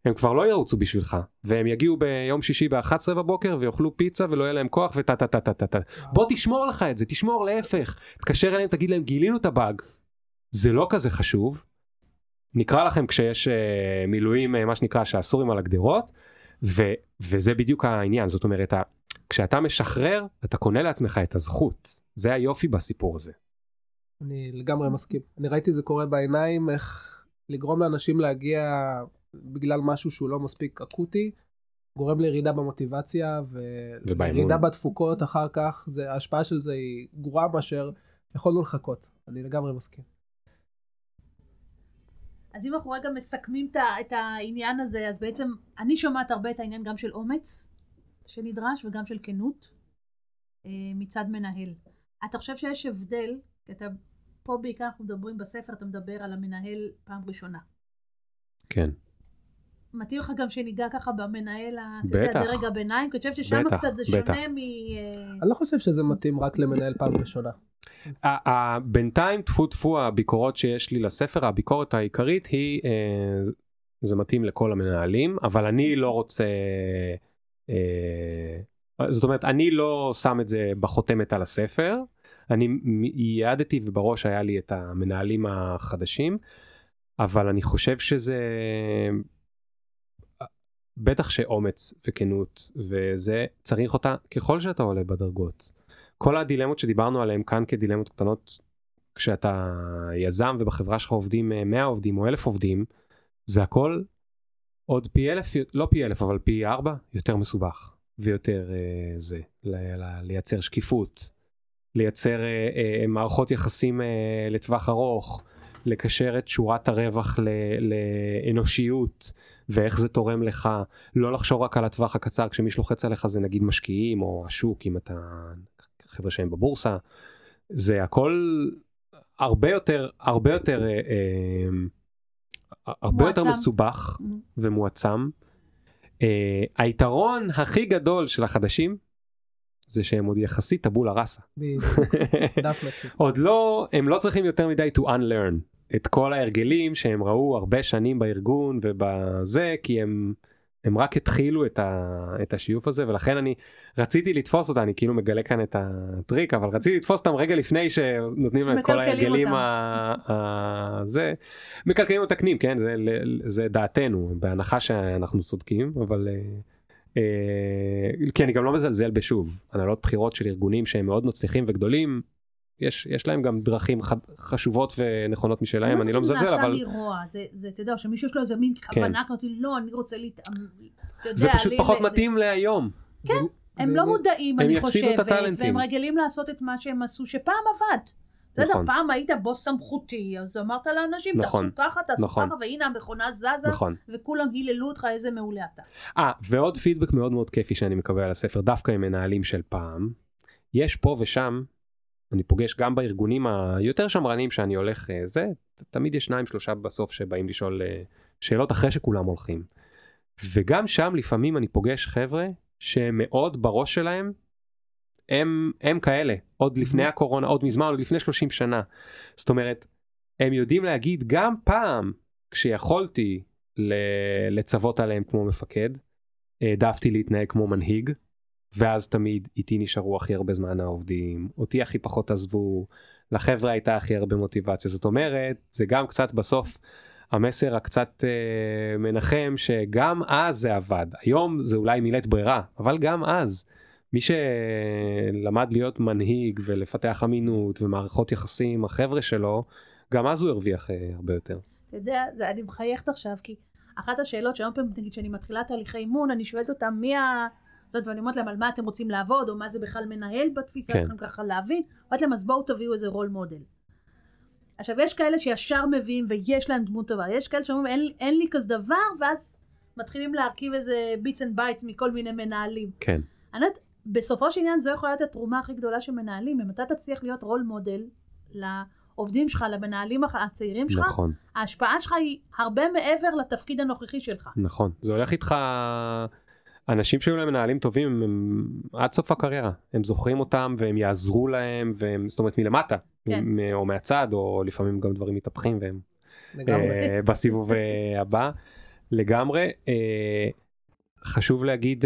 הם כבר לא ירוצו בשבילך, והם יגיעו ביום שישי ב-אחת עשרה בבוקר ויאכלו פיצה ולא יהיה להם כוח וטה טה טה טה טה טה. בוא תשמור לך את זה, תשמור להפך, תקשר אליהם, תגיד להם גילינו את הבאג, זה לא כזה חשוב, נקרא לכם כשיש uh, מילואים, uh, מה שנקרא, שאסורים על הגדרות, ו- וזה בדיוק העניין, זאת אומרת, ה- כשאתה משחרר, אתה קונה לעצמך את הזכות, זה היופי בסיפור הזה. אני לגמרי מסכים, אני ראיתי זה קורה בעיניים, איך לגרום לאנשים להגיע בגלל משהו שהוא לא מספיק אקוטי, גורם לירידה במוטיבציה וירידה בתפוקות אחר כך, זה, ההשפעה של זה היא גרועה מאשר יכולנו לחכות, אני לגמרי מסכים. אז אם אנחנו רגע מסכמים את העניין הזה, אז בעצם אני שומעת הרבה את העניין גם של אומץ שנדרש וגם של כנות מצד מנהל. אתה חושב שיש הבדל, כי אתה פה בעיקר אנחנו מדברים בספר, אתה מדבר על המנהל פעם ראשונה. כן. מתאים לך גם שניגע ככה במנהל בטח. הדרג הביניים, כי אני חושבת ששם בטח, קצת זה בטח. שונה מ... אני לא חושב שזה מתאים רק למנהל פעם ראשונה. בינתיים תפו תפו הביקורות שיש לי לספר, הביקורת העיקרית היא, זה מתאים לכל המנהלים, אבל אני לא רוצה, זאת אומרת, אני לא שם את זה בחותמת על הספר, אני יעדתי ובראש היה לי את המנהלים החדשים, אבל אני חושב שזה, בטח שאומץ וכנות, וזה צריך אותה ככל שאתה עולה בדרגות. כל הדילמות שדיברנו עליהן כאן כדילמות קטנות, כשאתה יזם ובחברה שלך עובדים מאה עובדים או אלף עובדים, זה הכל עוד פי אלף, לא פי אלף, אבל פי ארבע, יותר מסובך, ויותר uh, זה, ל- ל- לייצר שקיפות, לייצר uh, uh, מערכות יחסים uh, לטווח ארוך, לקשר את שורת הרווח ל- לאנושיות, ואיך זה תורם לך, לא לחשוב רק על הטווח הקצר, כשמיש לוחץ עליך זה נגיד משקיעים, או השוק, אם אתה חבר'ה שהם בבורסה, זה הכל הרבה יותר, הרבה יותר, אה, אה, הרבה מועצם. יותר מסובך Mm-hmm. ומועצם. אה, היתרון הכי גדול של החדשים, זה שהם עוד יחסית טבולה ראסה. עוד לא, הם לא צריכים יותר מדי to unlearn את כל ההרגלים שהם ראו הרבה שנים בארגון ובזה, כי הם, הם רק התחילו את, ה, את השיוף הזה, ולכן אני רציתי לתפוס אותה, אני כאילו מגלה כאן את הטריק, אבל רציתי לתפוס אותם רגע לפני שנותנים להם את כל ההרגלים הזה, מקלקלים ותקנים, כן, זה, זה דעתנו, בהנחה שאנחנו צודקים, אבל... כי אני גם לא מזלזל בשוב, הנהלות בחירות של ארגונים שהם מאוד מצליחים וגדולים, יש, יש להם גם דרכים חשובות ונכונות משלהם, אני לא מזלזל, אבל... זה נעשה מרוע, זה, אתה יודע, שמישהו יש לו איזה מין כוונה, כזאתי, לא, אני רוצה להתאם... זה פשוט פחות מתאים להיום. כן, הם לא מודעים, אני חושבת, והם רגילים לעשות את מה שהם עשו, שפעם עבד. אתה יודע, פעם היית בוס סמכותי, אז אמרת לאנשים, תעשו ככה, תעשו ככה, והנה המכונה זזה, וכולם היללו אותך איזה מעולה אתה. אה, ועוד פידבק מאוד מאוד כיפי שאני מקבל על הספר, דווקא עם מנהלים של פעם, יש פה ושם, אני פוגש גם בארגונים היותר שמרנים שאני הולך, זה, תמיד יש שניים שלושה בסוף שבאים לשאול שאלות אחרי שכולם הולכים. וגם שם לפעמים אני פוגש חבר'ה שמאוד בראש שלהם, הם, הם כאלה, עוד לפני הקורונה, עוד מזמן, עוד לפני שלושים שנה. זאת אומרת, הם יודעים להגיד גם פעם, כשיכולתי לצוות עליהם כמו מפקד, העדפתי להתנהג כמו מנהיג, ואז תמיד איתי נשארו הכי הרבה זמן העובדים, אותי הכי פחות עזבו, לחבר'ה הייתה הכי הרבה מוטיבציה. זאת אומרת, זה גם קצת בסוף המסר הקצת אה, מנחם, שגם אז זה עבד. היום זה אולי מילת ברירה, אבל גם אז, מי שלמד להיות מנהיג ולפתח אמינות ומערכות יחסים, החבר'ה שלו, גם אז הוא הרוויח אה, הרבה יותר. אתה יודע, אני מחייכת עכשיו, כי אחת השאלות שהיום פעם, נגיד, שאני מתחילה תהליכי אימון, אני שואלת אותם מי ה... זאת אומרת, ואני אומרת להם על מה אתם רוצים לעבוד, או מה זה בכלל מנהל בתפיסה, כן. לכם ככה להבין, אומרת להם, אז בואו תביאו איזה רול מודל. עכשיו, יש כאלה שישר מביאים, ויש להם דמות טובה, יש כאלה שאומרים, אין, אין לי כזה דבר, ואז מתחילים להרכיב איזה ביטס אנד בייטס מכל מיני מנהלים. כן. אני יודעת, בסופו של עניין, זו יכולה להיות התרומה הכי גדולה של מנהלים, אם אתה תצליח להיות רול מודל לעובדים שלך, למנהלים הצעירים שלך, נכון. ההשפעה שלך היא הרבה מעבר לתפקיד הנוכחי שלך. נכון, זה הולך איתך... אנשים שהיו להם מנהלים טובים, הם, הם, עד סוף הקריירה, הם זוכרים אותם והם יעזרו להם, והם, זאת אומרת מלמטה, כן. או מהצד, או לפעמים גם דברים מתהפכים, והם אה, בסיבוב הבא. לגמרי. חשוב להגיד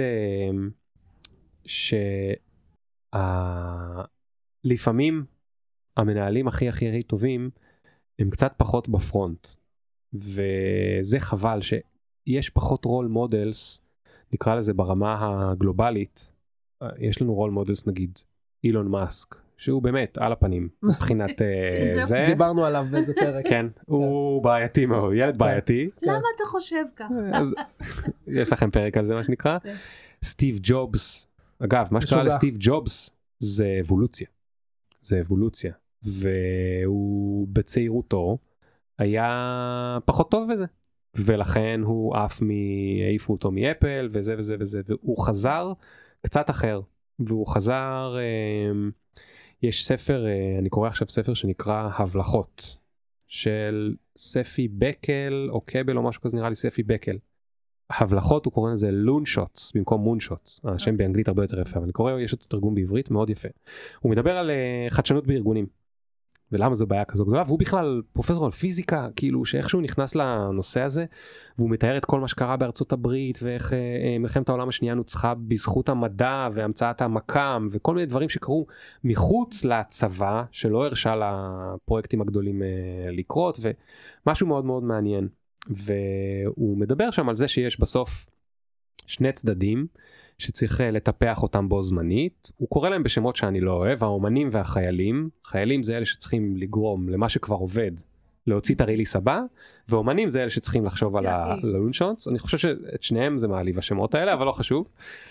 שלפעמים המנהלים הכי הכי הכי טובים הם קצת פחות בפרונט, וזה חבל שיש פחות רול מודלס, נקרא לזה ברמה הגלובלית. יש לנו רול מודלס נגיד אילון מאסק, שהוא באמת על הפנים מבחינת זה. דיברנו עליו באיזה פרק. כן, הוא בעייתי מאוד, ילד בעייתי. למה אתה חושב ככה? יש לכם פרק על זה מה שנקרא. סטיב ג'ובס, אגב, מה שקרה לסטיב ג'ובס זה אבולוציה. זה אבולוציה. והוא בצעירותו היה פחות טוב בזה. ולכן הוא עף מעיפו אותו מאפל וזה וזה וזה, והוא חזר קצת אחר. והוא חזר, יש ספר, אני קורא עכשיו ספר שנקרא הבלחות, של ספי בקל או קבל או משהו כזה, נראה לי ספי בקל. הבלחות הוא קורא לזה לון שוטס במקום מון שוטס, השם באנגלית הרבה יותר יפה, אבל אני קורא, יש את התרגום בעברית מאוד יפה. הוא מדבר על חדשנות בארגונים, ולמה זו בעיה כזו גדולה, והוא בכלל פרופסור על פיזיקה, כאילו שאיכשהו נכנס לנושא הזה, והוא מתאר את כל מה שקרה בארצות הברית, ואיך אה, מלחמת העולם השנייה נוצחה בזכות המדע, והמצאת המקם, וכל מיני דברים שקרו מחוץ לצבא, שלא הרשה לפרויקטים הגדולים אה, לקרות, ומשהו מאוד מאוד מעניין. והוא מדבר שם על זה שיש בסוף שני צדדים, שצריך לטפח אותם בו זמנית. הוא קורא להם בשמות שאני לא אוהב, האומנים והחיילים. חיילים זה אלה שצריכים לגרום למה שכבר עובד, להוציא את הריליס הבא, ואומנים זה אלה שצריכים לחשוב על הלונשונס. אני חושב שאת שניהם זה מעליב השמות האלה, אבל לא חשוב.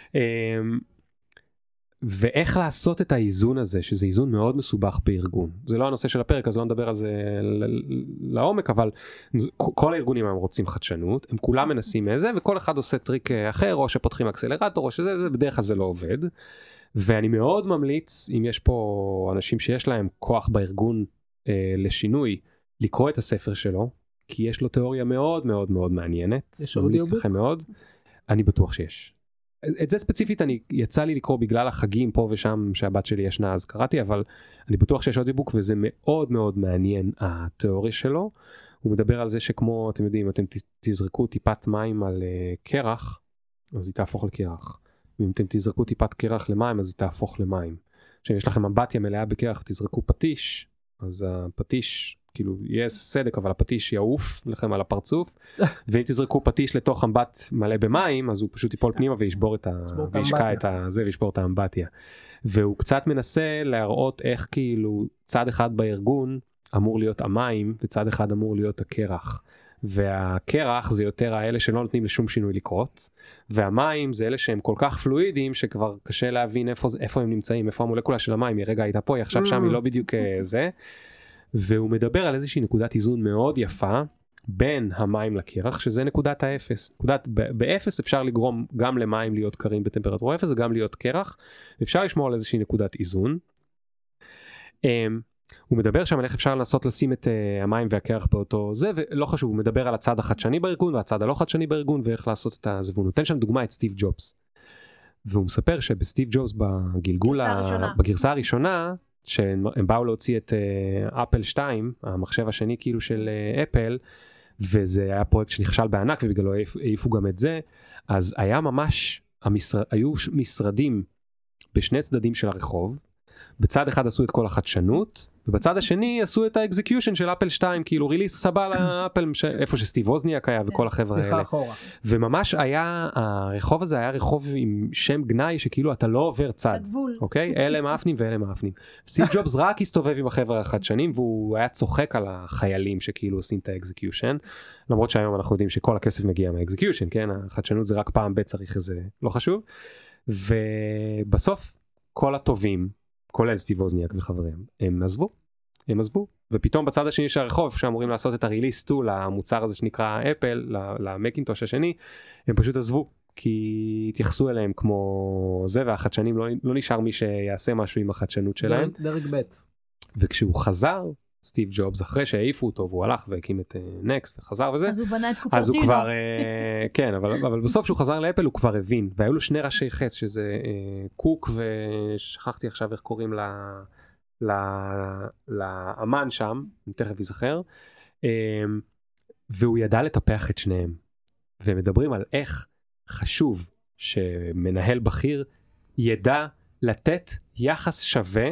ואיך לעשות את האיזון הזה, שזה איזון מאוד מסובך בארגון. זה לא הנושא של הפרק, אז לא נדבר על זה לעומק, אבל כל הארגונים הם רוצים חדשנות, הם כולם מנסים איזה, וכל אחד עושה טריק אחר, או שפותחים אקסלרטור, או שזה, בדרך כלל זה לא עובד. ואני מאוד ממליץ, אם יש פה אנשים שיש להם כוח בארגון אה, לשינוי, לקרוא את הספר שלו, כי יש לו תיאוריה מאוד מאוד מאוד מעניינת. יש אודיובוק? מאוד. אני בטוח שיש. את זה ספציפית אני יצא לי לקרוא בגלל החגים פה ושם שהבת שלי ישנה אז קראתי, אבל אני בטוח שיש אודיובוק וזה מאוד מאוד מעניין התיאוריה שלו. הוא מדבר על זה שכמו אתם יודעים, אתם תזרקו טיפת מים על uh, קרח, אז היא תהפוך לקרח. ואם אתם תזרקו טיפת קרח למים, אז היא תהפוך למים. כשיש לכם אמבטיה מלאה בקרח, תזרקו פטיש, אז הפטיש כאילו יהיה סדק, אבל הפטיש יעוף לכם על הפרצוף, ואם תזרקו פטיש לתוך אמבט מלא במים, אז הוא פשוט ייפול פנימה וישבור את ה... וישקע את זה וישבור את האמבטיה. והוא קצת מנסה להראות איך כאילו צד אחד בארגון אמור להיות המים, וצד אחד אמור להיות הקרח. והקרח זה יותר האלה שלא נותנים לשום שינוי לקרות, והמים זה אלה שהם כל כך פלואידיים שכבר קשה להבין איפה, איפה הם נמצאים, איפה המולקולה של המים, היא רגע הייתה פה, היא עכשיו שם, היא לא בדיוק זה. והוא מדבר על איזושהי נקודת איזון מאוד יפה בין המים לקרח, שזה נקודת האפס. נקודת, באפס אפשר לגרום גם למים להיות קרים בטמפרטורה אפס, וגם להיות קרח. אפשר לשמור על איזושהי נקודת איזון. הוא מדבר שם על איך אפשר לנסות לשים את uh, המים והקרח באותו זה, ולא חשוב, הוא מדבר על הצד החדשני בארגון, והצד הלא חדשני בארגון, ואיך לעשות את זה. והוא נותן שם דוגמה את סטיב ג'ובס. והוא מספר שבסטיב ג'ובס בגלגול, ה... בגרסה הראשונה, שהם באו להוציא את אפל שתיים, המחשב השני כאילו של אפל, וזה היה פרויקט שנכשל בענק, ובגללו העיפו גם את זה, אז היה ממש, המשרד, היו משרדים בשני צדדים של הרחוב, בצד אחד עשו את כל החדשנות, ובצד השני עשו את האקזקיושן של אפל שתיים, כאילו ריליס סבא לאפל, איפה שסטיב ווזניאק היה וכל החבר'ה האלה. וממש היה, הרחוב הזה היה רחוב עם שם גנאי, שכאילו אתה לא עובר צד. אוקיי? אלה מאפנים ואלה מאפנים. סטיב ג'ובס רק הסתובב עם החבר'ה החדשנים, והוא היה צוחק על החיילים שכאילו עושים את האקזקיושן, למרות שהיום אנחנו יודעים שכל הכסף מגיע מהאקזקיושן, כן? החדשנות זה רק פעם ב' צריך איזה, לא חשוב. ובסוף כל הטובים, כולל סטיב ווזניאק וחבריהם, הם עזבו, הם עזבו, ופתאום בצד השני של הרחוב, שאמורים לעשות את הריליס טו למוצר הזה שנקרא אפל, למקינטוש השני, הם פשוט עזבו, כי התייחסו אליהם כמו זה, והחדשנים לא, לא נשאר מי שיעשה משהו עם החדשנות שלהם. דרג בית. וכשהוא חזר, סטיב ג'ובס, אחרי שהעיפו אותו, והוא הלך והקים את נקסט, וחזר וזה, אז הוא בנה את קופרטינו. אז הוא כבר, כן, אבל, אבל בסוף שהוא חזר לאפל, הוא כבר הבין, והיו לו שני ראשי חץ, שזה קוק, ושכחתי עכשיו איך קוראים לה, לאמן שם, אני תכף אזכר, והוא ידע לטפח את שניהם. ומדברים על איך חשוב שמנהל בכיר ידע לתת יחס שווה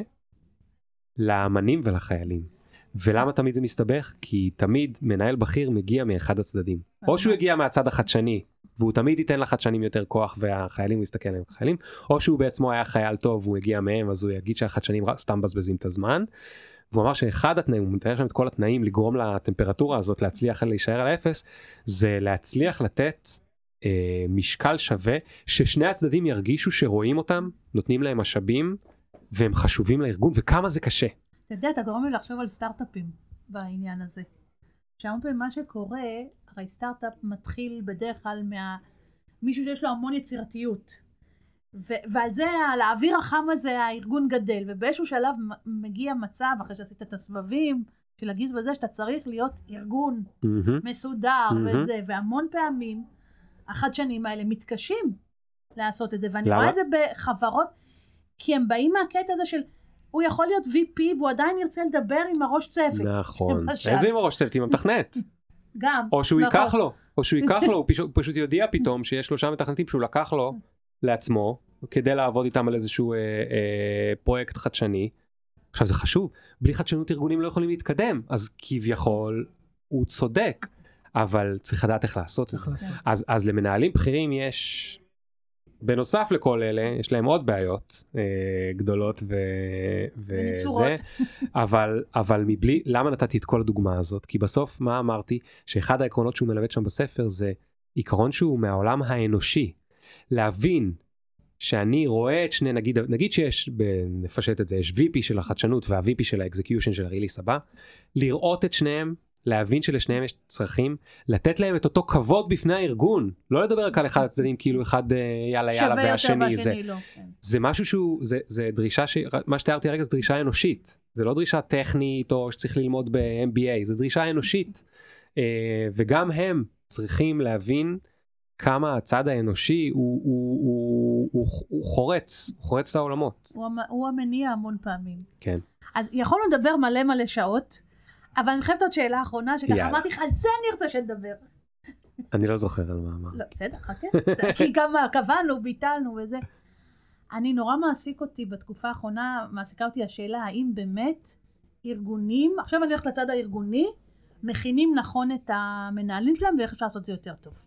לאמנים ולחיילים. ולמה תמיד זה מסתבך? כי תמיד מנהל בכיר מגיע מאחד הצדדים. או שהוא יגיע מהצד החדשני, והוא תמיד ייתן לחדשנים יותר כוח והחיילים יסתכל עליהם כחיילים, או שהוא בעצמו היה חייל טוב והוא הגיע מהם, אז הוא יגיד שהחדשנים סתם בזבזים את הזמן. והוא אמר שאחד התנאים, הוא מתאר שם את כל התנאים לגרום לטמפרטורה הזאת להצליח להישאר על האפס, זה להצליח לתת אה, משקל שווה, ששני הצדדים ירגישו שרואים אותם, נותנים להם משאבים, והם חשובים לארגון, וכמה זה קשה. אתה יודע, אתה גורם לי לחשוב על סטארט-אפים בעניין הזה. שהרבה פעמים מה שקורה, הרי סטארט-אפ מתחיל בדרך כלל מישהו שיש לו המון יצירתיות. ו- ועל זה, על האוויר החם הזה, הארגון גדל. ובאיזשהו שלב מגיע מצב, אחרי שעשית את הסבבים, של הגיז וזה, שאתה צריך להיות ארגון mm-hmm. מסודר mm-hmm. וזה. והמון פעמים, החדשנים האלה מתקשים לעשות את זה. ואני רואה את זה בחברות, כי הם באים מהקטע הזה של, הוא יכול להיות וי פי והוא עדיין ירצה לדבר עם הראש צוות. נכון. איזה עם הראש צוות? עם המתכנת. גם. או שהוא ייקח לו, או שהוא ייקח לו, הוא פשוט יודיע פתאום שיש שלושה מתכנתים שהוא לקח לו לעצמו, כדי לעבוד איתם על איזשהו פרויקט חדשני. עכשיו זה חשוב, בלי חדשנות ארגונים לא יכולים להתקדם, אז כביכול הוא צודק, אבל צריך לדעת איך לעשות את זה. אז למנהלים בכירים יש... בנוסף לכל אלה, יש להם עוד בעיות אה, גדולות ו... וזה, אבל, אבל מבלי, למה נתתי את כל הדוגמה הזאת? כי בסוף מה אמרתי? שאחד העקרונות שהוא מלמד שם בספר זה עיקרון שהוא מהעולם האנושי. להבין שאני רואה את שני, נגיד, נגיד שיש, נפשט את זה, יש וי פי של החדשנות וה-וי פי של האקזקיושן של הריליס הבא, לראות את שניהם, להבין שלשניהם יש צרכים, לתת להם את אותו כבוד בפני הארגון, לא לדבר רק על אחד הצדדים, כאילו אחד יאללה יאללה והשני, זה, לא, כן. זה משהו שהוא, זה, זה דרישה, ש, מה שתיארתי הרגע זה דרישה אנושית, זה לא דרישה טכנית או שצריך ללמוד ב-אם בי איי, זה דרישה אנושית, וגם הם צריכים להבין כמה הצד האנושי הוא, הוא, הוא, הוא, הוא חורץ, הוא חורץ לעולמות. הוא, הוא המניע המון פעמים. כן. אז יכולנו לדבר מלא מלא שעות, אבל אני חייבת עוד שאלה האחרונה, שככה אמרתי לך, על זה אני ארצה שנדבר. אני לא זוכר על מה אמרת. לא, בסדר, חכה. כי גם קבענו, ביטלנו וזה. אני נורא מעסיק אותי בתקופה האחרונה, מעסיקה אותי השאלה, האם באמת ארגונים, עכשיו אני הולכת לצד הארגוני, מכינים נכון את המנהלים שלהם, ואיך אפשר לעשות זה יותר טוב.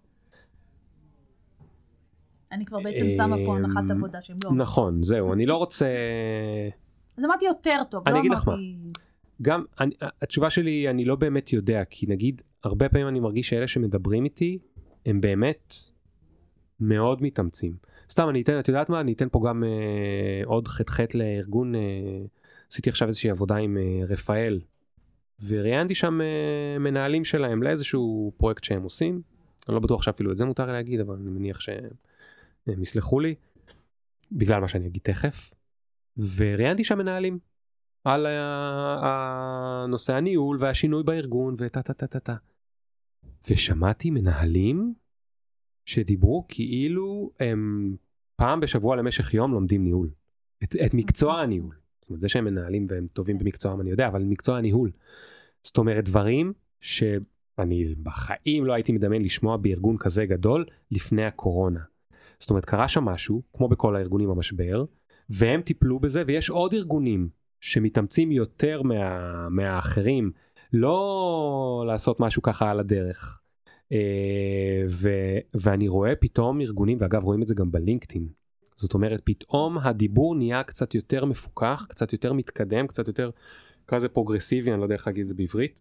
אני כבר בעצם שמה פה הנחת עבודה שהם לא... נכון, זהו, אני לא רוצה... אז אמרתי יותר טוב, אני לא אגיד לך מה. אמרתי... גם, אני, התשובה שלי, אני לא באמת יודע, כי נגיד, הרבה פעמים אני מרגיש שאלה שמדברים איתי, הם באמת מאוד מתאמצים. סתם, אני אתן, את יודעת מה? אני אתן פה גם אה, עוד חתכת לארגון, אה, עשיתי עכשיו איזושהי עבודה עם אה, רפאל, וראיינתי שם אה, מנהלים שלהם לאיזשהו פרויקט שהם עושים, אני לא בטוח שאפילו את זה מותר להגיד, אבל אני מניח שהם יסלחו לי, בגלל מה שאני אגיד תכף, וראיינתי שם מנהלים, על הנושא הניהול והשינוי בארגון ותה תה תה תה תה. ושמעתי מנהלים שדיברו כאילו הם פעם בשבוע למשך יום לומדים ניהול. את, את מקצוע הניהול. זאת אומרת, זה שהם מנהלים והם טובים במקצועם אני יודע, אבל מקצוע הניהול. זאת אומרת, דברים שאני בחיים לא הייתי מדמיין לשמוע בארגון כזה גדול לפני הקורונה. זאת אומרת, קרה שם משהו, כמו בכל הארגונים במשבר, והם טיפלו בזה, ויש עוד ארגונים שמתאמצים יותר מה, מהאחרים, לא לעשות משהו ככה על הדרך. ו, ואני רואה פתאום ארגונים, ואגב רואים את זה גם בלינקדאין, זאת אומרת פתאום הדיבור נהיה קצת יותר מפוקח, קצת יותר מתקדם, קצת יותר כזה פרוגרסיבי, אני לא יודע איך להגיד את זה בעברית,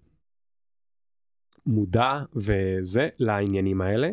מודע וזה לעניינים האלה.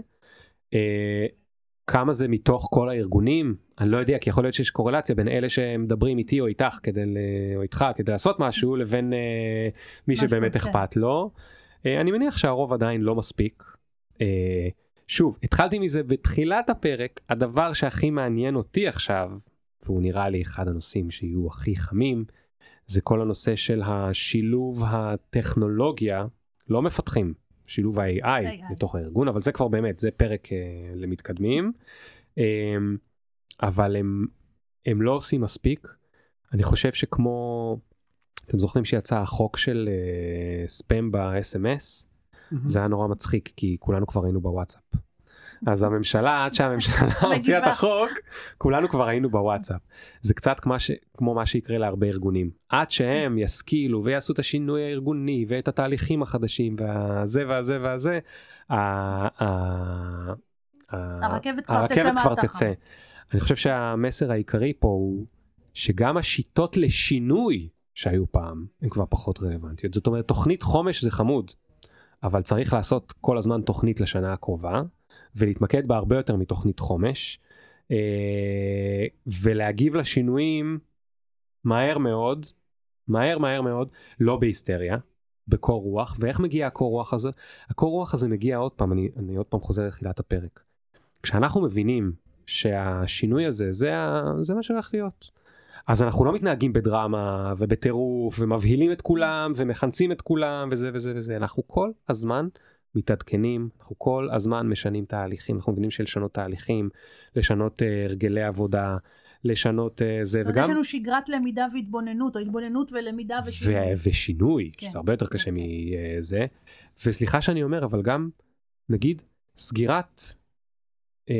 כמה זה מתוך כל הארגונים, אני לא יודע, כי יכול להיות שיש קורלציה בין אלה שמדברים איתי או איתך, כדי, או איתך, כדי לעשות משהו, לבין אה, מי שבאמת כן. אכפת לו. אה, אני מניח שהרוב עדיין לא מספיק. אה, שוב, התחלתי מזה בתחילת הפרק, הדבר שהכי מעניין אותי עכשיו, והוא נראה לי אחד הנושאים שיהיו הכי חמים, זה כל הנושא של השילוב הטכנולוגיה, לא מפתחים. שילוב ה-איי איי לתוך הארגון, אבל זה כבר באמת, זה פרק uh, למתקדמים, um, אבל הם, הם לא עושים מספיק. אני חושב שכמו, אתם זוכרים שיצא החוק של uh, ספאם ב-אס אם אס, זה היה נורא מצחיק, כי כולנו כבר היינו בוואטסאפ. אז הממשלה, עד שהממשלה הוציאה את החוק, כולנו כבר היינו בוואטסאפ. זה קצת כמו, ש... כמו מה שיקרה להרבה ארגונים. עד שהם ישכילו ויעשו את השינוי הארגוני, ואת התהליכים החדשים, והזה והזה והזה, הרכבת כבר תצא מהתחת. אני חושב שהמסר העיקרי פה הוא, שגם השיטות לשינוי שהיו פעם, הן כבר פחות רלוונטיות. זאת אומרת, תוכנית חומש זה חמוד, אבל צריך לעשות כל הזמן תוכנית לשנה הקרובה, ולהתמקד בה הרבה יותר מתוכנית חומש, ולהגיב לשינויים מהר מאוד, מהר מהר מאוד, לא בהיסטריה, בקור רוח. ואיך מגיע הקור רוח הזה? הקור רוח הזה מגיע עוד פעם, אני, אני עוד פעם חוזר לתחילת הפרק. כשאנחנו מבינים שהשינוי הזה, זה, זה מה שהולך להיות. אז אנחנו לא מתנהגים בדרמה ובטירוף, ומבהילים את כולם, ומחנצים את כולם, וזה וזה וזה. אנחנו כל הזמן מתעדכנים, אנחנו כל הזמן משנים תהליכים, אנחנו מבינים שלשנות תהליכים, לשנות uh, הרגלי עבודה, לשנות uh, זה, וגם... יש לנו שגרת למידה והתבוננות, או התבוננות ולמידה ושינוי. ו- ושינוי, כן. שזה הרבה יותר קשה כן. מזה. וסליחה שאני אומר, אבל גם, נגיד, סגירת אה,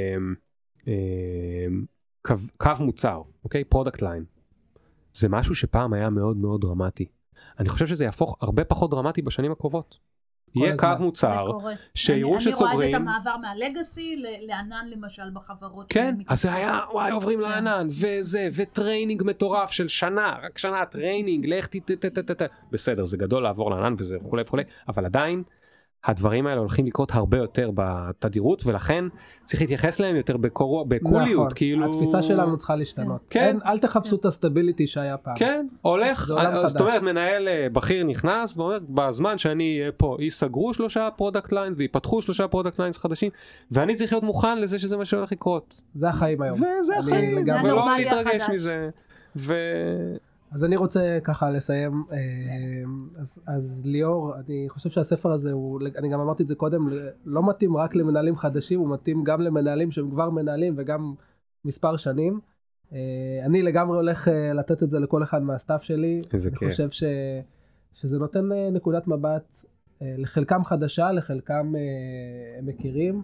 אה, קו, קו מוצר, אוקיי? פרודקט ליין. זה משהו שפעם היה מאוד מאוד דרמטי. אני חושב שזה יהפוך הרבה פחות דרמטי בשנים הקרובות. יהיה קו מוצר, שיראו שסוגרים. אני רואה את המעבר מהלגאסי לענן למשל בחברות. כן, אז זה היה, וואי, עוברים לענן, וזה, וטריינינג מטורף של שנה, רק שנה, טריינינג, לך תתתתתתת. בסדר, זה גדול לעבור לענן וזה וכולי וכולי, אבל עדיין, הדברים האלה הולכים לקרות הרבה יותר בתדירות, ולכן צריך להתייחס להם יותר בקוליות, נכון, כאילו... התפיסה שלנו צריכה להשתנות. כן. אין, אל תחפשו את הסטביליטי שהיה פעם. כן, הולך, זאת אומרת, מנהל בכיר נכנס, ואומר, בזמן שאני אהיה פה, ייסגרו שלושה פרודקט ליינס, ויפתחו שלושה פרודקט ליינס חדשים, ואני צריך להיות מוכן לזה שזה מה שהולך לקרות. זה החיים היום. וזה החיים, ולא להתרגש מזה. ו... אז אני רוצה ככה לסיים, אז, אז ליאור, אני חושב שהספר הזה, הוא, אני גם אמרתי את זה קודם, לא מתאים רק למנהלים חדשים, הוא מתאים גם למנהלים שהם כבר מנהלים וגם מספר שנים. אני לגמרי הולך לתת את זה לכל אחד מהסטאפ שלי. איזה אני כיף. חושב ש, שזה נותן נקודת מבט לחלקם חדשה, לחלקם הם מכירים,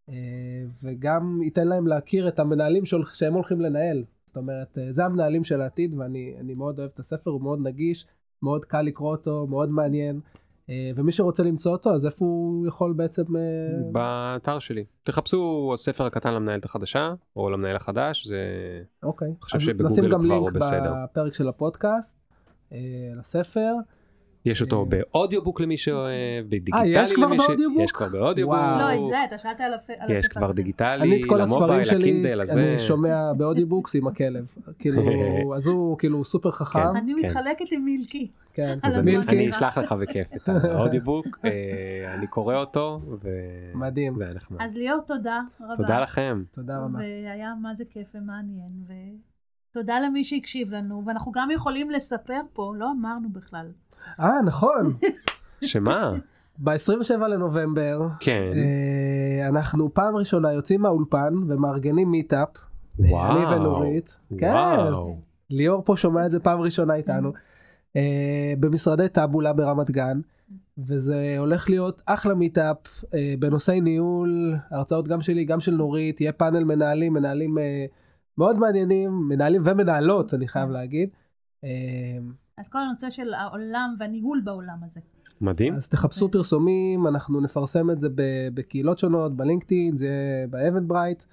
וגם ייתן להם להכיר את המנהלים שהם הולכים לנהל. זאת אומרת, זה המנהלים של העתיד, ואני אני מאוד אוהב את הספר, הוא מאוד נגיש, מאוד קל לקרוא אותו, מאוד מעניין, ומי שרוצה למצוא אותו, אז איפה הוא יכול בעצם... באתר שלי. תחפשו הספר הקטן למנהלת החדשה, או למנהל החדש, זה... אוקיי. אני חושב שבגוגל כבר הוא בסדר. נשים גם לינק בפרק של הפודקאסט, לספר. יש אותו באודיובוק למי שאוהב, בדיגיטלי למי ש... יש כבר באודיובוק? יש כבר באודיובוק. לא, את זה, אתה שאלת על הספר. יש כבר דיגיטלי, אני את כל הספרים שלי, לקינדל, אני שומע באודיובוקס עם הכלב. כאילו, אז הוא כאילו סופר חכם. אני מתחלקת עם מילקי. כן, אני אשלח לך בכיף את האודיובוק, אני קורא אותו, מדהים. זה היה נחמד. אז ליאור, תודה רבה. תודה לכם. תודה רבה. והיה מה זה כיף ומעניין, ותודה למי שהקשיב לנו, ואנחנו גם יכולים לספר פה, לא אמרנו בכלל. אה, נכון. שמה? ב-עשרים ושבעה לנובמבר, כן. אנחנו פעם ראשונה יוצאים מהאולפן ומארגנים מיטאפ. וואו. אני ונורית. כן. ליאור פה שומע את זה פעם ראשונה איתנו. במשרדי טאבולה ברמת גן. וזה הולך להיות אחלה מיטאפ בנושאי ניהול, הרצאות גם שלי, גם של נורית. יהיה פאנל מנהלים, מנהלים מאוד מעניינים, מנהלים ומנהלות, אני חייב להגיד. על כל הנושא של העולם והניהול בעולם הזה. מדהים. אז תחפשו פרסומים, אנחנו נפרסם את זה בקהילות שונות, בלינקדאין, זה באבן ברייט.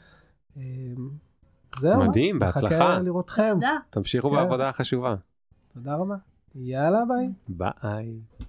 זהו. מדהים, בהצלחה. חכה לראותכם. תודה. תמשיכו בעבודה החשובה. תודה רבה. יאללה, ביי. ביי.